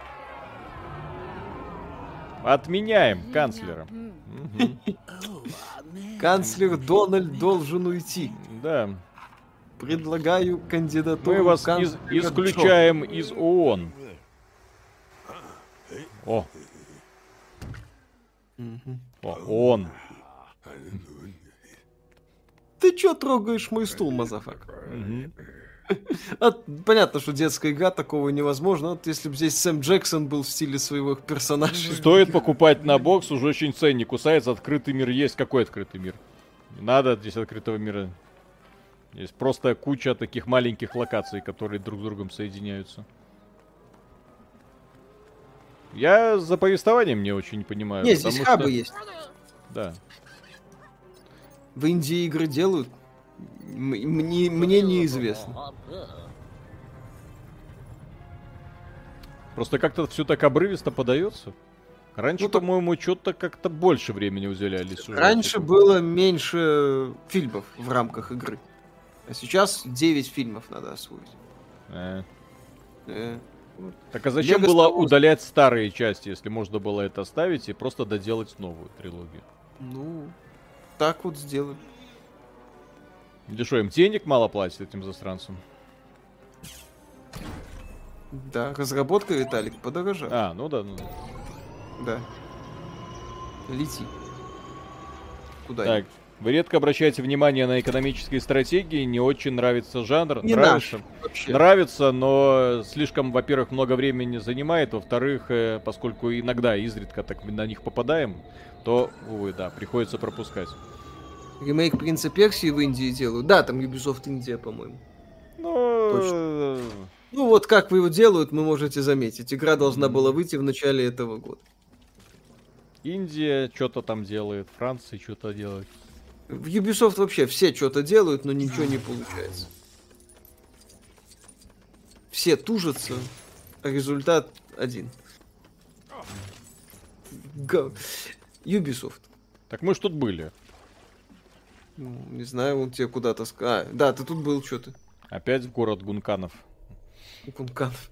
Отменяем канцлера. Канцлер Дональд должен уйти. Да. Предлагаю кандидатуру. Мы вас исключаем из ООН. О. О, ООН. Ты чё трогаешь мой стул, мазафак? Понятно, что детская игра, такого невозможно. Вот если бы здесь Сэм Джексон был в стиле своего персонажа. Стоит покупать на бокс, уже очень ценник кусается. Открытый мир есть. Какой открытый мир? Не надо здесь открытого мира. Есть просто куча таких маленьких локаций, которые друг с другом соединяются. Я за повествованием не очень не понимаю. Нет, здесь хабы есть. Да. В Индии игры делают. Мне неизвестно. Просто как-то все так обрывисто подается. Раньше, по-моему, что-то как-то больше времени уделяли сюжету. Раньше было меньше фильмов в рамках игры. А сейчас 9 фильмов надо освоить. Так а зачем было удалять старые части, если можно было это оставить и просто доделать новую трилогию? Ну, так вот сделали. Или что, им денег мало платят этим засранцам? Да, разработка, Виталик, подорожала. А, ну да, ну да. Да. Лети. Куда? Так, вы редко обращаете внимание на экономические стратегии, не очень нравится жанр. Не нравится, но слишком, во-первых, много времени занимает, во-вторых, поскольку иногда изредка так на них попадаем, то, увы, да, приходится пропускать. Ремейк Принца Персии в Индии делают. Да, там Ubisoft Индия, по-моему. Ну, точно. Ну вот как его делают, вы можете заметить. Игра должна была выйти в начале этого года. Индия что-то там делает, Франция что-то делает. В Ubisoft вообще все что-то делают, но ничего не получается. Все тужатся, а результат один. Ubisoft. Так мы ж тут были. Ну, не знаю, он тебе куда-то сказал. Да, ты тут был, что ты? Опять в город Гунканов. Гунканов.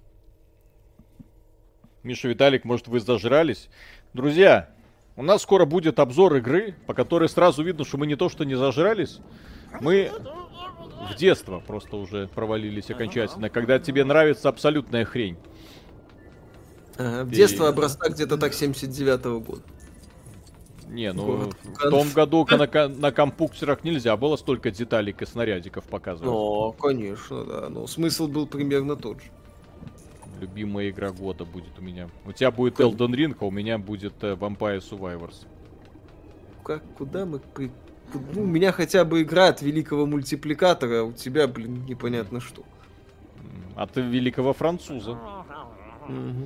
Миша, Виталик, может, вы зажрались? Друзья, у нас скоро будет обзор игры, по которой сразу видно, что мы не то что не зажрались, мы в детство просто уже провалились окончательно, когда тебе нравится абсолютная хрень. Ага, детство образца где-то так 79-го года. Не, ну в том году на компьютерах нельзя было столько деталек и снарядиков показывать. Ну, конечно, да. Но смысл был примерно тот же. Любимая игра года будет у меня. У тебя будет Elden Ring, а у меня будет Vampire Survivors. Куда мы... Ну, у меня хотя бы игра от великого мультипликатора, а у тебя, блин, непонятно что. От великого француза. Угу.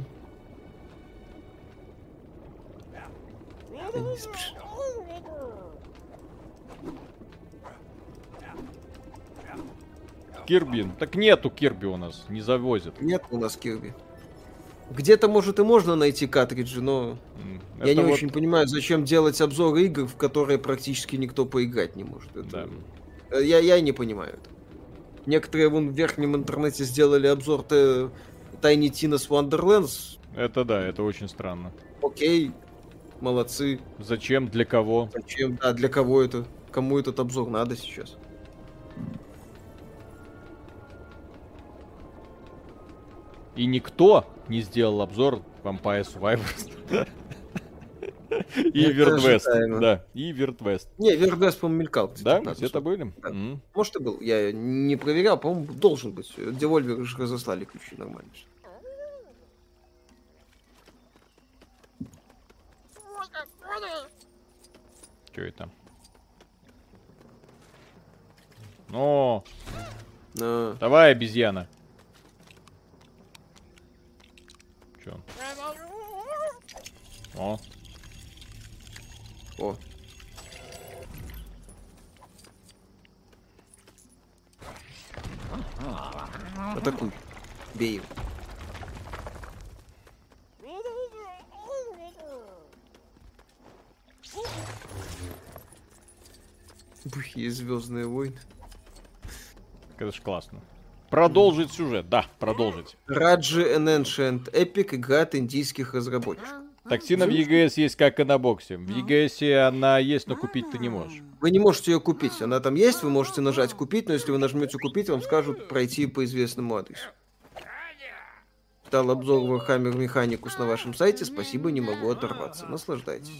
Кирби. Так нету Кирби у нас, не завозят. Нет у нас Кирби. Где-то, может, и можно найти картриджи, но я не очень понимаю, зачем делать обзоры игр, в которые практически никто поиграть не может. Это... Да. Я не понимаю это. Некоторые вон в верхнем интернете сделали обзор Tiny Tina's Wonderlands. Это да, это очень странно. Окей, молодцы. Зачем, для кого? Зачем, да, для кого это? Кому этот обзор надо сейчас? И никто не сделал обзор Vampire Survivors. И Weird West. Да, и Weird West. Не, Weird West, по-моему, мелькал. Да, где-то были? Может, и был. Я не проверял, по-моему, должен быть. Devolver же разослали ключи нормально. Что это? Ну, давай, обезьяна. Чё? О. Атакуй. Бей его. Бухие Звездные войны. Это ж классно. Продолжить сюжет, да, продолжить. Раджи and Ancient Epic, игра от индийских разработчиков. Токсина в EGS есть как и на боксе. В EGS она есть, но купить ты не можешь. Вы не можете ее купить. Она там есть, вы можете нажать купить, но если вы нажмете купить, вам скажут пройти по известному адресу. Читал обзор Warhammer Mechanicus на вашем сайте. Спасибо, не могу оторваться. Наслаждайтесь.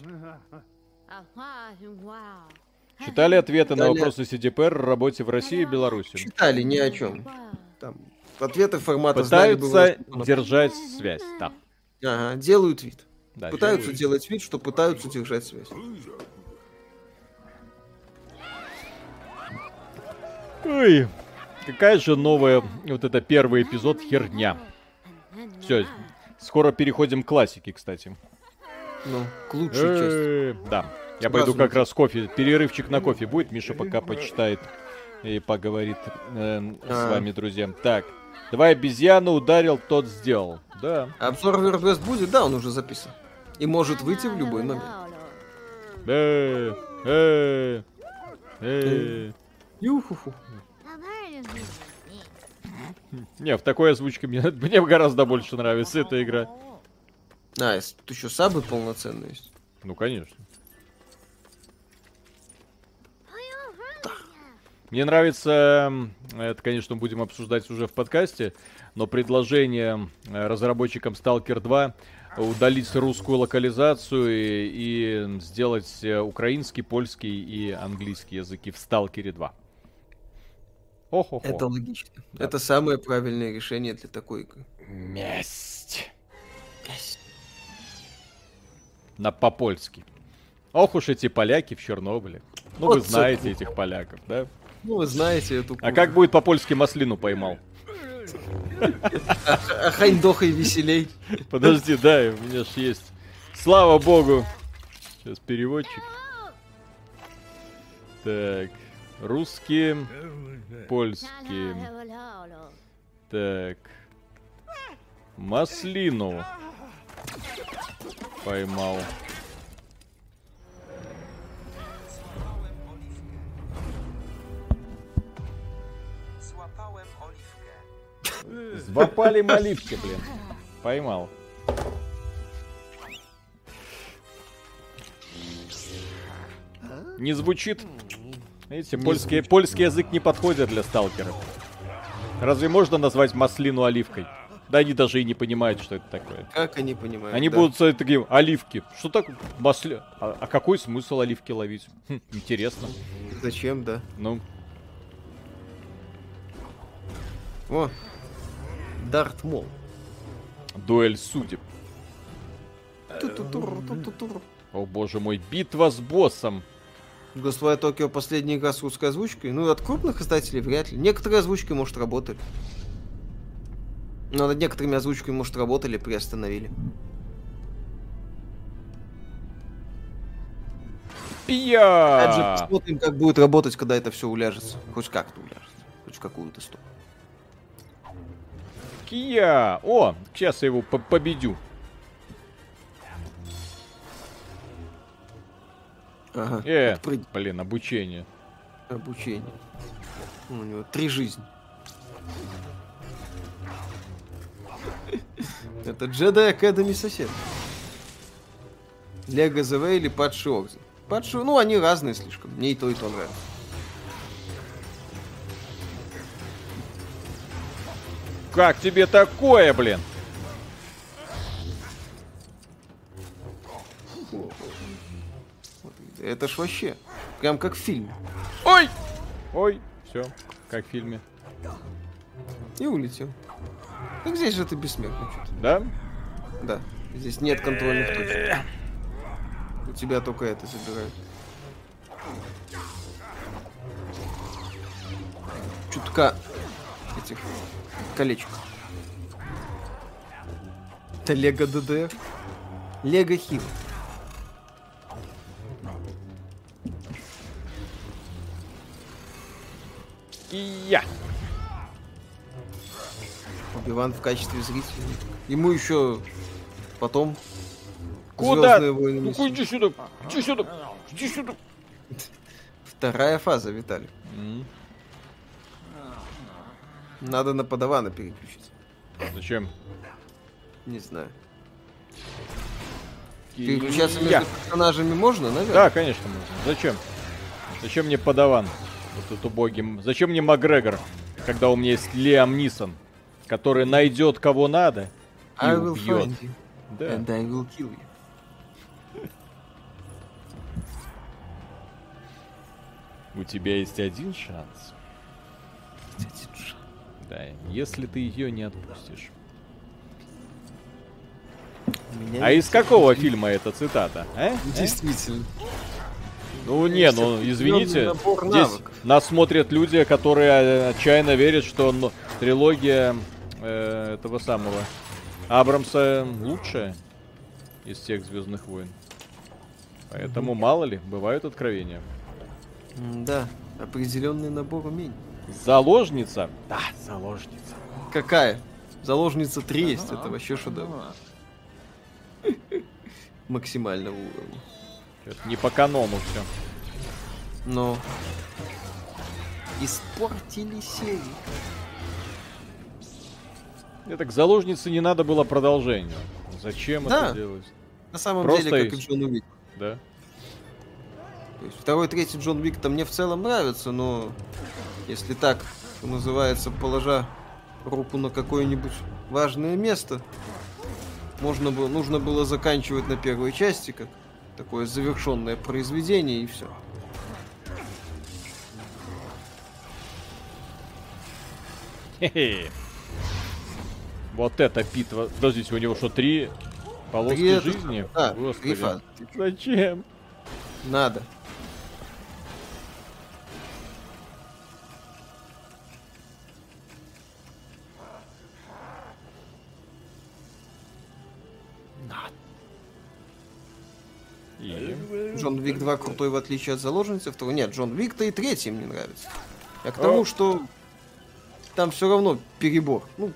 Читали ответы на вопросы CDPR о работе в России и Беларуси? Читали, ни о чем. Там ответы формата пытаются держать связь, да. Ага, делают вид. Да, пытаются делать вид, что пытаются держать связь. Ой, какая же новая, вот это первый эпизод, херня. Все, скоро переходим к классике, кстати. Ну, к лучшей части. Да, я пойду как раз кофе, перерывчик на кофе будет, Миша пока почитает и поговорит с вами, друзья. Так, давай обезьяну ударил, тот сделал. Да. Обзор Weird West будет? Да, он уже записан. И может выйти в любой момент. Юхуху. Не, в такой озвучке мне гораздо больше нравится эта игра. А, тут еще сабы полноценные есть. Ну, конечно. Мне нравится, это, конечно, будем обсуждать уже в подкасте, но предложение разработчикам Stalker 2 удалить русскую локализацию и сделать украинский, польский и английский языки в Stalker 2. Охо-хо. Это логично. Да. Это самое правильное решение для такой игры. Месть. По-польски. Ох уж эти поляки в Чернобыле. Ну, вот вы знаете этих поляков, да? Ну, вы знаете эту... А как будет по-польски маслину поймал? А Хайндохой веселей. Подожди, да, у меня ж есть. Слава богу. Сейчас переводчик. Так. Русские, польские. Так. Маслину. Поймал. Звапали оливки, блин. Поймал. Не звучит. Видите, польский язык не подходит для сталкеров. Разве можно назвать маслину оливкой? Да они даже и не понимают, что это такое. Как они понимают? Они будут сказать такие, оливки. Что такое? А какой смысл оливки ловить? Интересно. Зачем, да? Ну. О, Дарт Мол. Дуэль судеб. О боже мой, битва с боссом. Ghostwire Tokyo последняя игра с русской озвучкой. Ну, от крупных издателей вряд ли. Некоторые озвучки, может, работали. Но над некоторыми озвучками, может, работали, приостановили. Опять же, посмотрим, как будет работать, когда это все уляжется. Хоть как-то уляжется. Хоть в какую-то сторону. Кия! О, сейчас я его победю. Ага. Блин, обучение. Обучение. У него 3 жизни. Это Jedi Academy сосед. Лего The Way или Падший Орден. Падший, ну они разные слишком. Мне и то нравится. Как тебе такое, блин? Это ж вообще прям как в фильме. Ой! Ой, все, как в фильме. И улетел. Так здесь же ты бессмертный что-то. Да? Да. Здесь нет контрольных точек. У тебя только это забирают. Чутка этих колечек. Это Лего ДДР. Лего Хил. Кия! Оби-Ван в качестве зрителя. Ему еще потом куда? Звездные войны. Ну иди сюда! Иди сюда! Иди сюда! Вторая фаза, Виталий. Надо на подавана переключить. Зачем? Не знаю. Переключаться между персонажами можно, наверное? Да, конечно, можно. Зачем? Зачем мне подаван? Вот этот убогий. Зачем мне Макгрегор, когда у меня есть Лиам Нисон, который найдет кого надо и убьет? Да. And I will kill you. У тебя есть один шанс. Да, если ты ее не отпустишь. А из какого фильма эта цитата? Действительно. Ну не, ну извините, здесь нас смотрят люди, которые отчаянно верят, что трилогия этого самого Абрамса лучшая из всех Звездных войн. Поэтому мало ли, бывают откровения. Да, определенный набор умений. Заложница? Да, заложница. Какая? Заложница 3 есть, это вообще шедевр. Максимального уровня. Это не по канону все. Но испортили серию. Это к заложнице не надо было продолжения. Зачем это делать? На самом просто деле, как и Джон Уик. Да. То есть второй, третий Джон Уик-то мне в целом нравится, но если так, что называется, положа руку на какое-нибудь важное место, нужно было заканчивать на первой части, как такое завершенное произведение, и все. Хе-хе. Вот это битва. Подождите, у него что, 3 полоски жизни? Да, Господи. Зачем? Надо. Джон Уик 2 крутой, в отличие от заложницы. Второй, нет, Джон Уик-то и третий мне нравится. А к тому, что там все равно перебор. Ну,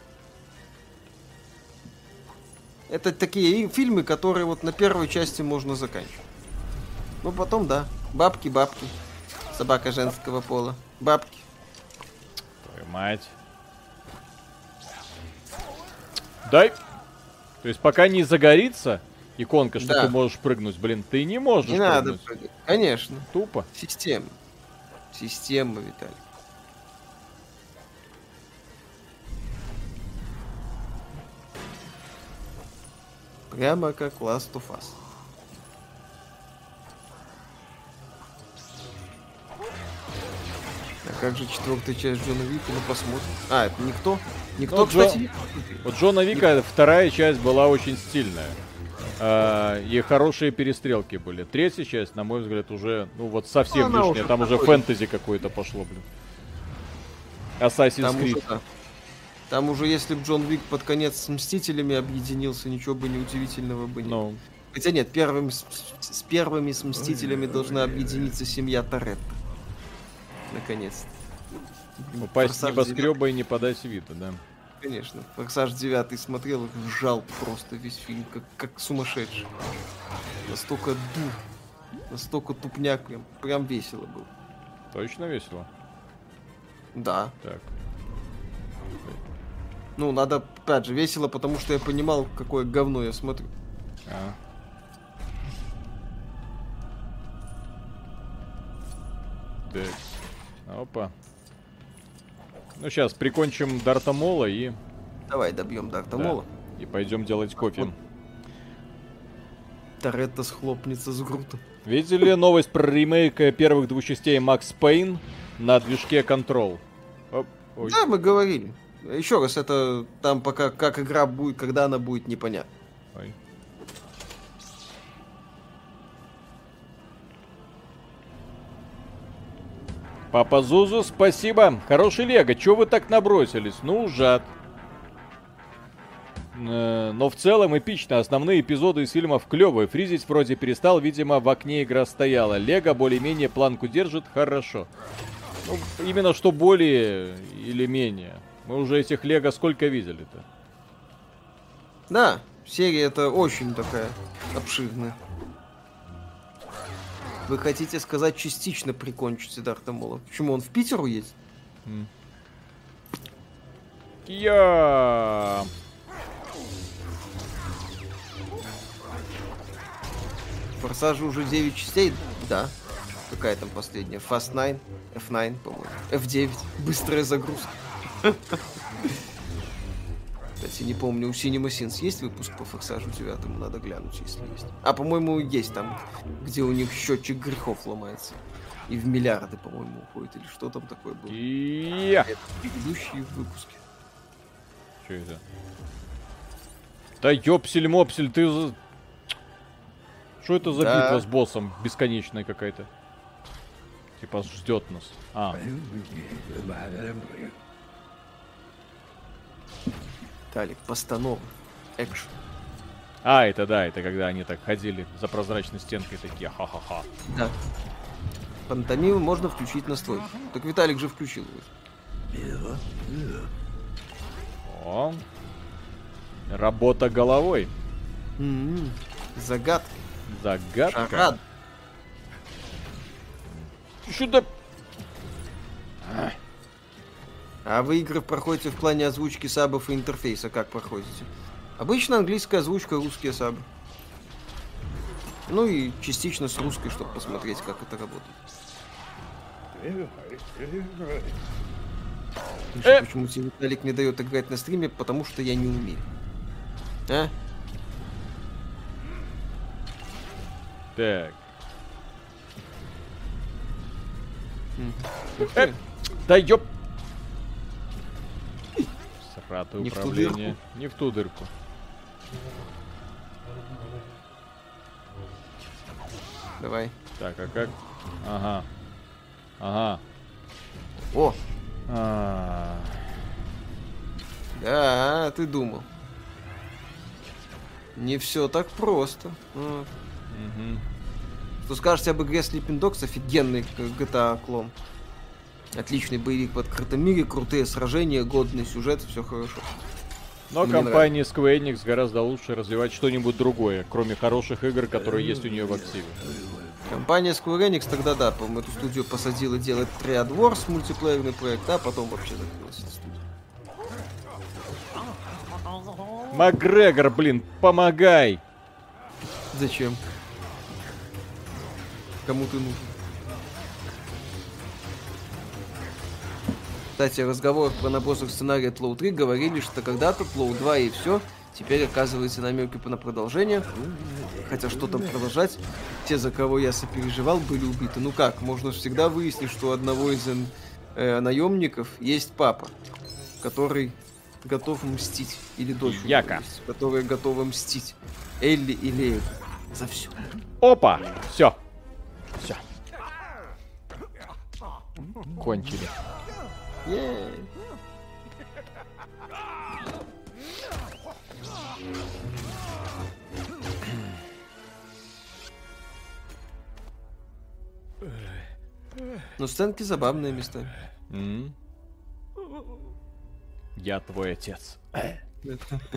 это такие фильмы, которые вот на первой части можно заканчивать. Ну, потом, да. Бабки. Собака женского пола. Бабки. Твою мать. Дай. То есть пока не загорится иконка, что ты можешь прыгнуть, блин, ты не можешь прыгнуть. Надо прыгать. Конечно. Тупо. Система, Виталий. Прямо как Last of Us. А как же 4-я часть Джона Вика? Ну посмотрим. А, это никто? Никто, кстати, Вот Джона Вика 2-я часть была очень стильная. И хорошие перестрелки были. 3-я часть, на мой взгляд, уже, ну вот совсем лишняя. Там уже фэнтези какое-то пошло, блин. Assassin's Creed. Там уже, если бы Джон Уик под конец с Мстителями объединился, ничего бы неудивительного бы не было. Хотя нет, с первыми с Мстителями должна объединиться семья Торетто. Наконец-то. Упасть с небоскреба и не подать вида, да. Конечно. Форсаж 9 смотрел и ржал просто весь фильм, как сумасшедший. Настолько настолько тупняк, прям весело было. Точно весело? Да. Так. Ну, надо, опять же, весело, потому что я понимал, какое говно я смотрю. Так. Опа. Ну, сейчас прикончим Дарта Мола и... Давай добьем Дарта Мола. И пойдем делать кофе. Вот. Торетто схлопнется с Грута. Видели новость про ремейк первых 2 частей Макс Пейн на движке Control? Да, мы говорили. Еще раз, это там пока как игра будет, когда она будет, непонятно. Ой. Папа Зузу, спасибо. Хороший Лего. Чё вы так набросились? Ну, жад. Но в целом эпично. Основные эпизоды из фильмов клевые. Фризить вроде перестал, видимо, в окне игра стояла. Лего более-менее планку держит хорошо. Ну, именно что более или менее. Мы уже этих Лего сколько видели-то? Да, серия это очень такая обширная. Вы хотите сказать, частично прикончите Дарта Мола? Почему он в Питер уедет? Я. Форсажа уже 9 частей? Да. Какая там последняя? Fast 9? F9, по-моему. F9. Быстрая загрузка. Кстати, не помню, у Cinema Sins есть выпуск по Форсажу 9? Надо глянуть, если есть. А, по-моему, есть там, где у них счетчик грехов ломается. И в миллиарды, по-моему, уходит. Или что там такое было? Это предыдущие выпуски. Что это? Да ёпсель-мопсель, ты... Что это за битва с боссом бесконечная какая-то? Типа ждет нас. Талик, постанова. Экшн. Это да, это когда они так ходили за прозрачной стенкой такие, ха-ха-ха. Да. Пантомиму можно включить настройки. Так Виталик же включил его. О. Работа головой. Загадка. Загадка. Шарад. Сюда. А вы игры проходите в плане озвучки сабов и интерфейса? Как проходите? Обычно английская озвучка, русские сабы. Ну и частично с русской, чтобы посмотреть, как это работает. Почему тебе Виталик не дает играть на стриме? Потому что я не умею. А? Так. Да ёп. Сратое управление. Не в ту дырку. Давай. Так, а как? Ага. Ага. О! Да, ты думал. Не все так просто. Что скажете об игре Sleeping Dogs? Офигенный GTA клон. Отличный боевик в открытом мире, крутые сражения, годный сюжет, все хорошо. Но компания Square Enix гораздо лучше развивать что-нибудь другое, кроме хороших игр, которые есть у нее в активе. Компания Square Enix тогда, да, по-моему, эту студию посадила делать Triad Wars, мультиплеерный проект, а потом вообще закрылась эта студия. Макгрегор, блин, помогай! Зачем? Кому ты нужен? Кстати, разговоры про набросок сценария Тлоу 3 говорили, что когда-то Тлоу 2 и все, теперь оказывается намеки на продолжение. Хотя что там продолжать? Те, за кого я сопереживал, были убиты. Ну как, можно всегда выяснить, что у одного из наемников есть папа, который готов мстить. Или дочь, есть, которая готова мстить. Элли или Элли. За все. Опа! Все. Все. Кончили. Ну, сценки забавные места. Я твой отец. Я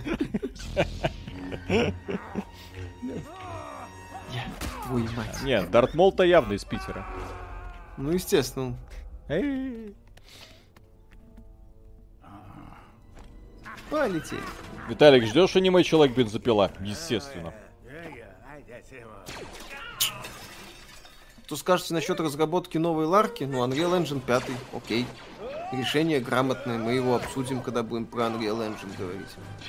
твой мать. Нет, Дарт Мол-то явно из Питера. Ну, естественно. Полетели. Виталик, ждешь аниме Человек-бензопила? Естественно. Что скажете насчет разработки новой Ларки? Ну, Unreal Engine 5, окей. Решение грамотное, мы его обсудим, когда будем про Unreal Engine говорить.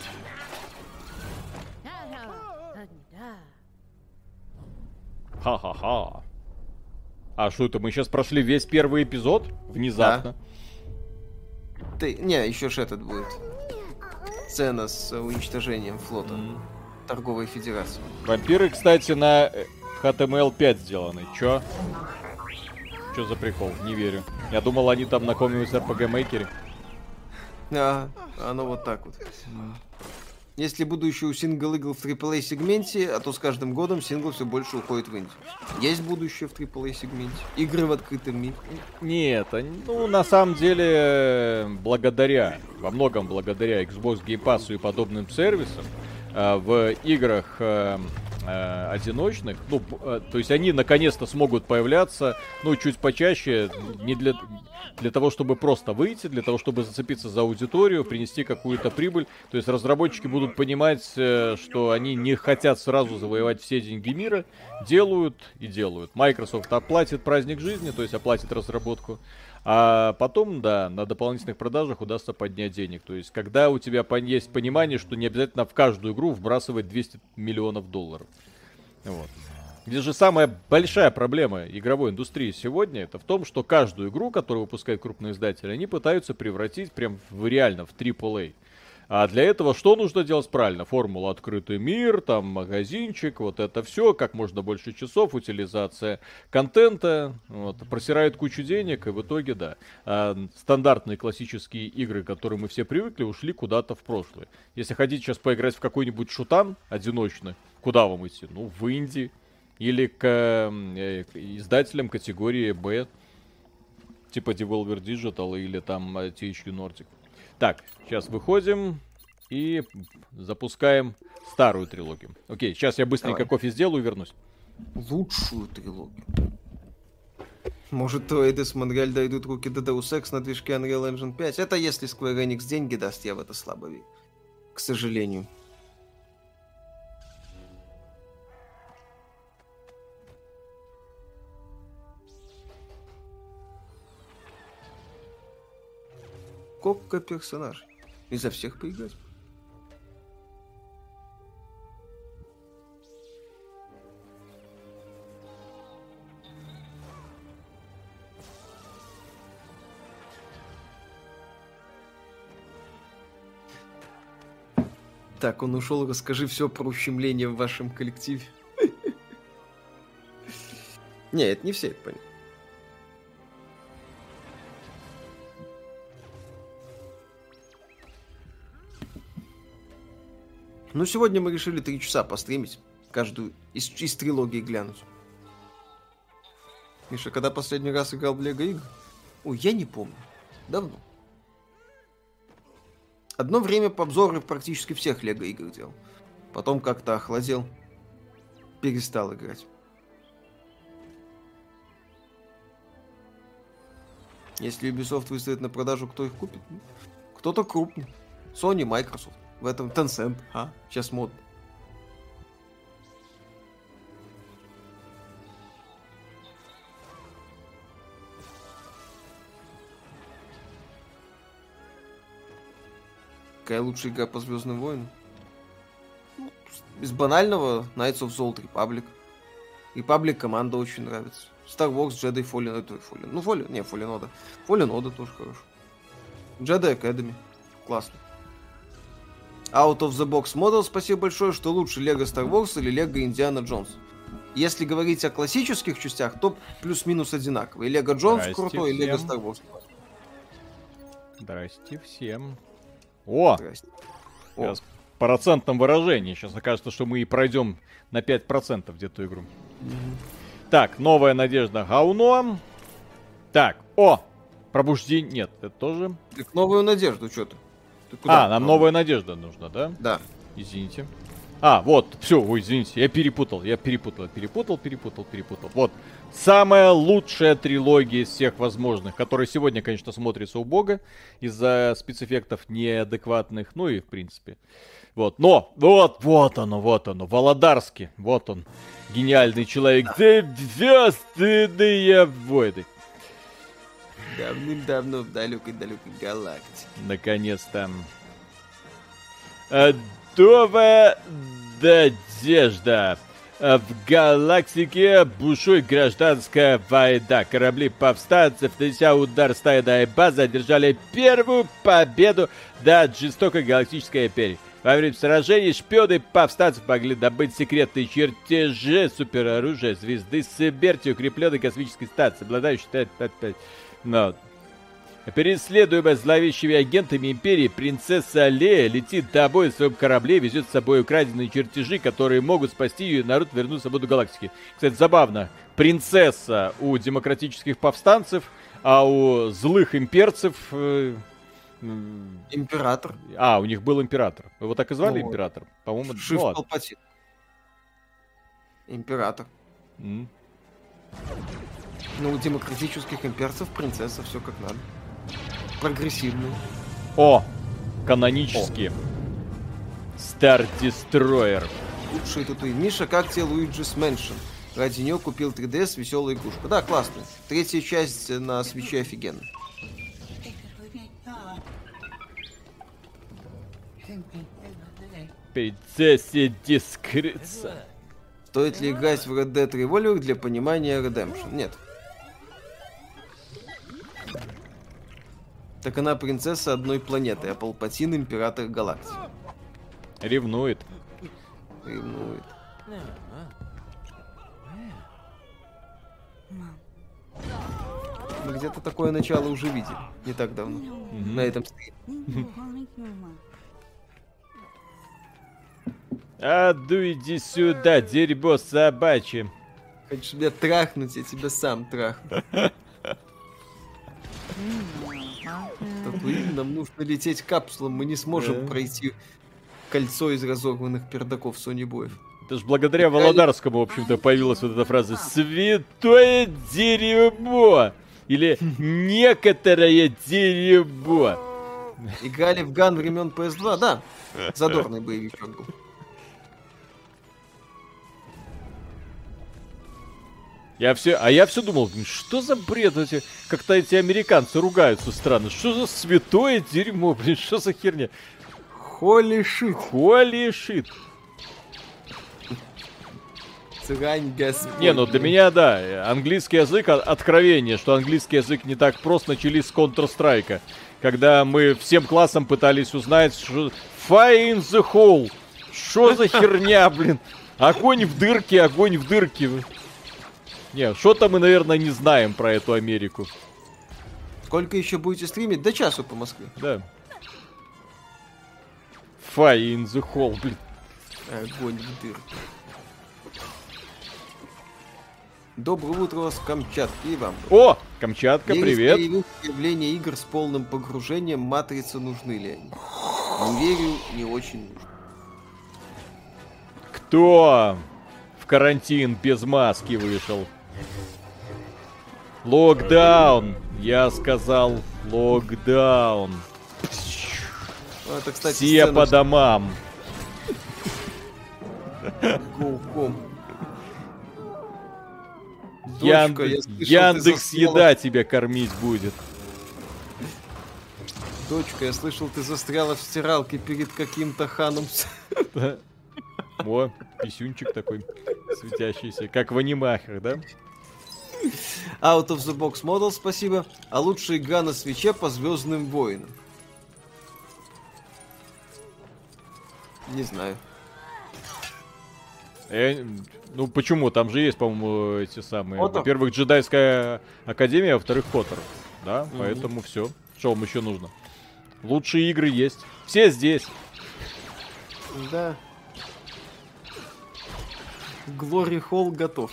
Ха-ха-ха. А что это, мы сейчас прошли весь первый эпизод? Внезапно. Да. Не, еще ж этот будет. Сцена с уничтожением флота Торговой Федерации. Вампиры, кстати, на HTML5 сделаны. Чё? Чё за прикол? Не верю. Я думал, они там на каком-нибудь RPG Maker. Оно вот так вот. Если будущее у Single Eagle в AAA сегменте, а то с каждым годом Single все больше уходит в инди. Есть будущее в AAA сегменте? Игры в открытом мире? Нет, ну на самом деле во многом благодаря Xbox Game Pass и подобным сервисам в играх одиночных, то есть они наконец-то смогут появляться, чуть почаще, не для того, чтобы просто выйти, для того, чтобы зацепиться за аудиторию, принести какую-то прибыль. То есть разработчики будут понимать, что они не хотят сразу завоевать все деньги мира, делают и делают. Microsoft оплатит праздник жизни, то есть оплатит разработку. А потом, да, на дополнительных продажах удастся поднять денег. То есть, когда у тебя есть понимание, что не обязательно в каждую игру вбрасывать $200 миллионов. Вот. Здесь же самая большая проблема игровой индустрии сегодня, это в том, что каждую игру, которую выпускают крупные издатели, они пытаются превратить прям реально в AAA. А для этого что нужно делать правильно? Формула открытый мир, там магазинчик, вот это все, как можно больше часов, утилизация контента, просирает кучу денег, и в итоге, да, стандартные классические игры, к которым мы все привыкли, ушли куда-то в прошлое. Если хотите сейчас поиграть в какой-нибудь шутан одиночный, куда вам идти? Ну, в инди. Или к издателям категории B, типа Devolver Digital или там THQ Nordic. Так, сейчас выходим и запускаем старую трилогию. Окей, сейчас я быстренько кофе сделаю и вернусь. Лучшую трилогию. Может, то Эйдес Монреаль дойдут руки до Deus Ex на движке Unreal Engine 5? Это если Square Enix деньги даст, я в это слабо верю. К сожалению. Сколько персонажей? И за всех поиграть. Так, он ушел, расскажи все про ущемление в вашем коллективе. Не, это не все, понятно. Ну, сегодня мы решили 3 часа постримить. Каждую из трилогии глянуть. Миша, когда последний раз играл в Лего игры? Ой, я не помню. Давно. Одно время по обзору практически всех Лего игр делал. Потом как-то охладел. Перестал играть. Если Ubisoft выставит на продажу, кто их купит? Кто-то крупный. Sony, Microsoft. В этом Tencent. Сейчас модно. Какая лучшая игра по Звездным войнам? Из банального Knights of the Old Republic. Republic команда очень нравится. Star Wars, Jedi Fallen Order. Ну, Fallen Order. Fallen Order тоже хорошо. Jedi Academy. Классно. Out of the Box Model, спасибо большое, что лучше Lego Star Wars или Lego Indiana Jones. Если говорить о классических частях, то плюс-минус одинаковые. Lego Jones крутой, и Lego Star Wars. Здрасте всем. О! Здрасте. Сейчас в процентном выражении. Сейчас окажется, что мы и пройдем на 5% где-то игру. Так, новая надежда говно. Так, пробуждение. Нет, это тоже. Так новую надежду, что ты? Нам новая надежда нужна, да? Да. Извините. Вот, все, извините, я перепутал. Вот, самая лучшая трилогия из всех возможных, которая сегодня, конечно, смотрится убого из-за спецэффектов неадекватных, ну и в принципе. Вот, но, вот оно, Володарский, вот он, гениальный человек. Звездные войны. Давным-давно в далекой-далекой галактике. Наконец-то. Новая надежда. В галактике бушует гражданская война. Корабли повстанцев, нанеся удар с тайной базы, одержали первую победу над жестокой галактической империей. Во время сражений шпионы повстанцев могли добыть секретные чертежи супероружия звезды смерти, укрепленной космической станции, обладающей... Преследуемая зловещими агентами империи, принцесса Лея летит домой в своем корабле, везет с собой украденные чертежи, которые могут спасти ее и народ вернуть свободу галактики. Кстати, забавно. Принцесса у демократических повстанцев, а у злых имперцев... Император. У них был император. Его так и звали император? По-моему, Палпатин. Император. У демократических имперцев принцесса, все как надо. Прогрессивные. Канонические. Star Destroyer. Лучший тут и Миша, как тебе Luigi's Mansion? Ради нее купил 3DS, веселая игрушка. Да, классно. Третья часть на свече офигенно. Принцессе Дискрица. Стоит ли играть в Red Dead Revolver для понимания Redemption? Нет. Так она принцесса одной планеты, а Палпатин император галактики. Ревнует. Мы где-то такое начало уже видели. Не так давно. На этом стриме. Иди сюда, дерьмо собачье. Хочешь меня трахнуть, я тебя сам трахну. Нам нужно лететь капсулом, мы не сможем пройти кольцо из разорванных пердаков Sony боев. Это ж благодаря Володарскому, в общем-то, появилась вот эта фраза «Святое дерьмо!» или «Некоторое дерьмо». Играли в Ган времен PS2, да. Задорный боевичок был. Я все думал, что за бред эти, как-то эти американцы ругаются странно. Что за святое дерьмо, блин, что за херня? Холи шит. Цыгань Господь. Не, для меня, да, английский язык откровение, что английский язык не так прост, начались с Counter-Strike. Когда мы всем классом пытались узнать, что Fire in the hole. Что за херня, блин? Огонь в дырке. Не, что-то мы, наверное, не знаем про эту Америку. Сколько еще будете стримить? До часу по Москве. Да. Fire in the hole, блин. Огонь в дырке. Доброе утро с Камчатки и вам. О, Камчатка, привет. Появление игр с полным погружением, матрицы нужны ли они? Не верю, не очень нужно. Кто в карантин без маски вышел? Локдаун. Я сказал локдаун. Это, кстати, все по домам. Гоуком. Яндекс еда тебя кормить будет. Дочка, я слышал, ты застряла в стиралке перед каким-то ханом. О, писюнчик такой светящийся, как в анимахах, да? Out of the box model, спасибо. А лучшая игра на свече по Звездным войнам? Не знаю. Ну почему? Там же есть, по-моему, эти самые. Котор? Во-первых, джедайская академия, а во-вторых, Котор. Да, поэтому все. Что вам еще нужно? Лучшие игры есть. Все здесь. Да. Glory Hall готов.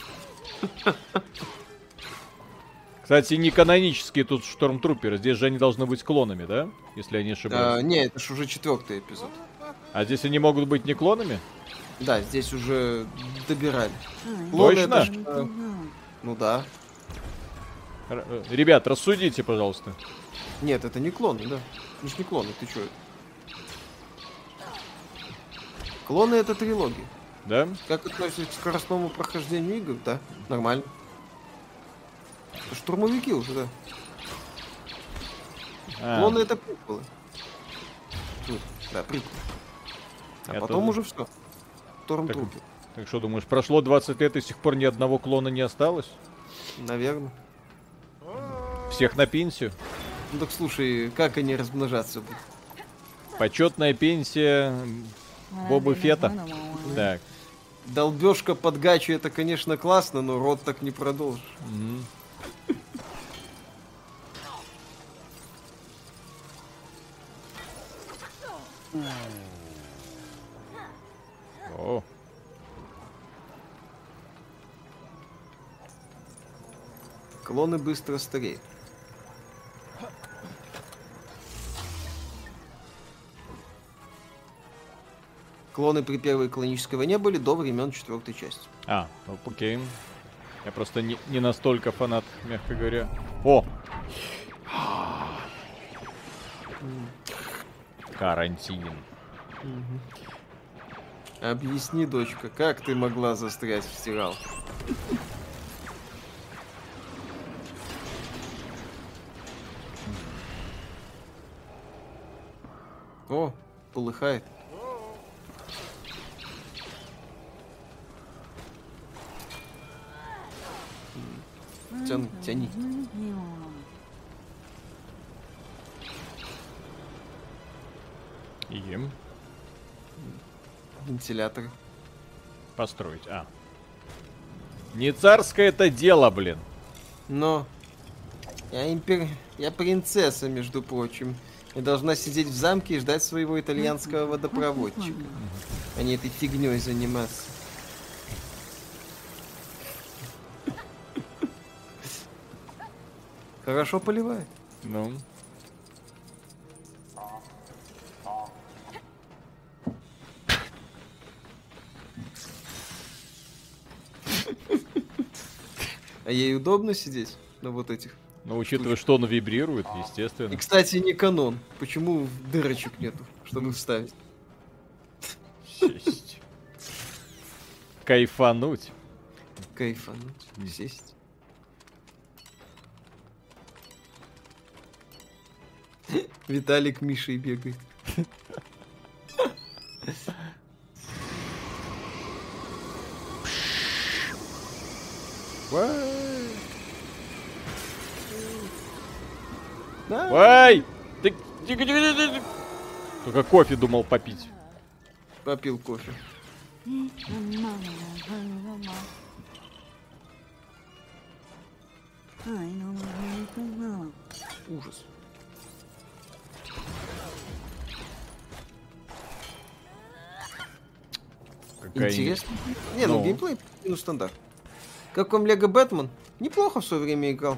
Кстати, не канонические тут штормтруперы. Здесь же они должны быть клонами, да? Если я не ошибаюсь. Не, это ж уже 4-й эпизод. А здесь они могут быть не клонами? Да, здесь уже добирали. Точно? Ну да. Ребят, рассудите, пожалуйста. Нет, это не клоны, да. Ну ж не клоны, ты чё? Клоны это трилогия. Да? Как относитесь к скоростному прохождению игр? Да, нормально. Штурмовики уже, да. Клоны это приквелы. Да, приквел. А потом уже все. Штормтрупер. Так что думаешь, прошло 20 лет и с сих пор ни одного клона не осталось? Наверное. Всех на пенсию? Ну так слушай, как они размножаться будут? Почетная пенсия Боба Фетта. Так. Долбежка под гачу это, конечно, классно, но род так не продолжишь. О. Клоны быстро стареют. Клоны при первой клонической войне были до времен 4-й части. Ну, окей. Я просто не настолько фанат, мягко говоря. О! Карантин. Объясни, дочка, как ты могла застрять в стиралке? О, полыхает. Тяни. Им Вентилятор. построить. Не царское это дело, блин. Но я принцесса, между прочим. Я должна сидеть в замке и ждать своего итальянского водопроводчика, а не этой фигней заниматься. Хорошо поливает. Ну. А ей удобно сидеть на вот этих? Но учитывая, что он вибрирует, естественно. И, кстати, не канон. Почему дырочек нету, чтобы вставить? Сесть. Кайфануть. Кайфануть. Сесть. Виталик Мишей бегает. Ой! Ты... Только кофе думал попить. Попил кофе. Ужас. Какая Интересно. Не, ну геймплей стандарт. Как вам Лего Бэтмен? Неплохо в свое время играл.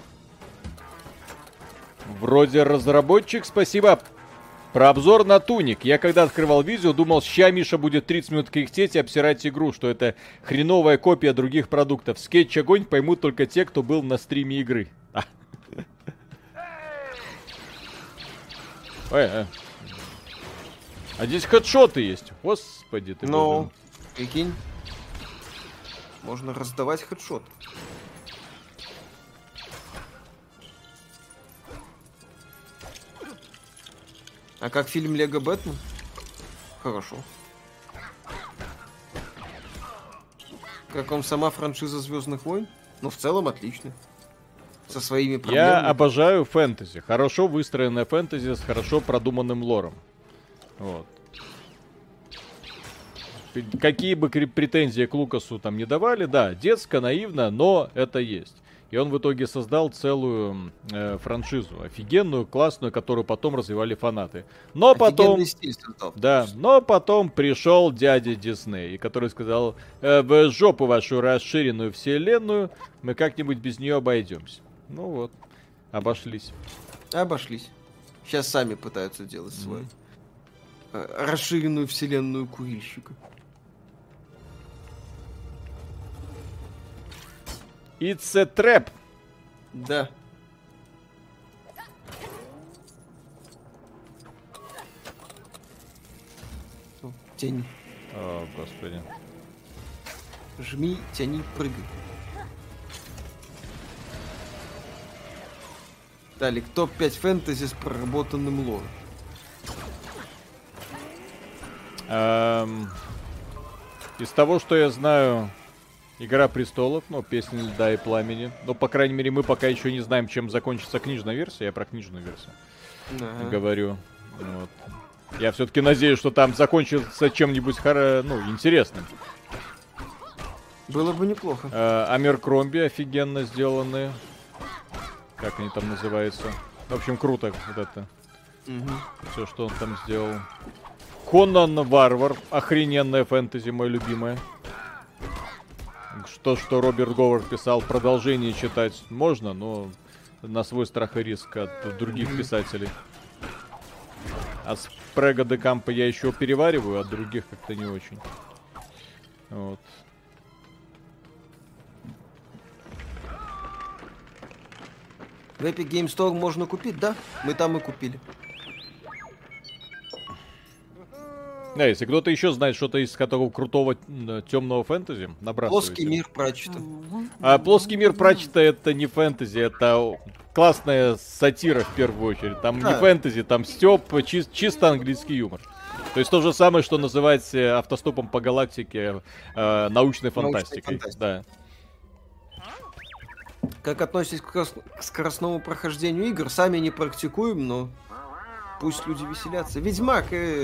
Вроде разработчик, спасибо. Про обзор на Туник. Я когда открывал видео, думал, ща Миша будет 30 минут кряхтеть и обсирать игру, что это хреновая копия других продуктов. Скетч огонь поймут только те, кто был на стриме игры. А здесь хедшоты есть. Господи ты. Ну, прикинь. Можно раздавать хедшот. А как фильм Лего Бэтмен? Хорошо. Как вам сама франшиза Звездных войн? Ну, в целом, отлично. Со своими проблемами. Я обожаю фэнтези. Хорошо выстроенное фэнтези с хорошо продуманным лором. Вот. Какие бы претензии к Лукасу там не давали, да, детско, наивно, но это есть. И он в итоге создал целую франшизу, офигенную, классную, которую потом развивали фанаты. Но потом, стиль создал. да, но потом пришел дядя Дисней, который сказал: в жопу вашу расширенную вселенную, мы как-нибудь без нее обойдемся. Ну вот, обошлись. Обошлись. Сейчас сами пытаются делать свою расширенную вселенную курильщика. It's a trap. Да. Тяни. О, господи. Жми, тяни, прыгай. Далее, топ-5 фэнтези с проработанным лором. Из того, что я знаю, Игра престолов, ну, Песня льда и пламени. Но, по крайней мере, мы пока еще не знаем, чем закончится книжная версия. Я про книжную версию говорю. Вот. Я все-таки надеюсь, что там закончится чем-нибудь интересным. Было бы неплохо. Амеркромби офигенно сделаны. Как они там называются? В общем, круто вот это. Все, что он там сделал. Конан Варвар. Охрененная фэнтези, мое любимое. Что Роберт Говард писал, продолжение читать можно, но на свой страх и риск от других писателей. А с Прега де Кампа я еще перевариваю, от других как-то не очень. Вот. В Epic Game Store можно купить, да? Мы там и купили. Да, если кто-то еще знает что-то из такого крутого темного фэнтези, набрасывайте. Плоский мир Пратчета. Плоский мир Пратчета — это не фэнтези, это классная сатира в первую очередь. Там не фэнтези, там стёб, чисто английский юмор. То есть то же самое, что называть автостопом по галактике научной фантастикой. Да. Как относитесь к скоростному прохождению игр? Сами не практикуем, но пусть люди веселятся. Ведьмак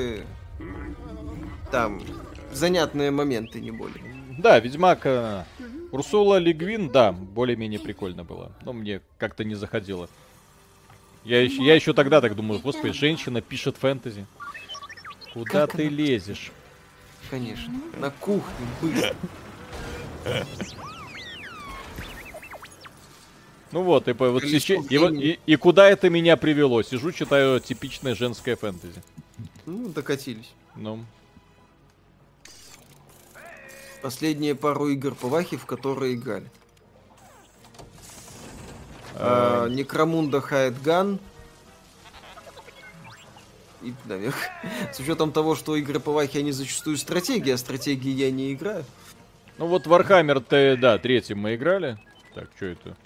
там занятные моменты, не более. Да, Ведьмак. Урсула Ле Гуин, да, более-менее прикольно было. Но мне как-то не заходило. Я еще тогда так думаю: господи, женщина пишет фэнтези. Куда ты лезешь? Конечно. На кухню, быстро. Ну вот, и куда это меня привело? Сижу, читаю типичное женское фэнтези. Ну, докатились. Ну. Последние пару игр по Вахе, в которые играли. Некромунда Хайдган. И наверх. С учетом того, что игры по Вахе, они зачастую стратегии, а стратегии я не играю. Ну вот Warhammer-то, да, третьим мы играли. Так, что это?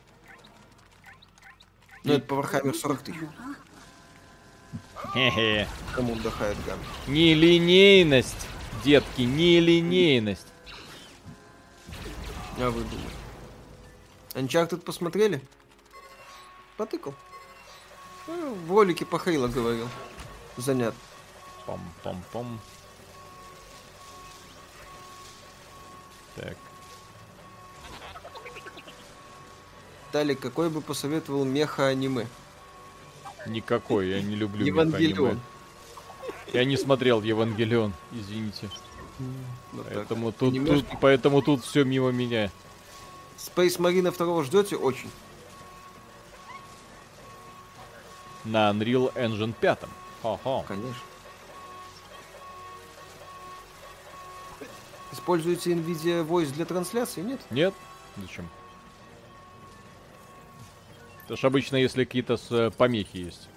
Ну, это по Warhammer 40 тысяч. Хе-хе. Команда Хайдган. Нелинейность, детки, нелинейность. А вы думали? Uncharted посмотрели? Потыкал. В ролике по Хейло говорил. Занят. Пом-пом-пом. Так. Далее, какой бы посоветовал меха-аниме? Никакой, я не люблю Евангелион. Я не смотрел Евангелион, извините. Вот Поэтому тут все мимо меня. Space Marine 2 ждете? Очень. На Unreal Engine 5. Хо-хо. Конечно. Используете NVIDIA Voice для трансляции? Нет? Нет? Зачем? Это ж обычно, если какие-то помехи есть.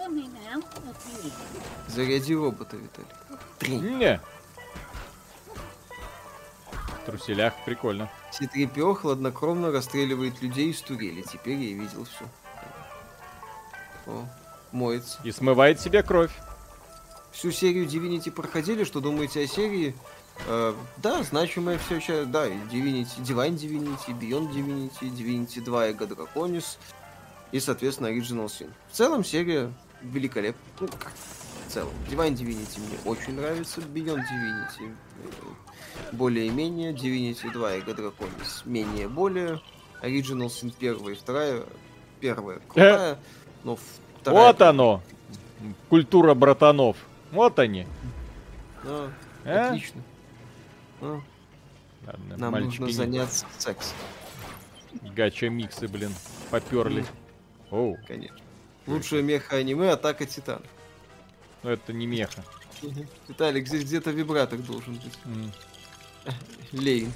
Заряди робота, Виталий. Не. В труселях прикольно. C-3PO хладнокровно расстреливает людей из турели. Теперь я видел все. О, моется. И смывает себе кровь. Всю серию Divinity проходили, что думаете о серии? Да, значимое все сейчас. Да, Divinity, Divine Divinity, Beyond Divinity, Divinity 2 Ego Draconis и, соответственно, Original Sin. В целом серия великолепна. Ну, как в целом. Divine Divinity мне очень нравится, Beyond Divinity более-менее, Divinity 2 Ego Draconis менее-более, Original Sin 1 и 2, первая крутая, но вторая... Вот оно! Культура братанов. Вот они. Отлично. Ладно, нам нужно заняться сексом. Гача-миксы, блин, поперли. Оу. Конечно. Лучшее меха-аниме Атака Титанов. Ну это не меха. Виталик, здесь где-то вибратор должен быть. Лейн.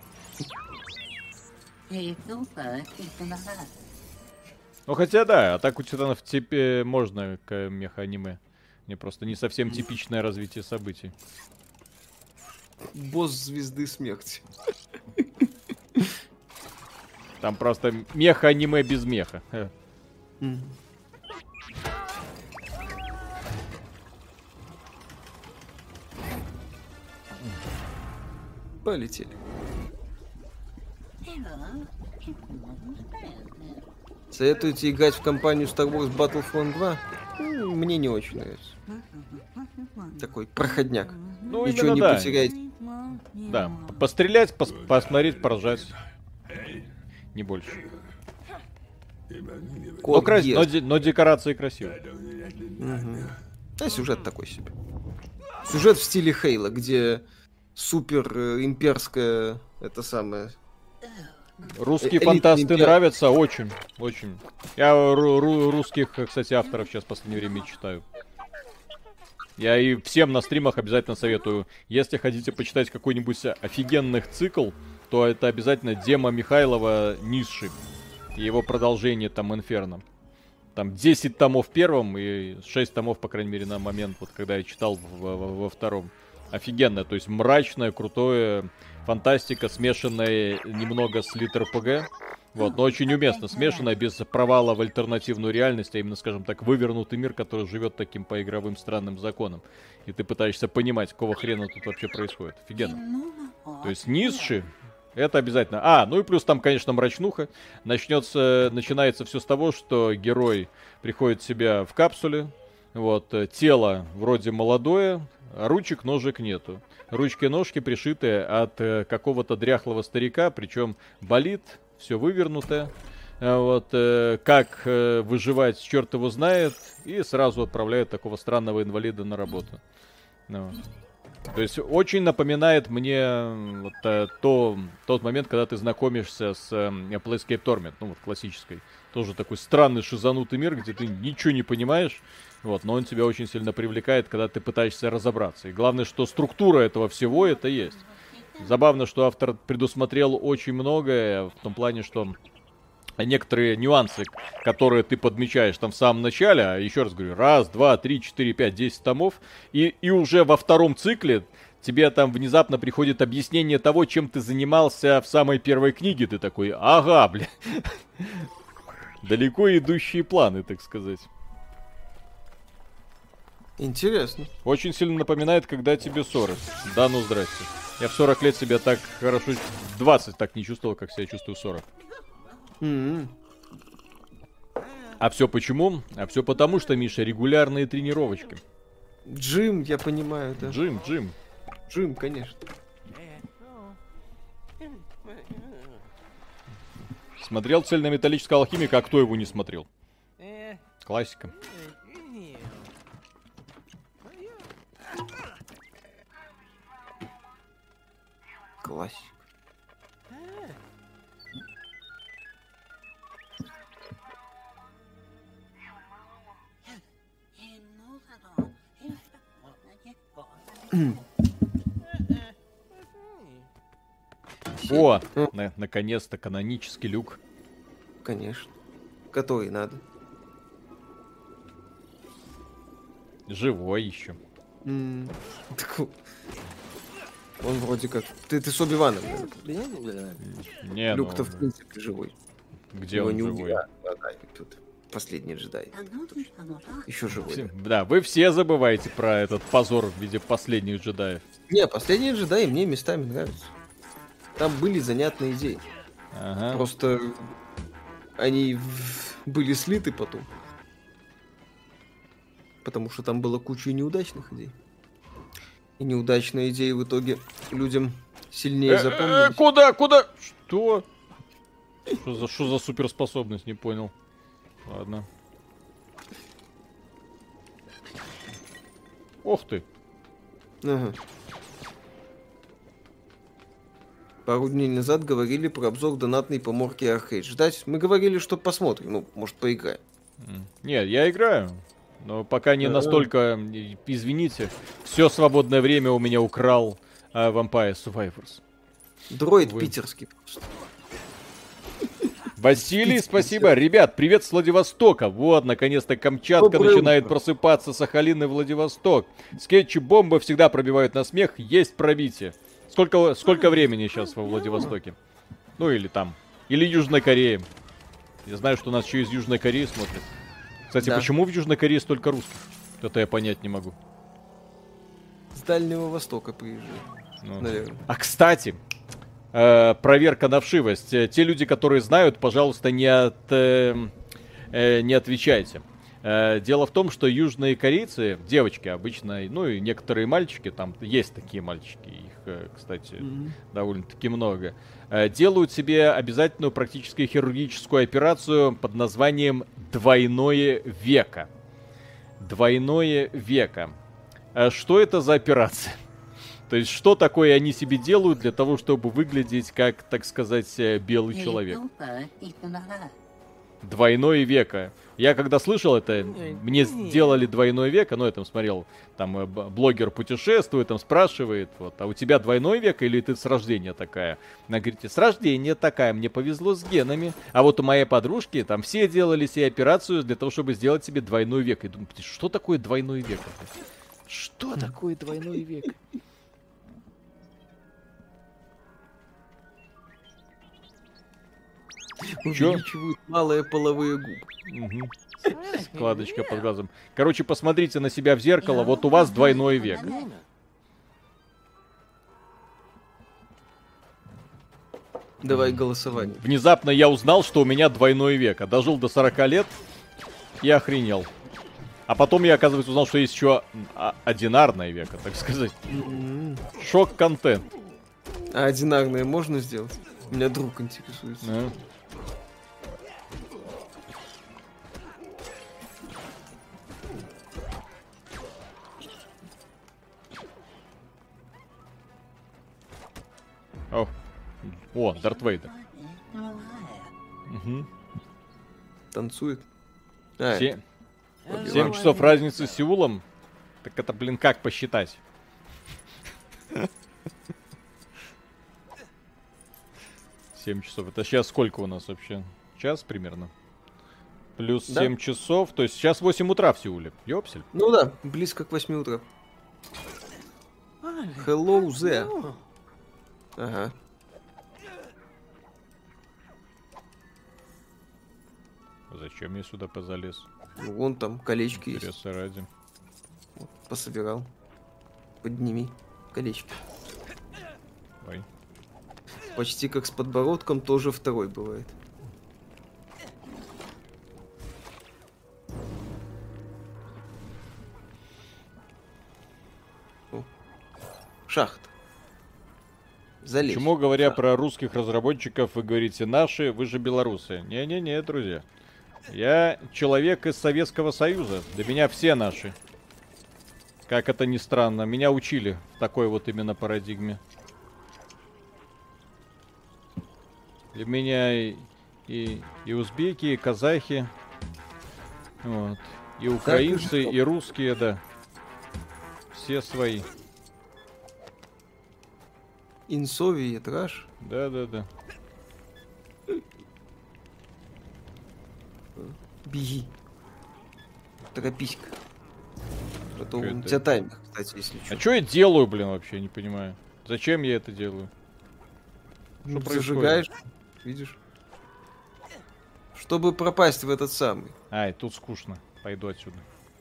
Ну хотя да, Атаку Титанов теперь можно к меха-аниме. Не просто не совсем типичное развитие событий. Босс Звезды Смерти. Там просто меха-аниме без меха. Полетели. Советуете играть в компанию Star Wars Battlefront 2? Мне не очень нравится. Такой проходняк. Ну, ничего не да. потеряете. Да, пострелять, посмотреть, поржать. Не больше. Но декорации красивые. Да, сюжет такой себе. Сюжет в стиле Хейла, где супер имперская, это самое... Русские фантасты нравятся очень, очень. Я русских, кстати, авторов сейчас в последнее время читаю. Я и всем на стримах обязательно советую. Если хотите почитать какой-нибудь офигенный цикл, то это обязательно Дема Михайлова «Низший». И его продолжение там «Инферно». Там 10 томов в первом и 6 томов, по крайней мере, на момент, вот когда я читал во втором. Офигенно, то есть мрачное, крутое, фантастика, смешанная немного с лит-РПГ. Вот, но очень уместно смешанная, без провала в альтернативную реальность, а именно, скажем так, вывернутый мир, который живет таким по игровым странным законам. И ты пытаешься понимать, какого хрена тут вообще происходит. Офигенно. То есть Ницше, это обязательно. Ну и плюс там, конечно, мрачнуха. Начинается все с того, что герой приходит в себя в капсуле. Вот, тело вроде молодое, а ручек, ножек нету. Ручки и ножки пришиты от какого-то дряхлого старика, причем болит, все вывернуто. Вот, как выживать, черт его знает, и сразу отправляют такого странного инвалида на работу. Ну. То есть очень напоминает мне вот, тот момент, когда ты знакомишься с Planescape Torment, ну вот классической. Тоже такой странный шизанутый мир, где ты ничего не понимаешь, вот, но он тебя очень сильно привлекает, когда ты пытаешься разобраться. И главное, что структура этого всего это есть. Забавно, что автор предусмотрел очень многое в том плане, что некоторые нюансы, которые ты подмечаешь там в самом начале, а еще раз говорю, 1, 2, 3, 4, 5, 10 томов, и уже во втором цикле тебе там внезапно приходит объяснение того, чем ты занимался в самой первой книге. Ты такой, ага, бля. Далеко идущие планы, так сказать. Интересно. Очень сильно напоминает, когда тебе 40. Да ну здрасте. Я в 40 лет себя так хорошо, 20 так не чувствовал, как себя чувствую в 40. А все почему? А все потому, что, Миша, регулярные тренировочки. Джим, я понимаю, да. Джим. Джим, конечно. Смотрел «Цельнометаллического алхимика», а кто его не смотрел? Классика. Классик. О, наконец-то канонический люк. Конечно. Который надо. Живой еще. Он вроде как... Ты с Оби-Ваном. Не, Люк-то в принципе живой. Где Его он не живой? Тут последний джедай. Еще живой. Да, вы все забываете про этот позор в виде последних джедаев. Не, последние джедаи мне местами нравятся. Там были занятные идеи. Ага. Просто они были слиты потом. Потому что там была куча неудачных идей. И неудачные идеи в итоге людям сильнее запомнились. Куда? Что? Что за суперспособность, не понял. Ладно. Ох ты. Ага. Пару дней назад говорили про обзор донатной поморки Arcade. Ждать? Мы говорили, что посмотрим. Ну, может, поиграем. Нет, я играю. Но пока не настолько, извините, все свободное время у меня украл Vampire Survivors. Дроид питерский просто. Василий, спасибо. Ребят, привет с Владивостока. Вот, наконец-то Камчатка начинает просыпаться. Сахалин и Владивосток. Скетчи бомбы всегда пробивают на смех. Есть пробитие. Сколько времени сейчас во Владивостоке? Ну или там. Или Южной Корее. Я знаю, что нас еще из Южной Кореи смотрят. Кстати, почему в Южной Корее столько русских? Это я понять не могу. С Дальнего Востока приезжают. Наверное. А кстати, проверка на вшивость. Те люди, которые знают, пожалуйста, не отвечайте. Дело в том, что южные корейцы, девочки обычно, ну и некоторые мальчики, там есть такие мальчики, их, кстати, довольно-таки много, делают себе обязательную практически хирургическую операцию под названием «двойное веко». Двойное веко. Что это за операция? То есть, что такое они себе делают для того, чтобы выглядеть как, так сказать, белый человек? Двойное веко. Я когда слышал это, мне сделали двойное веко, ну я там смотрел, там блогер путешествует, там спрашивает, вот, а у тебя двойное веко или ты с рождения такая? Она говорит, с рождения такая, мне повезло с генами. А вот у моей подружки там все делали себе операцию для того, чтобы сделать себе двойное веко. И думаю, что такое двойное веко? Что такое двойное веко? Увеличивают малые половые губы. Складочка под глазом. Короче, посмотрите на себя в зеркало, вот у вас двойное веко. Давай голосование. Внезапно я узнал, что у меня двойное веко. Дожил до 40 лет и охренел. А потом я, оказывается, узнал, что есть еще одинарное веко, так сказать. Шок-контент. А одинарное можно сделать? У меня друг интересуется. О, Дарт Вейдер. Танцует. 7 часов разницы с Сеулом? Так это, блин, как посчитать? Семь часов. Это сейчас сколько у нас вообще? Час примерно? Плюс 7 часов. То есть сейчас 8 утра в Сеуле. Ёпсель. Ну да, близко к 8 утра. Hello there. Ага. Зачем я сюда позалез? Вон там колечки есть. Интереса ради. Вот, пособирал. Подними колечки. Ой. Почти как с подбородком, тоже второй бывает. О. Шахта. Залезь. Почему, говоря про русских разработчиков, вы говорите «наши», вы же белорусы? Не-не-не, друзья. Я человек из Советского Союза. Для меня все наши. Как это ни странно. Меня учили в такой вот именно парадигме. Для меня и узбеки, и казахи. Вот. И украинцы, и русские, да. Все свои. Инсовиет Раш. Да. Беги. Торопись-ка. А то Чё у это? тебя таймер, кстати, если что. А что я делаю, блин, вообще, не понимаю. Зачем я это делаю? Что происходит? Зажигаешь, видишь? Чтобы пропасть в этот самый. Ай, тут скучно. Пойду отсюда.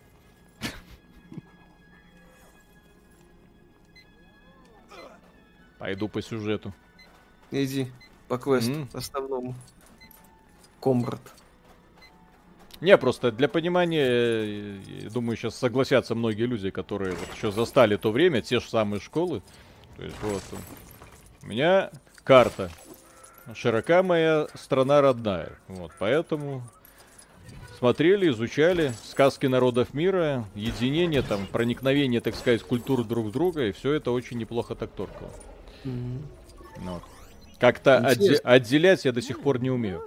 Пойду по сюжету. Иди по квесту основному. Комрад. Не, просто для понимания, я думаю, сейчас согласятся многие люди, которые вот еще застали то время, те же самые школы. То есть вот у меня карта. Широка моя страна родная. Вот, поэтому смотрели, изучали сказки народов мира, единение, там, проникновение, так сказать, культур друг в друга, и все это очень неплохо так торкало. Вот. Как-то отделять я до сих пор не умею.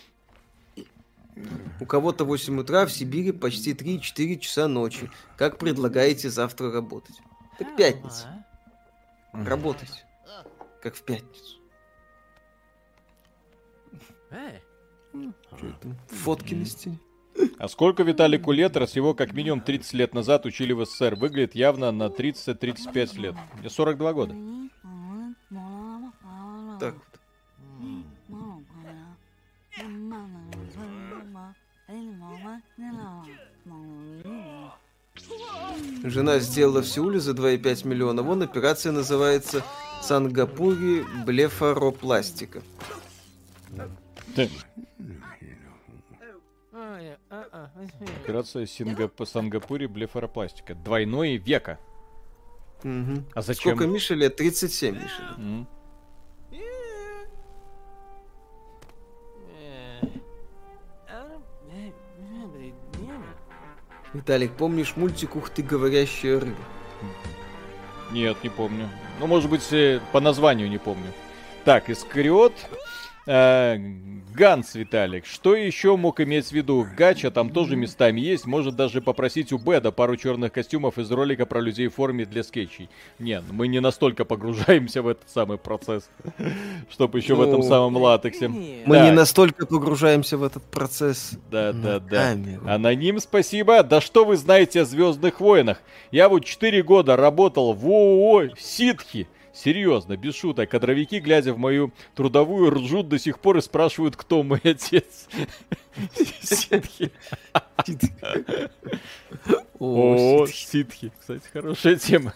У кого-то 8 утра, в Сибири почти 3-4 часа ночи. Как предлагаете завтра работать? Так пятница. Работать. Как в пятницу. Что это? Фотки на стене. А сколько Виталику лет, раз его как минимум 30 лет назад учили в СССР? Выглядит явно на 30-35 лет. Мне 42 года. Так вот. Жена сделала в Сеуле за 2,5 миллиона вон. Операция называется Сангапури блефаропластика. Операция Сингапуре блефаропластика. Двойное века. Угу. А зачем? Сколько Мише лет? 37, Миша. Виталик, помнишь мультик «Ух ты, говорящая рыба»? Нет, не помню. Ну, может быть, по названию не помню. Так, Искариот. Ганс, Виталик. Что еще мог иметь в виду? Гача там тоже местами есть. Может даже попросить у Беда пару черных костюмов из ролика про людей в форме для скетчей. Нет, мы не настолько погружаемся в этот самый процесс, чтобы еще в этом самом латексе. Мы не настолько погружаемся в этот процесс. Да. Аноним, спасибо. Да что вы знаете о Звездных войнах? Я вот 4 года работал в ООО «Ситхи». Серьезно, без шуток. Кадровики, глядя в мою трудовую, ржут до сих пор и спрашивают, кто мой отец. Ситхи. О, ситхи. Кстати, хорошая тема.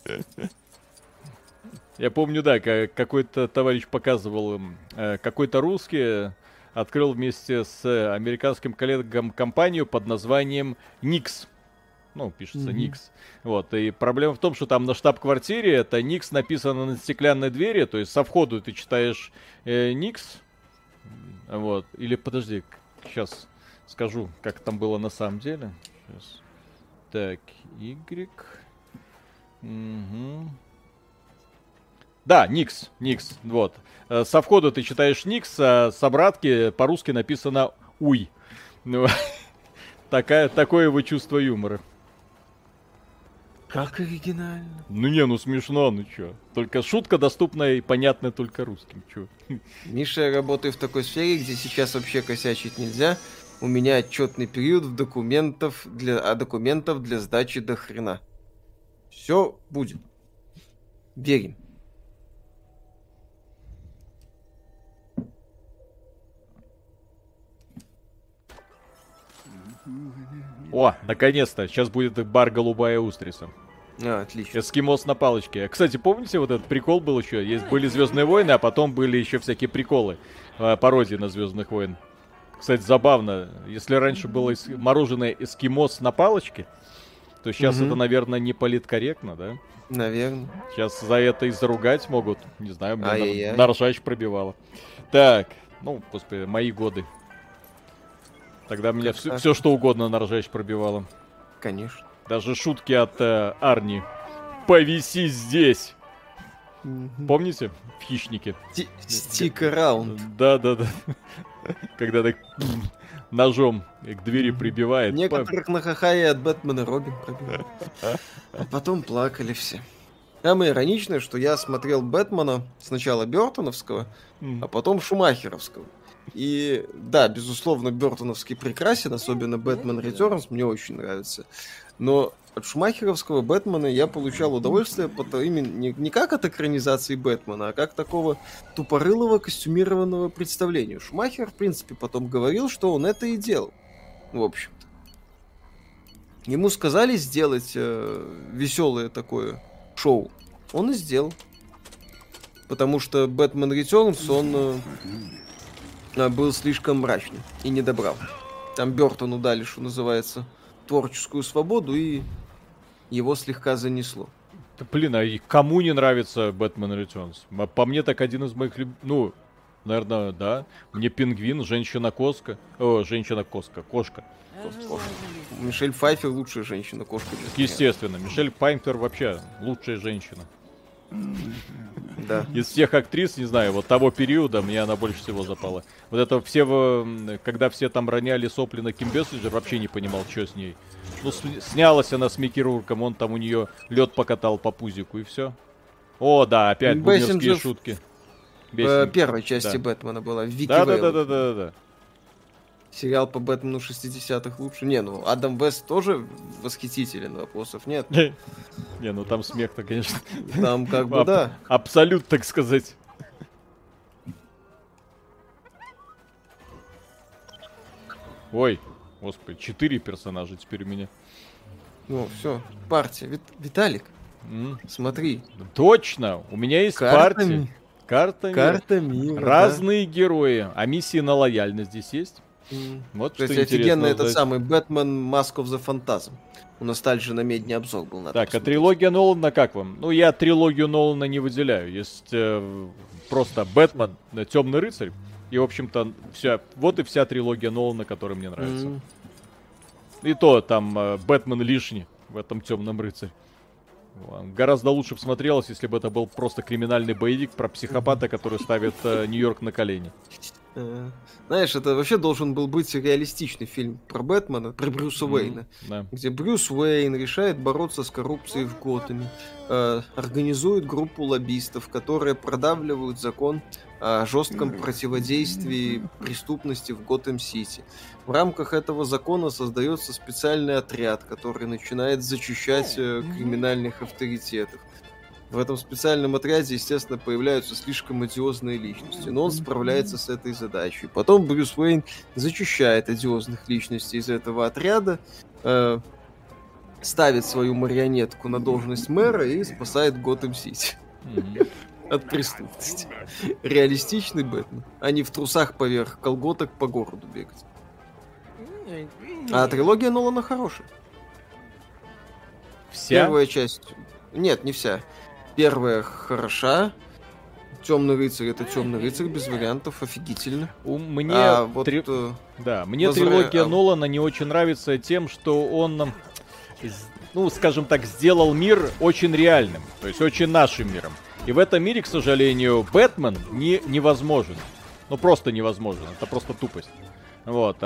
Я помню, да, какой-то товарищ показывал, какой-то русский открыл вместе с американским коллегом компанию под названием Никс. Ну, пишется Никс. Вот, и проблема в том, что там на штаб-квартире это Никс написано на стеклянной двери, то есть со входу ты читаешь Никс. Вот, или подожди, сейчас скажу, как там было на самом деле. Сейчас. Так, Y. Угу. Да, Никс, вот. Со входа ты читаешь Никс, а с обратки по-русски написано Уй. Ну, такое его чувство юмора. Как оригинально. Ну смешно, ну чё. Только шутка доступна и понятна только русским, чё. Миша, я работаю в такой сфере, где сейчас вообще косячить нельзя. У меня отчетный период документов для сдачи до хрена. Все будет. Верим. О, наконец-то. Сейчас будет бар «Голубая устрица». Отлично. Эскимос на палочке. Кстати, помните, вот этот прикол был еще? Были «Звездные войны», а потом были еще всякие приколы. Пародии на «Звездных войн». Кстати, забавно. Если раньше было мороженое «Эскимос на палочке», то сейчас это, наверное, не политкорректно, да? Наверное. Сейчас за это и заругать могут. Не знаю, мне на ржач пробивало. Так, ну, господи, мои годы. Тогда меня все что угодно на ржач пробивало. Конечно. Даже шутки от Арни. Повиси здесь. Помните? В «Хищнике». Stick around. Да. Когда так ножом к двери прибивает. Некоторых на хахае от Бэтмена Робин пробивал. А потом плакали все. Самое ироничное, что я смотрел Бэтмена сначала Бёртоновского, а потом Шумахеровского. И да, безусловно, Бёртоновский прекрасен, особенно Бэтмен Returns мне очень нравится. Но от шумахеровского Бэтмена я получал удовольствие именно не как от экранизации Бэтмена, а как такого тупорылого костюмированного представления. Шумахер, в принципе, потом говорил, что он это и делал. В общем-то. Ему сказали сделать веселое такое шоу. Он и сделал. Потому что Бэтмен Returns, он был слишком мрачный и не добрал. Там Бёртону дали, что называется, творческую свободу, и его слегка занесло. Да, блин, а кому не нравится Бэтмен Returns? По мне, так один из моих ну, наверное, да. Мне Пингвин, Женщина-кошка. О, Женщина-кошка, кошка. Мишель Пфайффер лучшая женщина-кошка. Естественно, Мишель Пфайффер вообще лучшая женщина. Да. Из всех актрис, не знаю, вот того периода мне она больше всего запала. Вот это все, когда все там роняли сопли на Ким Бессинджер, вообще не понимал, что с ней. Ну, снялась она с Микки Рурком, он там у нее лед покатал по пузику, и все. О, да, опять бумерские шутки. В первой части Бэтмена была. Да. Сериал по Бэтмену 60-х лучше. Не, ну, Адам Вест тоже восхитителен, вопросов нет. Не, ну там смех-то, конечно. Там как бы, да. Абсолют, так сказать. Ой, господи, 4 персонажа теперь у меня. Ну, все, партия. Виталик, смотри. Точно, у меня есть партия. Карта мира. Разные герои. А миссии на лояльность здесь есть? Вот то что есть офигенно этот самый Бэтмен Mask of the Phantasm. У нас также на медне обзор был. Так, а трилогия Нолана как вам? Ну, я трилогию Нолана не выделяю. Есть просто Бэтмен, Темный рыцарь. И, в общем-то, вот и вся трилогия Нолана, которая мне нравится. И то там Бэтмен лишний в этом Темном рыцаре. Гораздо лучше бы смотрелось, если бы это был просто криминальный боевик про психопата, который ставит Нью-Йорк на колени. Знаешь, это вообще должен был быть реалистичный фильм про Бэтмена, про Брюса Уэйна, где Брюс Уэйн решает бороться с коррупцией в Готэме, организует группу лоббистов, которые продавливают закон о жестком противодействии преступности в Готэм-Сити. В рамках этого закона создается специальный отряд, который начинает зачищать криминальных авторитетов. В этом специальном отряде, естественно, появляются слишком одиозные личности, но он справляется с этой задачей. Потом Брюс Уэйн зачищает одиозных личностей из этого отряда, ставит свою марионетку на должность мэра и спасает Готэм-Сити от преступности. Реалистичный Бэтмен, а не в трусах поверх колготок по городу бегать. А трилогия Нолана хорошая. Вся? Первая часть... Нет, не вся. Первая хороша. Темный рыцарь — это Темный рыцарь, без вариантов, офигительно. Мне трилогия Нолана не очень нравится тем, что он, ну, скажем так, сделал мир очень реальным, то есть очень нашим миром. И в этом мире, к сожалению, Бэтмен невозможен. Ну, просто невозможен, это просто тупость. Вот,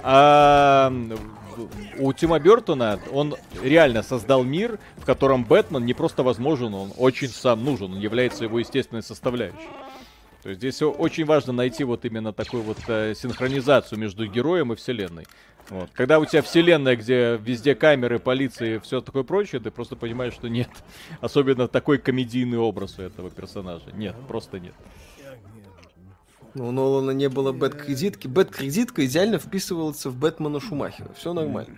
у Тима Бёртона он реально создал мир, в котором Бэтмен не просто возможен, он очень сам нужен, он является его естественной составляющей. То есть здесь очень важно найти вот именно такую вот синхронизацию между героем и вселенной. Вот. Когда у тебя вселенная, где везде камеры, полиция и все такое прочее, ты просто понимаешь, что нет. Особенно такой комедийный образ у этого персонажа. Нет, просто нет. Ну, у Нолана не было бэт-кредитки. Бэт-кредитка идеально вписывается в Бэтмена Шумахера. Все нормально.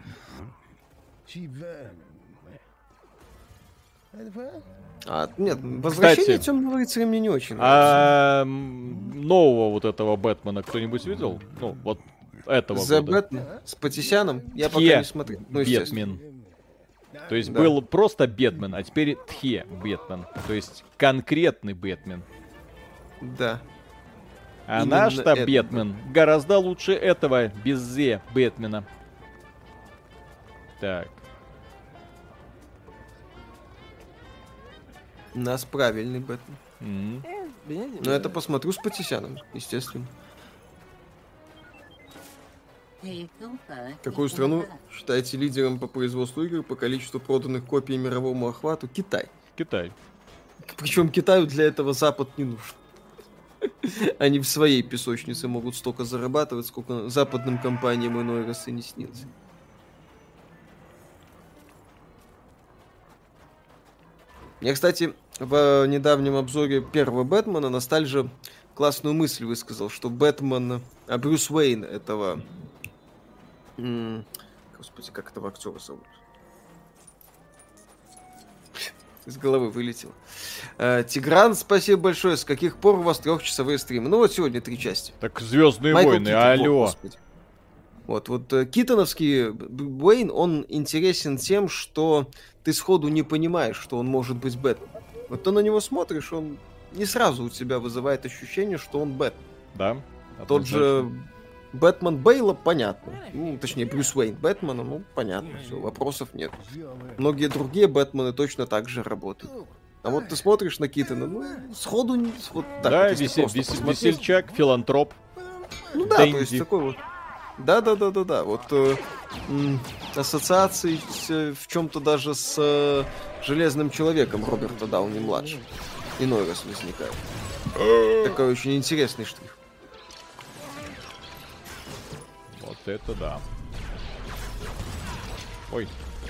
Нет, возвращение Темного рыцаря мне не очень нравится. Нового вот этого Бэтмена кто-нибудь видел? Ну, вот этого The года. Бэтмен с Патисяном? Я пока не смотрел. Ну, Бэтмен. То есть был просто Бэтмен, а теперь Тхе Бэтмен. То есть конкретный Бэтмен. Да. А наш-то Бэтмен гораздо лучше этого без Зе Бэтмена. Так. У нас правильный Бэтмен. Но это посмотрю с Патисяном, естественно. Какую страну считаете лидером по производству игр по количеству проданных копий мировому охвату? Китай. Китай. Причем Китаю для этого Запад не нужен. Они в своей песочнице могут столько зарабатывать, сколько западным компаниям иной раз и не снится. Я, кстати, в недавнем обзоре первого Бэтмена Ностальжа классную мысль высказал, что Бэтмен, Брюс Уэйн этого... Господи, как этого актера зовут? Из головы вылетел. Тигран, спасибо большое. С каких пор у вас 3-часовые стримы? Ну вот сегодня 3 части. Так Звездные войны, алло. Вот Китоновский Уэйн, он интересен тем, что ты сходу не понимаешь, что он может быть Бэтмен. Вот ты на него смотришь, он не сразу у тебя вызывает ощущение, что он Бэтмен. Да. Тот же Бэтмен Бейла, понятно. Ну, точнее, Брюс Уэйн Бэтмена, ну, понятно, все, вопросов нет. Многие другие Бэтмены точно так же работают. А вот ты смотришь на Китона, ну, сходу вот так. Да, вот, весельчак, филантроп. Ну да, то есть такой вот. Да. Вот ассоциации в чем-то даже с Железным Человеком Роберта Дауни-младшим иной раз возникает. Такой очень интересный штрих. Вот это да. Ой.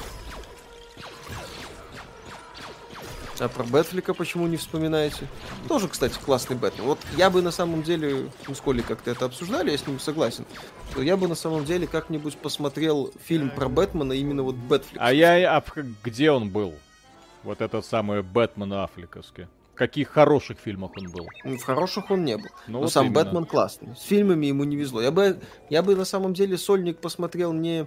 А про Бэтфлика почему не вспоминаете? Тоже, кстати, классный Бэтмен. Вот я бы на самом деле, мы с Колей как-то это обсуждали, я с ним согласен, что я бы на самом деле как-нибудь посмотрел фильм про Бэтмена именно вот Бэтфлик. Где он был? Вот этот самый Бэтмен аффлековский. В каких хороших фильмах он был? В хороших он не был. Но вот сам именно. Бэтмен классный. С фильмами ему не везло. Я бы на самом деле Сольник посмотрел не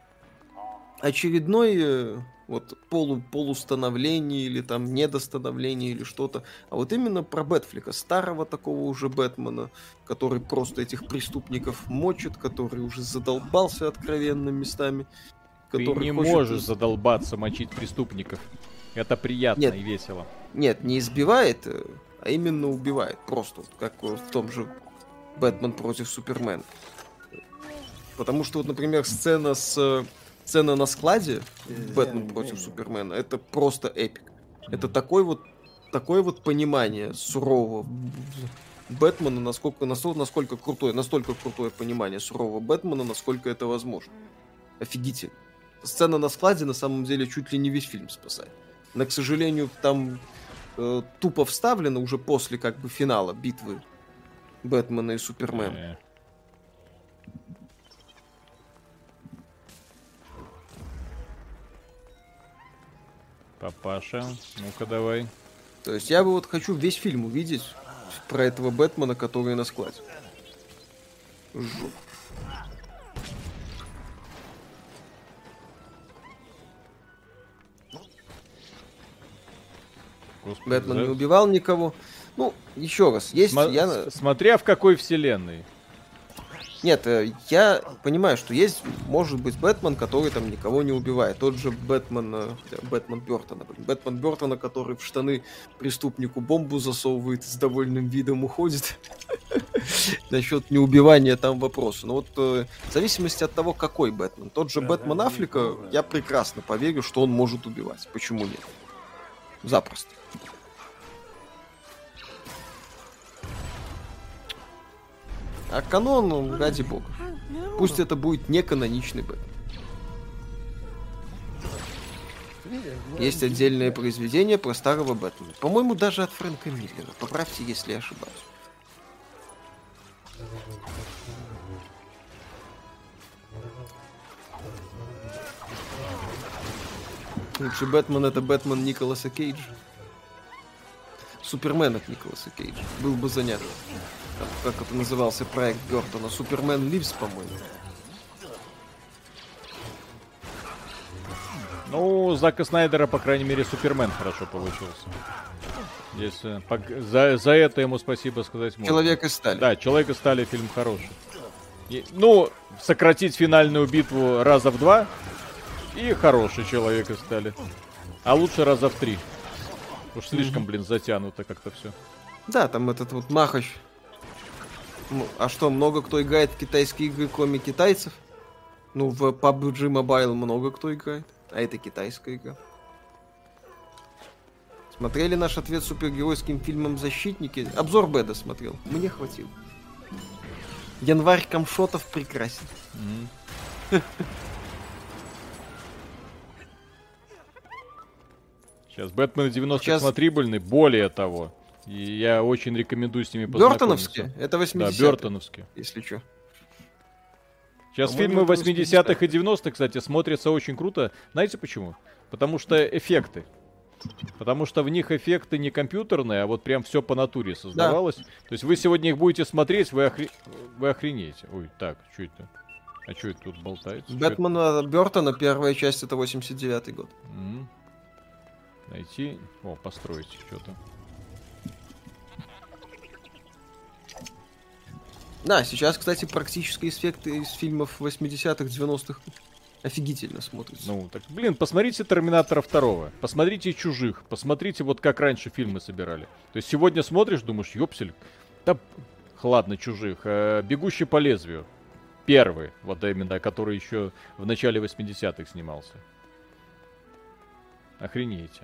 очередной вот полустановление или там недостановление или что-то, а вот именно про Бэтфлика, старого такого уже Бэтмена, который просто этих преступников мочит, который уже задолбался откровенно местами. Ты не можешь задолбаться мочить преступников. Это приятно и весело. Нет, не избивает, а именно убивает. Просто, как в том же Бэтмен против Супермена. Потому что, вот, например, сцена на складе Бэтмен против Супермена, это просто эпик. Это такое вот понимание сурового Бэтмена, насколько крутое, настолько крутое понимание сурового Бэтмена, насколько это возможно. Офигительно. Сцена на складе на самом деле чуть ли не весь фильм спасает. Но, к сожалению, там тупо вставлено уже после как бы финала битвы Бэтмена и Супермена. Папаша, ну-ка давай. То есть я бы вот хочу весь фильм увидеть про этого Бэтмена, который на складе. Жопа. Господи, Бэтмен не убивал никого. Ну, еще раз, есть... Смотря в какой вселенной. Нет, я понимаю, что есть, может быть, Бэтмен, который там никого не убивает. Тот же Бэтмен Бёртона. Бэтмен Бёртона, который в штаны преступнику бомбу засовывает, с довольным видом уходит. Насчет неубивания там вопросы. Но вот в зависимости от того, какой Бэтмен. Тот же Бэтмен Аффлека, я прекрасно поверю, что он может убивать. Почему нет? Запросто. А канон, ради бога. Пусть это будет не каноничный Бэтмен. Есть отдельное произведение про старого Бэтмена. По-моему, даже от Фрэнка Миллера. Поправьте, если я ошибаюсь. Лучший Бэтмен — это Бэтмен Николаса Кейджа. Супермен от Николаса Кейджа. Был бы занят. Как это назывался проект Бёртона? Супермен Ливс, по-моему. Ну, у Зака Снайдера, по крайней мере, Супермен хорошо получился. Если за это ему спасибо сказать можно. Человек из стали. Да, Человек из стали фильм хороший. Ну, сократить финальную битву раза в 2 и хороший Человек из стали. А лучше раза в 3. Уж слишком, затянуто как-то все. Да, там этот вот Махач. А что, много кто играет в китайские игры, кроме китайцев? Ну, в PUBG Mobile много кто играет. А это китайская игра. Смотрели наш ответ супергеройским фильмом «Защитники»? Обзор Бэда смотрел. Мне хватило. Январь Камшотов прекрасен. Сейчас Бэтмен 90-х смотрибельный, более того. И я очень рекомендую с ними познакомиться. Бёртоновские? Это 80-е. Да, Бёртоновские. Если что. Сейчас фильмы 80-х и 90-х, кстати, смотрятся очень круто. Знаете почему? Потому что эффекты. Потому что в них эффекты не компьютерные, а вот прям все по натуре создавалось. Да. То есть вы сегодня их будете смотреть, вы охренеете. Ой, так, что это? А что это тут болтается? Бэтмена Бёртона, первая часть, это 89-й год. Найти... О, построить что-то. Да, сейчас, кстати, практические эффекты из фильмов 80-х, 90-х офигительно смотрятся. Ну, так, блин, посмотрите «Терминатора 2», посмотрите «Чужих», посмотрите вот как раньше фильмы собирали. То есть сегодня смотришь, думаешь, ёпсель, да, ладно, «Чужих», «Бегущий по лезвию», первый, вот именно, который еще в начале 80-х снимался. Охренеете.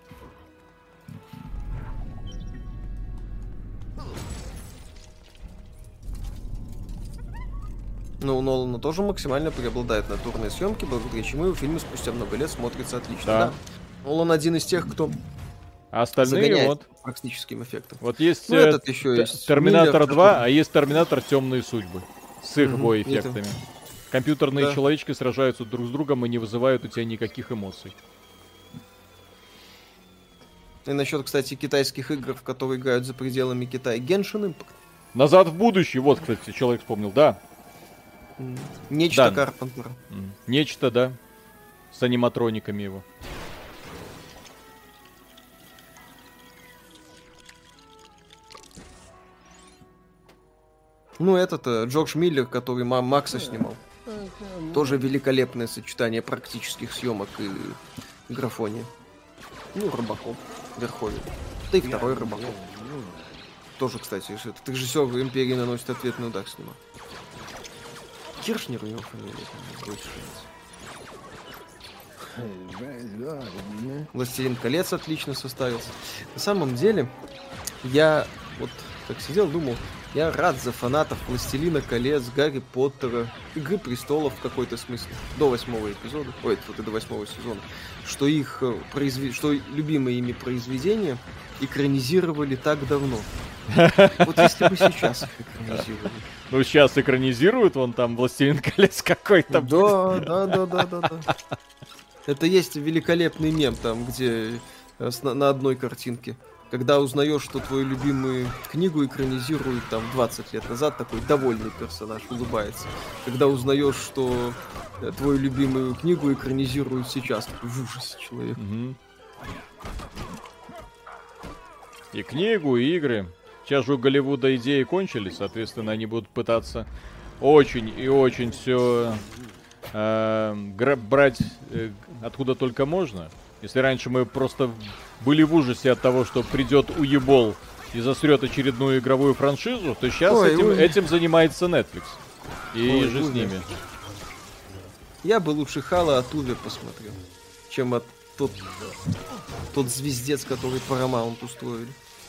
Ну, у Нолана тоже максимально преобладают натурные съемки, благодаря чему фильмы спустя много лет смотрятся отлично. Да. Нолан один из тех, кто а остальные вот практическим эффектом. Вот есть, этот еще есть Терминатор 2, а есть Терминатор Темные судьбы. С их эффектами. Компьютерные человечки сражаются друг с другом и не вызывают у тебя никаких эмоций. И насчет, кстати, китайских игр, в которые играют за пределами Китая. Genshin Impact. Назад в будущее. Вот, кстати, человек вспомнил, да. Нечто Карпентера. Нечто, да. С аниматрониками его. Ну, этот Джордж Миллер, который Макса снимал. Тоже великолепное сочетание практических съемок и графония. Ну, Рыбаков, Верховен. Да и второй Рыбаков. Тоже, кстати, этот режиссер «Империи наносит ответный удар» снимал. Киршнер у него фамилия, там, «Властелин колец» отлично составился. На самом деле, я вот так сидел, думал, я рад за фанатов «Властелина колец», Гарри Поттера, «Игры престолов» в какой-то смысле, до 8-го эпизода, ой, до 8-го сезона, что их что любимые ими произведения экранизировали так давно. Вот если бы сейчас их экранизировали. Ну, сейчас экранизируют, вон там «Властелин колец» какой-то. Да. Это есть великолепный мем там, где на одной картинке. Когда узнаешь, что твою любимую книгу экранизируют там 20 лет назад, такой довольный персонаж улыбается. Когда узнаешь, что твою любимую книгу экранизируют сейчас, такой в ужасе человек. И книгу, и игры. Сейчас же у Голливуда идеи кончились, соответственно, они будут пытаться очень и очень все брать откуда только можно. Если раньше мы просто были в ужасе от того, что придет уебол и засрет очередную игровую франшизу, то сейчас этим занимается Netflix. И же с ними. Я бы лучше Хала от Уве посмотрел, чем от тот звездец, который Paramount устроили.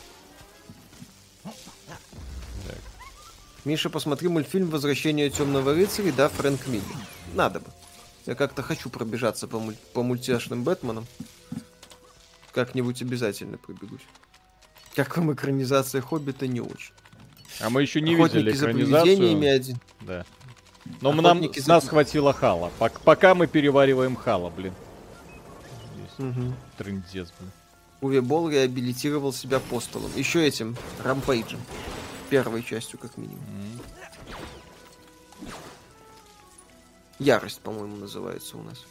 Так. Миша, посмотри мультфильм «Возвращение темного рыцаря», да, Фрэнк Миллер. Надо бы. Я как-то хочу пробежаться по мультяшным Бэтменам. Как-нибудь обязательно пробегусь. Как вам экранизация «Хоббита» не очень. А мы еще не видели экранизацию. Один. Да. Но нас хватило Хала. Пока мы перевариваем Хала, блин. Трындец, блин. Уве Болл реабилитировал себя апостолом. Еще этим Рампейджем. Первой частью, как минимум. Ярость, по-моему, называется у нас.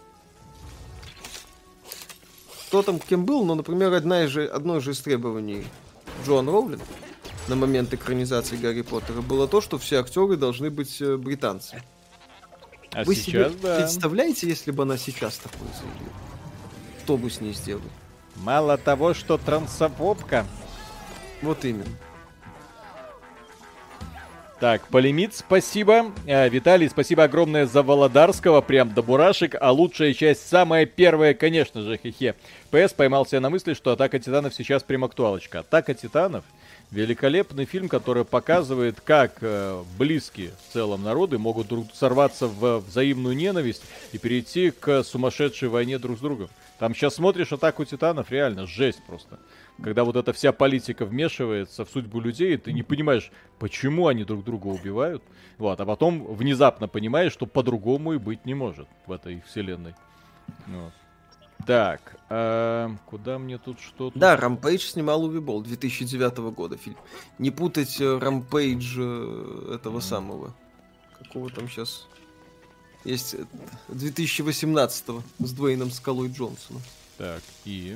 Кто там кем был, но, например, одно же из требований Джоан Роулинг на момент экранизации Гарри Поттера было то, что все актеры должны быть британцы. А вы сейчас, себе представляете, если бы она сейчас такое заявила? Что бы с ней сделали? Мало того, что трансофобка. Вот именно. Так, Полемит, спасибо. Виталий, спасибо огромное за Володарского, прям до мурашек. А лучшая часть, самая первая, конечно же, хе-хе. ПС поймал себя на мысли, что «Атака Титанов» сейчас прям актуалочка. «Атака Титанов» — великолепный фильм, который показывает, как близкие в целом народы могут сорваться в взаимную ненависть и перейти к сумасшедшей войне друг с другом. Там сейчас смотришь «Атаку Титанов», реально жесть просто. Когда вот эта вся политика вмешивается в судьбу людей, ты не понимаешь, почему они друг друга убивают. Вот, а потом внезапно понимаешь, что по-другому и быть не может в этой вселенной. Вот. Так, куда мне тут что-то... Да, Рампейдж снимал Уви Болл 2009 года фильм. Не путать Рампейдж этого самого. Какого там сейчас... Есть 2018 с Дуэйном Скалой Джонсоном. Так, и...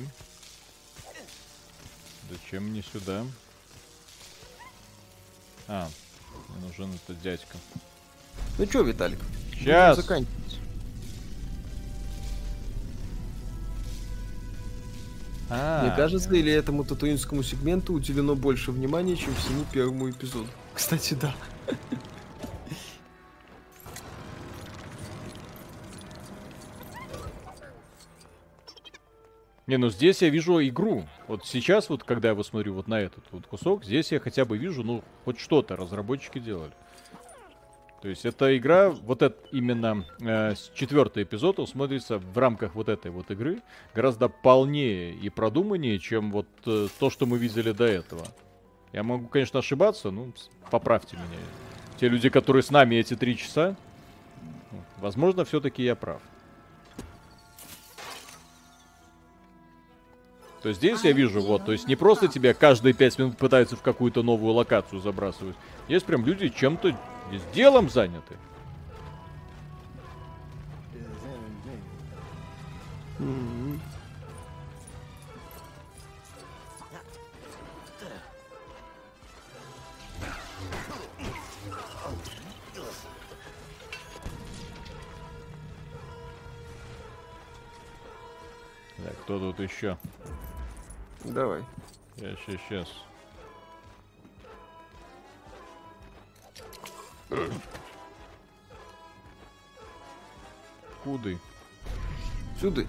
Зачем мне сюда? Мне нужен этот дядька. Ну чё, Виталик? Сейчас. Мне кажется, или этому татуинскому сегменту уделено больше внимания, чем всему первому эпизоду. Кстати, да. Не, ну здесь я вижу игру. Вот сейчас, вот когда я смотрю вот на этот вот кусок, здесь я хотя бы вижу, ну, хоть что-то разработчики делали. То есть эта игра, вот это именно 4-й эпизод, он смотрится в рамках вот этой вот игры гораздо полнее и продуманнее, чем вот то, что мы видели до этого. Я могу, конечно, ошибаться, ну, поправьте меня. Те люди, которые с нами эти 3 часа, возможно, все-таки я прав. То есть здесь я вижу, вот, то есть не просто тебя каждые 5 минут пытаются в какую-то новую локацию забрасывать. Есть прям люди чем-то, с делом заняты. Так, кто тут еще? Давай. Сейчас. Куды? Сюда.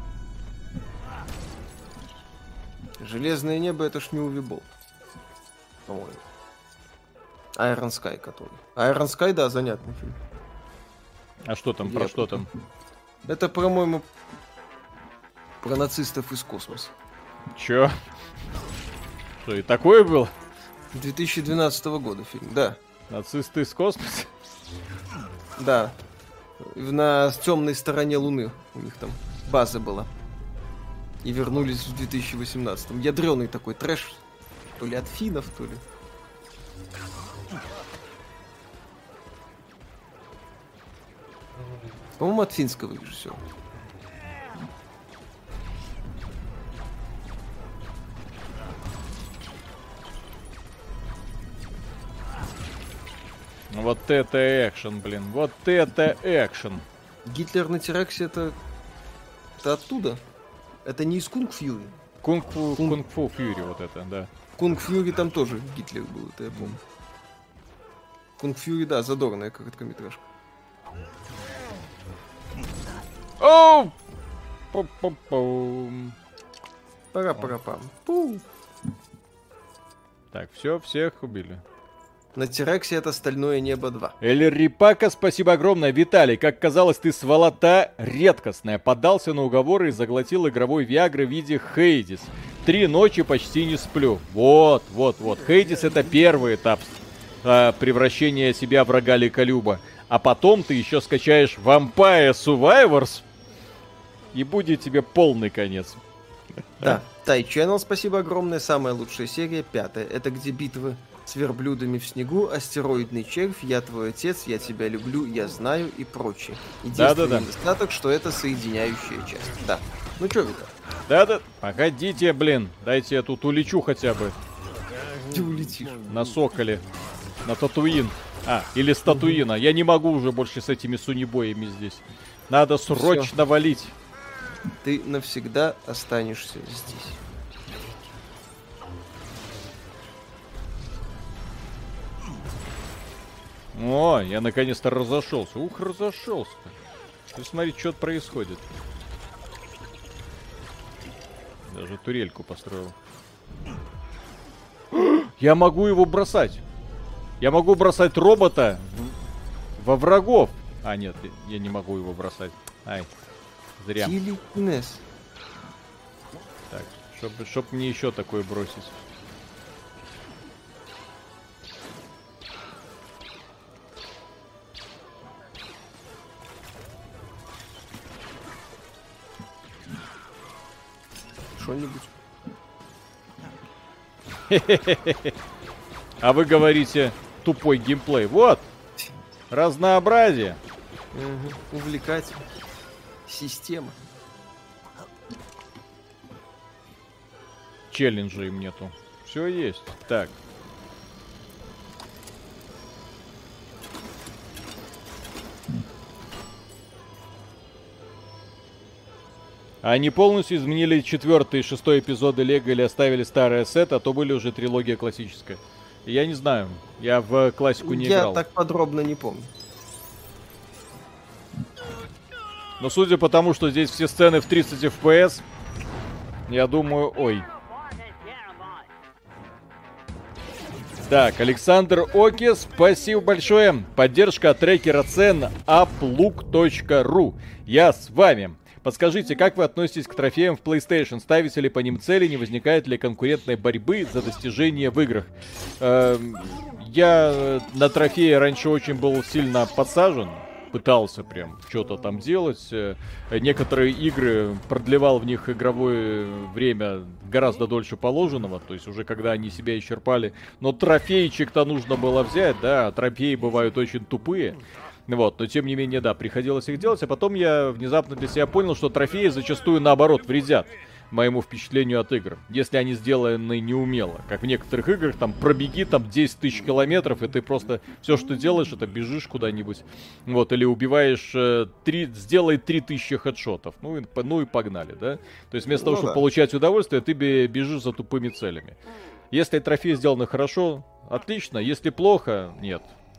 Железное небо — это ж не Уви Болл, по-моему. Iron Sky, который. Iron Sky, да, занятный фильм. А что там, про что там? Это, по-моему, про нацистов из космоса. Чё? Что, и такое было? 2012 года фильм, да. Нацисты из космоса? Да. На темной стороне Луны у них там база была. И вернулись в 2018-м. Ядреный такой трэш. То ли от финнов, то ли... По-моему, от финского режиссера. Вот это экшен, блин. Вот это экшен. Гитлер на Тераксе — это оттуда. Это не из Кунг Фьюри. Кунг-фу Фьюри вот это, да. Кунг Фьюри там тоже Гитлер был, это я помню. Кунг Фьюри, да, задорная короткометражка. Оу! Пара-пара-пам. Так, все, всех убили. На Тераксе это «Стальное небо 2». Эль Рипака, спасибо огромное. Виталий, как казалось, ты сволота редкостная. Поддался на уговоры и заглотил игровой Виагры в виде Хейдис. 3 ночи почти не сплю. Вот. Хейдис — это первый этап превращения себя в врага Ликолюба. А потом ты еще скачаешь Vampire Survivors, и будет тебе полный конец. Да, Тай Channel, спасибо огромное. Самая лучшая серия, 5-я. Это где битвы с верблюдами в снегу, астероидный червь, я твой отец, я тебя люблю, я знаю и прочее. Единственный недостаток, что это соединяющая часть. Да. Ну чё, Виталий? Да. Погодите, блин. Дайте я тут улечу хотя бы. Ты улетишь. На Соколе. На Татуин. Или с Татуина. Я не могу уже больше с этими сунибоями здесь. Надо срочно валить. Ты навсегда останешься здесь. О, я наконец-то разошелся. Ух, разошелся-то. Ты смотри, что происходит. Даже турельку построил. Я могу его бросать. Я могу бросать робота во врагов. А, нет, я не могу его бросать. Ай, зря. Телекинез. Так, чтоб мне еще такое бросить. Что-нибудь. А вы говорите, тупой геймплей. Вот, разнообразие. Угу. Увлекательно. Система. Челленджей им нету. Все есть. Так. Они полностью изменили 4-й и 6-й эпизоды Лего или оставили старый ассет, а то были уже трилогия классическая. Я не знаю, я в классику не играл. Я так подробно не помню. Но судя по тому, что здесь все сцены в 30 FPS, я думаю, ой. Так, Александр Оки, спасибо большое. Поддержка от трекера цен upluk.ru. Я с вами. Подскажите, как вы относитесь к трофеям в PlayStation? Ставите ли по ним цели? Не возникает ли конкурентной борьбы за достижения в играх? Я на трофеи раньше очень был сильно подсажен. Пытался прям что-то там делать. Некоторые игры продлевал в них игровое время гораздо дольше положенного. То есть уже когда они себя исчерпали. Но трофейчик-то нужно было взять, да. Трофеи бывают очень тупые. Вот, но тем не менее, да, приходилось их делать. А потом я внезапно для себя понял, что трофеи зачастую наоборот вредят моему впечатлению от игр, если они сделаны неумело. Как в некоторых играх, там, пробеги там 10 тысяч километров, и ты просто все, что делаешь, это бежишь куда-нибудь, вот, или убиваешь, сделай 3000 хедшотов, ну и погнали, да? То есть вместо того, чтобы получать удовольствие, ты бежишь за тупыми целями. Если трофеи сделаны хорошо, отлично, если плохо, нет.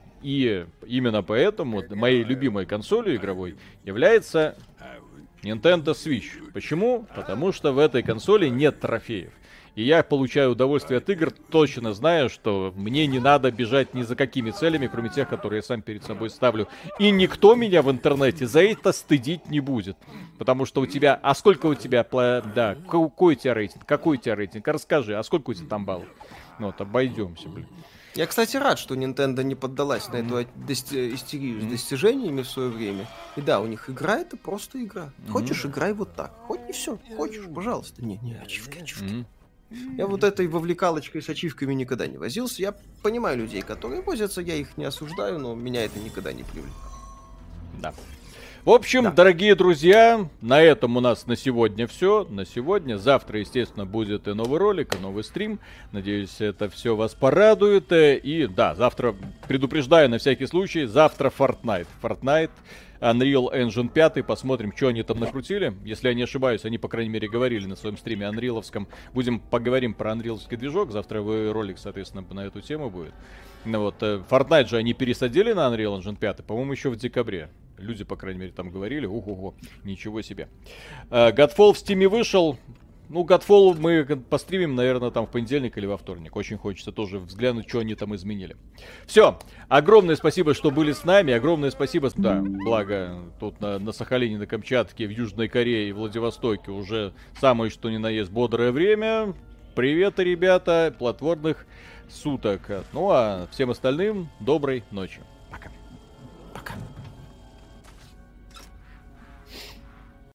И именно поэтому моей любимой консолью игровой является Nintendo Switch. Почему? Потому что в этой консоли нет трофеев. И я получаю удовольствие от игр, точно зная, что мне не надо бежать ни за какими целями, кроме тех, которые я сам перед собой ставлю. И никто меня в интернете за это стыдить не будет. Потому что у тебя... А сколько у тебя... Да, какой у тебя рейтинг? Какой у тебя рейтинг? Расскажи, а сколько у тебя там баллов? Ну вот, обойдемся, блин. Я, кстати, рад, что Nintendo не поддалась на эту истерию с достижениями в свое время. И да, у них игра — это просто игра. Хочешь, играй вот так. Хоть и все. Хочешь, пожалуйста. Не, ачивки. Я вот этой вовлекалочкой с ачивками никогда не возился. Я понимаю людей, которые возятся, я их не осуждаю, но меня это никогда не привлекало. Да. В общем, дорогие друзья, на этом у нас на сегодня все. На сегодня. Завтра, естественно, будет и новый ролик, и новый стрим. Надеюсь, это все вас порадует. И да, завтра, предупреждаю на всякий случай, завтра Fortnite. Fortnite, Unreal Engine 5. Посмотрим, что они там накрутили. Если я не ошибаюсь, они, по крайней мере, говорили на своем стриме анриловском. Поговорим про анриловский движок. Завтра ролик, соответственно, на эту тему будет. Ну вот, Fortnite же они пересадили на Unreal Engine 5, по-моему, еще в декабре. Люди, по крайней мере, там говорили, ого-го, ничего себе. Godfall в Steam вышел. Ну, Godfall мы постримим, наверное, там в понедельник или во вторник. Очень хочется тоже взглянуть, что они там изменили. Все, огромное спасибо, что были с нами. Огромное спасибо, да, благо тут на Сахалине, на Камчатке, в Южной Корее и Владивостоке уже самое что ни на есть бодрое время. Привет, ребята, плодотворных суток. Ну а всем остальным доброй ночи.